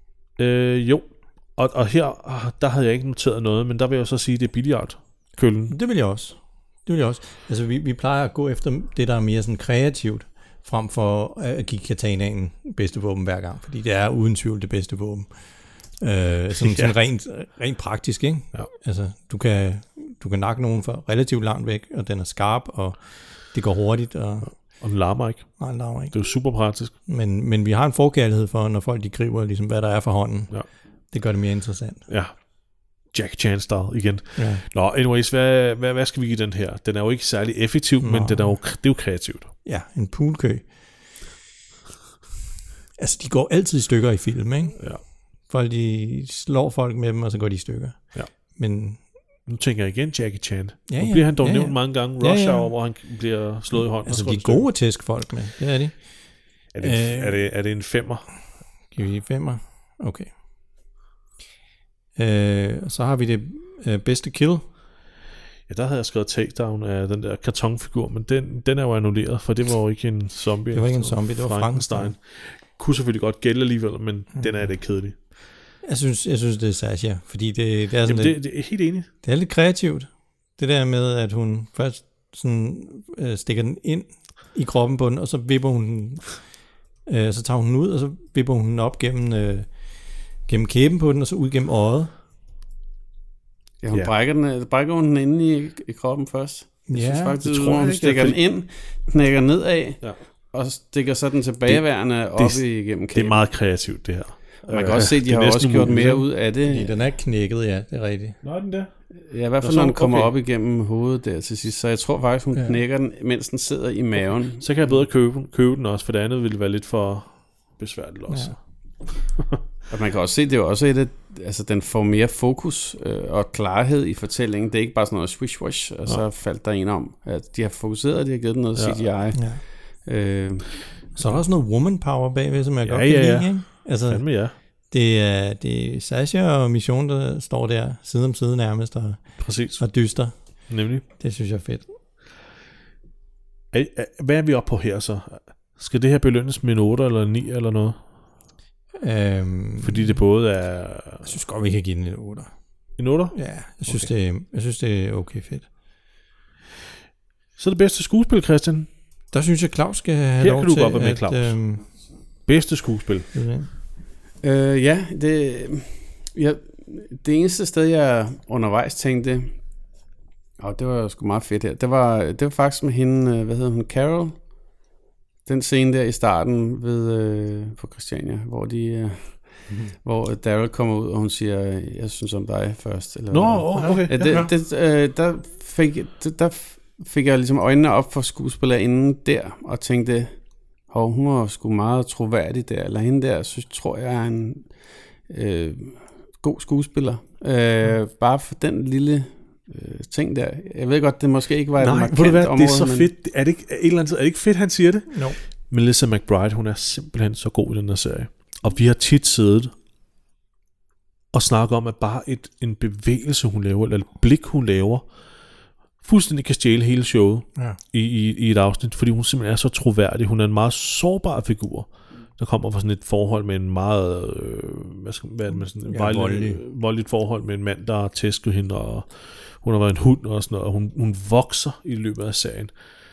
Øh, jo. Og, og her, der havde jeg ikke noteret noget, men der vil jeg så sige, det er billiardkøllen. Det vil jeg også. Det vil jeg også. Altså vi, vi plejer at gå efter det, der er mere sådan kreativt. frem for at give katanaen bedste våben hver gang, fordi det er uden tvivl det bedste våben. Øh, sådan, ja. sådan rent, rent praktisk, ikke? Ja. Altså, du kan, du kan nakke nogen fra relativt langt væk, og den er skarp, og det går hurtigt. Og, og den larmer ikke. Nej, den larmer ikke. Det er jo super praktisk. Men, men vi har en forkærlighed for, når folk de griber, ligesom, hvad der er for hånden. Ja. Det gør det mere interessant. Ja. Jackie Chan-style igen. Ja. Nå, anyways, hvad, hvad, hvad skal vi give den her? Den er jo ikke særlig effektiv, Nå. men den er jo, det er jo kreativt. Ja, en poolkø. Altså, de går altid i stykker i film, ikke? Ja. Folk, de slår folk med dem, og så går de i stykker. Ja. Men nu tænker jeg igen Jackie Chan. Ja, nu ja. bliver han dog ja, nævnt ja. mange gange. Rush ja, ja. Hour, hvor han bliver slået i hånden. Altså, de er gode at tæske folk med. Det er de. Er det, øh, er det, er det en femmer? Giver vi femmer? Okay. Øh, så har vi det øh, bedste kill. Ja, der havde jeg skrevet takedown af den der kartonfigur, men den, den er jo annulleret, for det var jo ikke en zombie. Det var ikke en zombie, det var Frankenstein. Kunne selvfølgelig godt gælde alligevel, men mm. den er det kedelig. Jeg synes, jeg synes det er Sasha, fordi det, det er sådan Jamen, lidt, det, det er helt enig. Det er lidt kreativt. Det der med, at hun først sådan, øh, stikker den ind i kroppen på den, og så vipper hun den, øh, så tager hun den ud, og så vipper hun den op gennem, øh, gennem kæben på den, og så ud gennem øjet. Ja, hun ja. brækker, den, brækker hun den inde i, i kroppen først. Jeg ja, synes faktisk, det tror jeg hun ikke. stikker den ind, knækker nedad, ja. og stikker så den tilbageværende det, op det, igennem kæben. Det er meget kreativt, det her. Man kan også se, at de har også gjort muligt. mere ud af det. Fordi den er knækket, ja, det er rigtigt. Nå, er den der? Ja, i hvert fald når den kommer okay. op igennem hovedet der til sidst. Så jeg tror faktisk, hun ja. knækker den, mens den sidder i maven. Okay. Så kan jeg bedre købe, købe den også, for det andet ville være lidt for besværligt også. Ja. Og man kan også se, det er jo også et af, altså den får mere fokus øh, og klarhed i fortællingen. Det er ikke bare sådan noget swish-wash, og så faldt der en om, at de har fokuseret, og de har givet den noget ja. C G I. Ja. Øh, så er der også noget woman power bagved, som jeg ja, godt kan ja, lide. Ja. Ikke? Altså, Fandme ja. Det er, det er Sasha og Mission, der står der side om side nærmest og, Præcis. og dyster. Nemlig. Det synes jeg er fedt. Er, er, hvad er vi oppe på her så? Skal det her belønnes med en otte eller en ni eller noget? Øhm, Fordi det både er... Jeg synes godt, vi kan give den en otte. En otte? Ja, jeg synes, okay. det, jeg synes det er okay fedt. Så det bedste skuespil, Christian? Der synes jeg, Claus skal have her lov kan du til, godt være med, at... Claus. Øhm, bedste skuespil? Okay. Øh, ja, det, ja, det eneste sted, jeg undervejs tænkte, og det var sgu meget fedt her, det var, det var faktisk med hende, hvad hedder hun, Carol, den scene der i starten ved, øh, på Christiania, hvor de, øh, mm-hmm. hvor Daryl kommer ud, og hun siger, jeg synes om dig først. Eller Nå, okay. Ja, det, det, øh, der, fik, det, der fik jeg ligesom øjnene op for skuespillerinden der, og tænkte, hov, hun var sgu meget troværdig der, eller hende der, så tror jeg er en øh, god skuespiller. Øh, mm. Bare for den lille øh, ting der. Jeg ved godt, det måske ikke var et markant område. Nej, det er så men... fedt. Er det, ikke, er, et eller andet, er det ikke fedt, han siger det? No. Melissa McBride, hun er simpelthen så god i den her serie. Og vi har tit siddet og snakket om, at bare et, en bevægelse, hun laver, eller et blik, hun laver, fuldstændig kan stjæle hele showet ja. i, i, i et afsnit, fordi hun simpelthen er så troværdig. Hun er en meget sårbar figur, der kommer fra sådan et forhold med en meget øh, hvad skal, hvad er det, med sådan, ja, voldelig. voldeligt forhold med en mand, der har tæsket hende, og hun har været en hund og sådan noget, og hun, hun vokser i løbet af serien.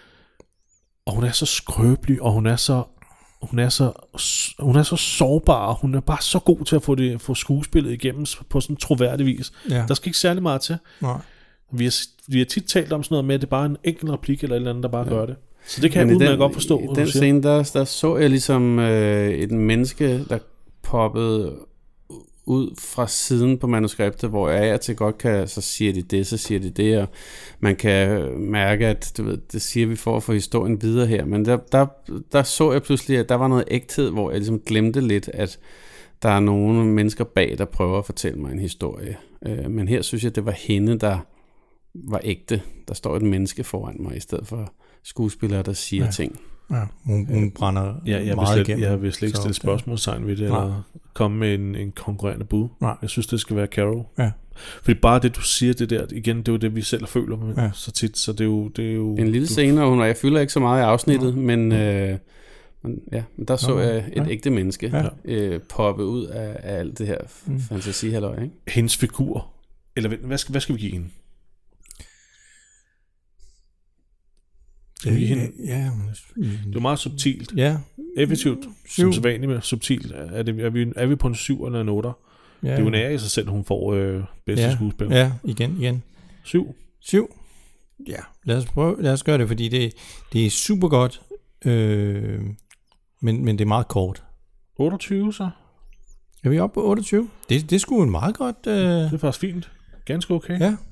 Og hun er så skrøbelig, og hun er så hun er så hun er så sårbar, og hun er bare så god til at få det få skuespillet igennem på sådan en troværdig vis. Ja. Der skal ikke særlig meget til. Nej. Vi har, vi har tit talt om sådan noget med, at det er bare en enkelt replik eller et eller andet, der bare ja. gør det. Så det kan jeg udmærket godt forstå. I den scene, der, der så jeg ligesom øh, et menneske, der poppede ud fra siden på manuskriptet, hvor jeg er til godt kan, så siger de det, så siger de det, og man kan mærke, at du ved, det siger vi for at få historien videre her. Men der, der, der så jeg pludselig, at der var noget ægthed, hvor jeg ligesom glemte lidt, at der er nogle mennesker bag, der prøver at fortælle mig en historie. Øh, men her synes jeg, det var hende, der var ægte. Der står et menneske foran mig, i stedet for skuespillere, der siger ja. ting. Ja, hun, hun brænder ja, jeg meget slet, igennem. Jeg vil slet ikke stille spørgsmålstegn ved det, Nej. eller komme med en, en konkurrerende bud. Nej. Jeg synes, det skal være Carol. Ja. Fordi bare det, du siger det der, igen, det er jo det, vi selv føler med ja. så tit, så det er jo... Det er jo en lille du... scene, og hun, og jeg føler ikke så meget i afsnittet, ja. men, øh, men ja, der så ja. jeg et ja. ægte menneske ja. øh, poppe ud af, af alt det her mm. fantasi-halløj, ikke? Hendes figur, eller hvad skal, hvad skal vi give hende? Det, hende, ja, det er meget subtilt. Ja. Effektivt, Syv. som sædvanligt med subtilt. Er, det, er, vi, er vi på en syv eller en otter? Ja. Det er jo en ære i sig selv, hun får øh, bedste ja. skuespiller. Ja, igen, igen. Syv. Syv. Ja, lad os prøve, lad os gøre det, fordi det, det er super godt, øh, men, men det er meget kort. otteogtyve så? Er vi oppe på otteogtyve? Det, det er sgu en meget godt... Øh... Det er faktisk fint. Ganske okay. Ja.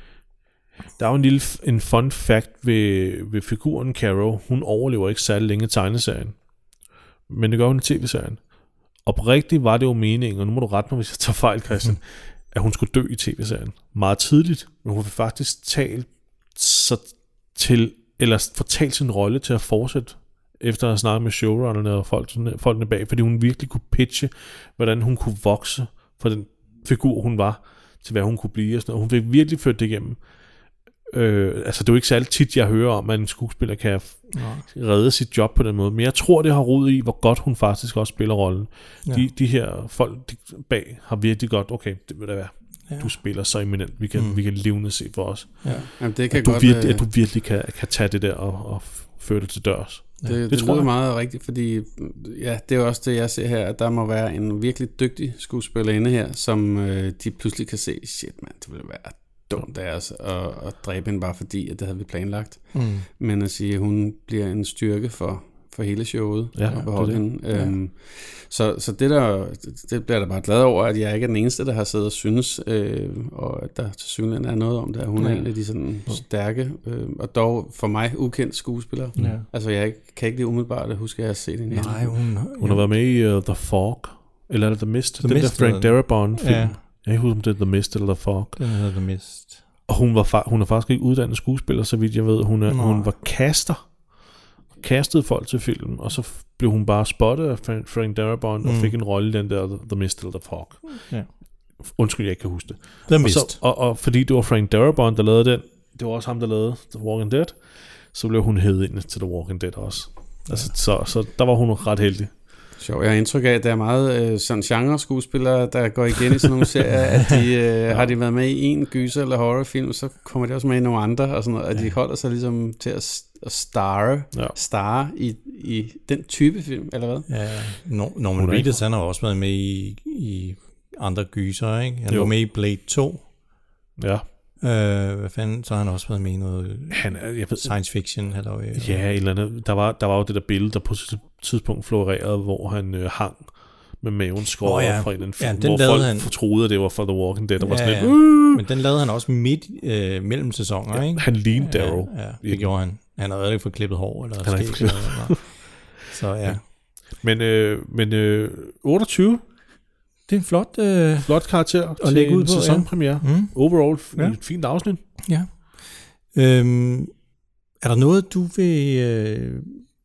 Der er jo en lille en fun fact ved, ved figuren Carol. Hun overlever ikke særlig længe i tegneserien. Men det gør hun i tv-serien. Oprigtigt var det jo meningen, og nu må du rette mig, hvis jeg tager fejl, Christian, mm. at hun skulle dø i tv-serien. Meget tidligt. Men hun vil faktisk tale sig til, eller fortalt sin rolle til at fortsætte, efter at have snakket med showrunnerne og folk, folkene bag, fordi hun virkelig kunne pitche, hvordan hun kunne vokse fra den figur, hun var, til hvad hun kunne blive. Og sådan noget. Hun fik virkelig ført det igennem. Øh, altså det er jo ikke særlig tit, jeg hører om, at en skuespiller kan ja. redde sit job på den måde, men jeg tror, det har rod i, hvor godt hun faktisk også spiller rollen. Ja. De, de her folk de bag har virkelig godt, okay, det vil da være, ja. du spiller så eminent, vi kan, mm. vi kan levende se for os. Ja. Jamen, det kan at, du godt, virkelig, at du virkelig kan, kan tage det der og, og føre det til dørs. Det, ja, det, det tror jeg meget rigtigt, fordi ja, det er også det, jeg ser her, at der må være en virkelig dygtig skuespillerinde her, som øh, de pludselig kan se, shit mand, det ville være dumt af os at, at dræbe hende bare fordi, at det havde vi planlagt. Mm. Men at sige, at hun bliver en styrke for, for hele showet ja, og beholde hende. Ja. Øhm, så så det, der, det bliver jeg da bare glad over, at jeg ikke er den eneste, der har siddet og synes, øh, og at der til synligheden er noget om det. Hun er ja. en af de sådan stærke, øh, og dog for mig ukendt skuespiller. Ja. Altså jeg kan ikke lige umiddelbart huske, at jeg har set hende. Nej, hun, hun har været med i uh, The Fog, eller er det The Mist? The den Mist, der Frank Darabont film. Ja. Jeg husker, om det er The Mist eller The Fog. Den hedder The Mist. Og hun var fa- hun er faktisk ikke uddannet skuespiller, så vidt jeg ved. Hun, er, hun var caster. Castede folk til filmen, og så blev hun bare spottet af Frank, Frank Darabont, mm. og fik en rolle i den der The Mist eller The Fog. Ja. Undskyld, jeg ikke kan huske det. The og Mist. Så, og, og fordi det var Frank Darabont, der lavede den, det var også ham, der lavede The Walking Dead, så blev hun hævet ind til The Walking Dead også. Ja. Altså, så, så der var hun ret heldig. Sjov. Jeg har indtryk af, at der er meget øh, sådan genre-skuespillere, der går igen i sådan nogle serier, at de øh, ja. har de været med i en gyser- eller horrorfilm, så kommer de også med i nogle andre, og sådan noget, at ja. de holder sig ligesom til at, at stare, ja. stare i, i den type film, eller hvad? Ja, no- Norman Reedus, han har også været med i, i andre gyser, ikke? Han jo. var med i Blade to. Ja. Øh, hvad fanden, så har han også været med i noget han, jeg ved, science fiction. Eller, ja, eller andet. Der var, der var jo det der billede, der på et tidspunkt florerede, hvor han øh, hang med maven skåret oh, ja. fra en film, ja, hvor folk han... troede, at det var for The Walking Dead, der ja, var sådan lidt, uh! Men den lavede han også midt øh, mellem sæsoner, ja, ikke? Han lignede Darrow. Ja, ja, det gjorde han. Han havde ikke fået klippet hår, eller han sket, eller så ja. ja. Men, øh, men øh, otteogtyve, det er en flot, øh, flot karakter at lægge ud på, sæsonpremiere. Ja. Mm. Overall, ja. Et fint afsnit. Ja. Øhm, er der noget, du vil øh,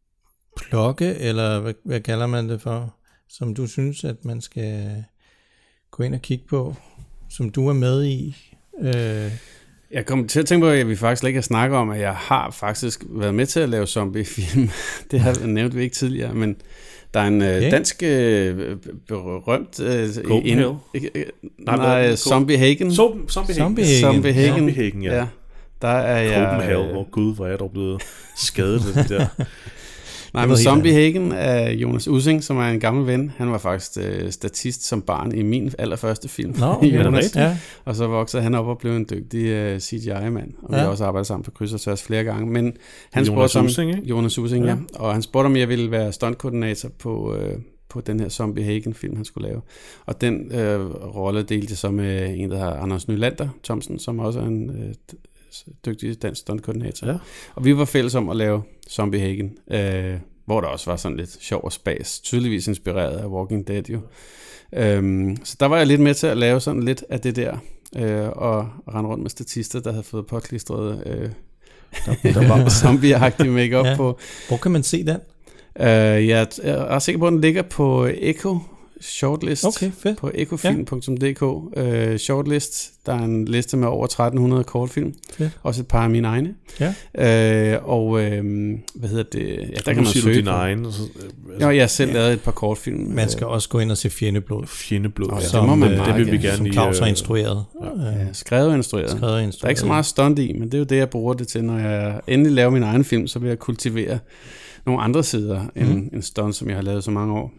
plukke, eller hvad, hvad kalder man det for, som du synes, at man skal gå ind og kigge på, som du er med i? Øh, Jeg kom til at tænke på, at vi faktisk ikke har snakket om, at jeg har faktisk været med til at lave zombiefilm. Det har nævnt vi ikke tidligere, men der er en okay. dansk øh, berømt øh, in, øh, nej, nej, Zombie Hagen. Zombie Hagen. Zombie Hagen. Zombie Hagen, ja. ja. Der er jeg... Copenhagen, hvor gud, hvor er jeg dog blevet skadet det der. Nej, men Zombie Hagen af Jonas Ussing, som er en gammel ven. Han var faktisk øh, statist som barn i min allerførste film. Nå, Jonas. Ja. Og så voksede han op og blev en dygtig øh, C G I-mand. Og ja. vi har også arbejdet sammen på kryds og tværs flere gange. Men han Jonas spurgte Ussing, om, Jonas Ussing, ja. ja. Og han spurgte, om jeg ville være stuntkoordinator på, øh, på den her Zombie Hagen-film, han skulle lave. Og den øh, rolle delte jeg så med en, der hedder Anders Nylander Thomsen, som også er en... Øh, dygtig dansk stuntkoordinator. Ja. Og vi var fælles om at lave Zombie Hagen, øh, hvor der også var sådan lidt sjov og spas, tydeligvis inspireret af Walking Dead jo. Øhm, så der var jeg lidt med til at lave sådan lidt af det der, øh, og rende rundt med statister, der havde fået påklistret øh, der, der var zombie-agtig make-up ja. på. Hvor kan man se den? Øh, jeg er sikker på, at den ligger på Echo Shortlist okay, på ecofilm punktum d k. Ja. Uh, Shortlist, der er en liste med over tretten hundrede kortfilm. Fedt. Også et par af mine egne. Ja. Uh, og uh, hvad hedder det? Ja, der kan man søge dine egne. Altså, ja, jeg har selv ja. lavet et par kortfilm. Man skal også gå ind og se Fjendeblod. Fjendeblod, oh, ja, som, det må man det, det vil vi gerne som Claus har instrueret. Ja. Ja, skrevet og instrueret. Skrevet og instrueret. Der er ikke så meget stunt i, men det er jo det, jeg bruger det til. Når jeg endelig laver min egen film, så vil jeg kultivere nogle andre sider mm. end en stunt, som jeg har lavet så mange år.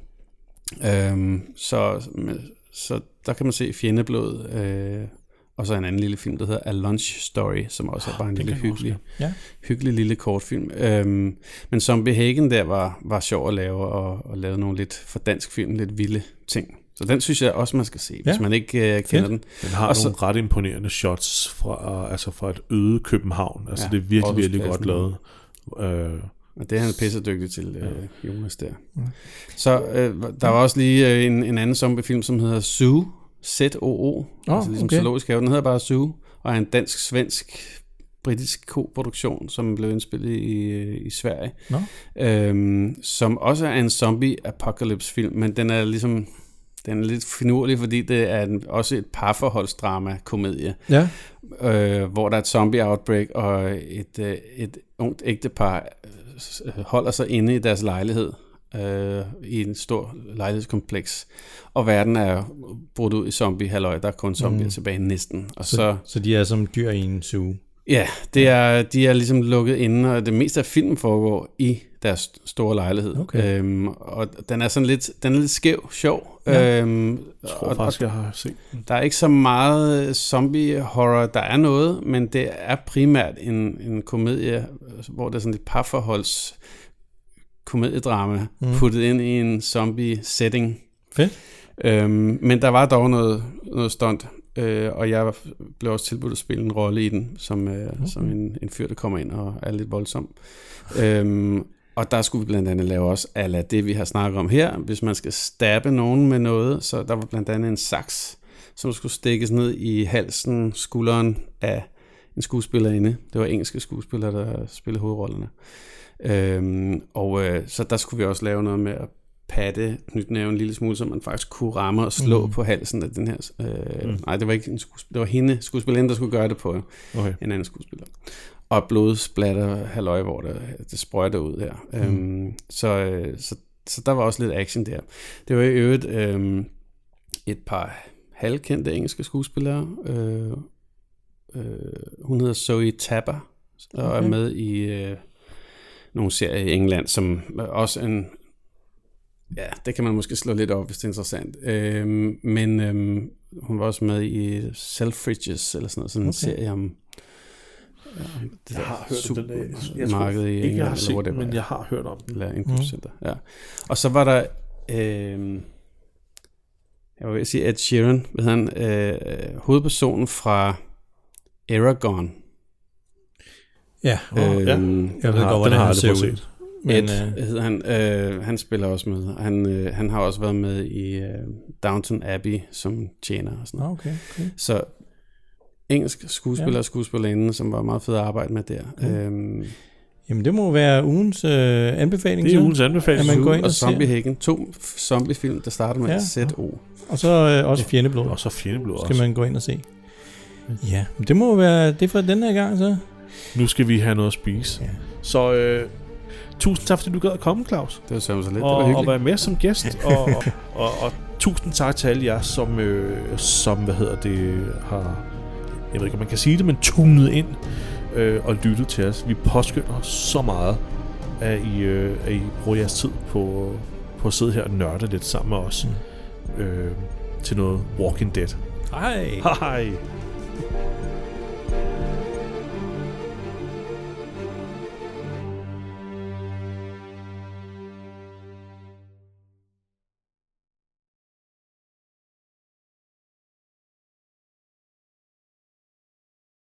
Øhm, så, så der kan man se Fjendeblod, øh, og så en anden lille film, der hedder A Lunch Story, som også er bare en lille hyggelig, ja. hyggelig lille kortfilm. Øhm, men Zombie Hagen der var, var sjov at lave, og, og lave nogle lidt for dansk film, lidt vilde ting. Så den synes jeg også, man skal se, hvis ja. man ikke øh, kender Fedt. den. Den har og nogle så, ret imponerende shots fra, altså fra et øde København. Altså ja, det er virkelig, virkelig godt lavet. Øh, Og det er han pissedygtig til, øh, Jonas der. Ja. Så øh, der var også lige øh, en, en anden zombiefilm, som hedder Zoo, Z O O, oh, altså ligesom okay. Zoologisk Have. Den hedder bare Zoo, og er en dansk-svensk britisk koproduktion, som blev indspillet i, i Sverige. No. Øhm, som også er en zombie-apocalypse-film, men den er ligesom... Den er lidt finurlig, fordi det er en, også et parforholdsdrama-komedie, ja. øh, hvor der er et zombie-outbreak, og et, øh, et ungt ægtepar øh, holder sig inde i deres lejlighed, øh, i en stor lejlighedskompleks, og verden er brudt ud i zombie-halløj, der er kun zombier mm. tilbage næsten. Og så, så, så de er som dyr i en zoo? Ja, det er, de er ligesom lukket inde, og det meste af filmen foregår i deres store lejlighed. Okay. Øhm, og den er sådan lidt, den er lidt skæv, sjov. Ja. Øhm, jeg tror og, faktisk, jeg har set den. Der er ikke så meget zombie-horror. Der er noget, men det er primært en, en komedie, hvor der er sådan lidt parforholds komediedrama mm. puttet ind i en zombie-setting. Fedt. Øhm, men der var dog noget, noget stunt. Øh, og jeg blev også tilbudt at spille en rolle i den, som, øh, okay. som en, en fyr, der kommer ind og er lidt voldsom. øhm, og der skulle vi blandt andet lave også ala det, vi har snakket om her. Hvis man skal stabbe nogen med noget, så der var blandt andet en saks, som skulle stikkes ned i halsen, skulderen af en skuespillerinde. Det var engelske skuespillere, der spillede hovedrollerne. Øhm, og øh, så der skulle vi også lave noget med at patte knytnæven en lille smule, så man faktisk kunne ramme og slå mm. på halsen af den her. Øh, mm. Nej, det var ikke en skuespiller. Det var hende, skuespilleren, der skulle gøre det på okay. en anden skuespiller. Og blodsplatter halløj, hvor det, det sprøjter ud her. Mm. Øhm, så, så, så der var også lidt action der. Det var i øvrigt øh, et par halvkendte engelske skuespillere. Øh, øh, hun hedder Zoe Tapper, og okay. er med i øh, nogle serier i England, som også en ja, det kan man måske slå lidt op, hvis det er interessant. Øhm, men øhm, hun var også med i Selfridges, eller sådan noget, sådan en okay. serie om ja, det jeg har hørt om den der. Jeg tror ikke, England, jeg har set den, men jeg har hørt om den. Eller indkøbscenter, mm. ja. Og så var der, øhm, jeg vil sige Ed Sheeran, ved han, øh, hovedpersonen fra Eragon. Ja, øhm, ja. jeg ved godt, hvordan han ser ud. Men, Ed, øh, han, øh, han spiller også med. Han, øh, han har også været med i øh, Downton Abbey som tjener og sådan noget. Okay, okay. Så engelsk skuespiller ja. og skuespillerinde, som var meget fedt at arbejde med der. Okay. Øhm, Jamen det må være ugens øh, anbefaling. Det er ugens anbefaling. At man går ind og, og Zombie Hagen. To zombiefilm, der starter med ja. Z O. Og så øh, også Fjendeblod. Og så Fjendeblod skal også. Man gå ind og se. Ja, det må være det for den her gang så. Nu skal vi have noget at spise. Ja. Så øh, tusind tak, fordi du gad at komme, Claus. Det var så lidt. Og, det var og være med som gæst. og, og, og, og tusind tak til alle jer, som, øh, som hvad hedder det, har, jeg ved ikke, om man kan sige det, men tunet ind øh, og lyttet til os. Vi påskynder så meget, at I, øh, at I bruger jeres tid på, på at sidde her og nørde lidt sammen med os mm. øh, til noget Walking Dead. Hej. Hej.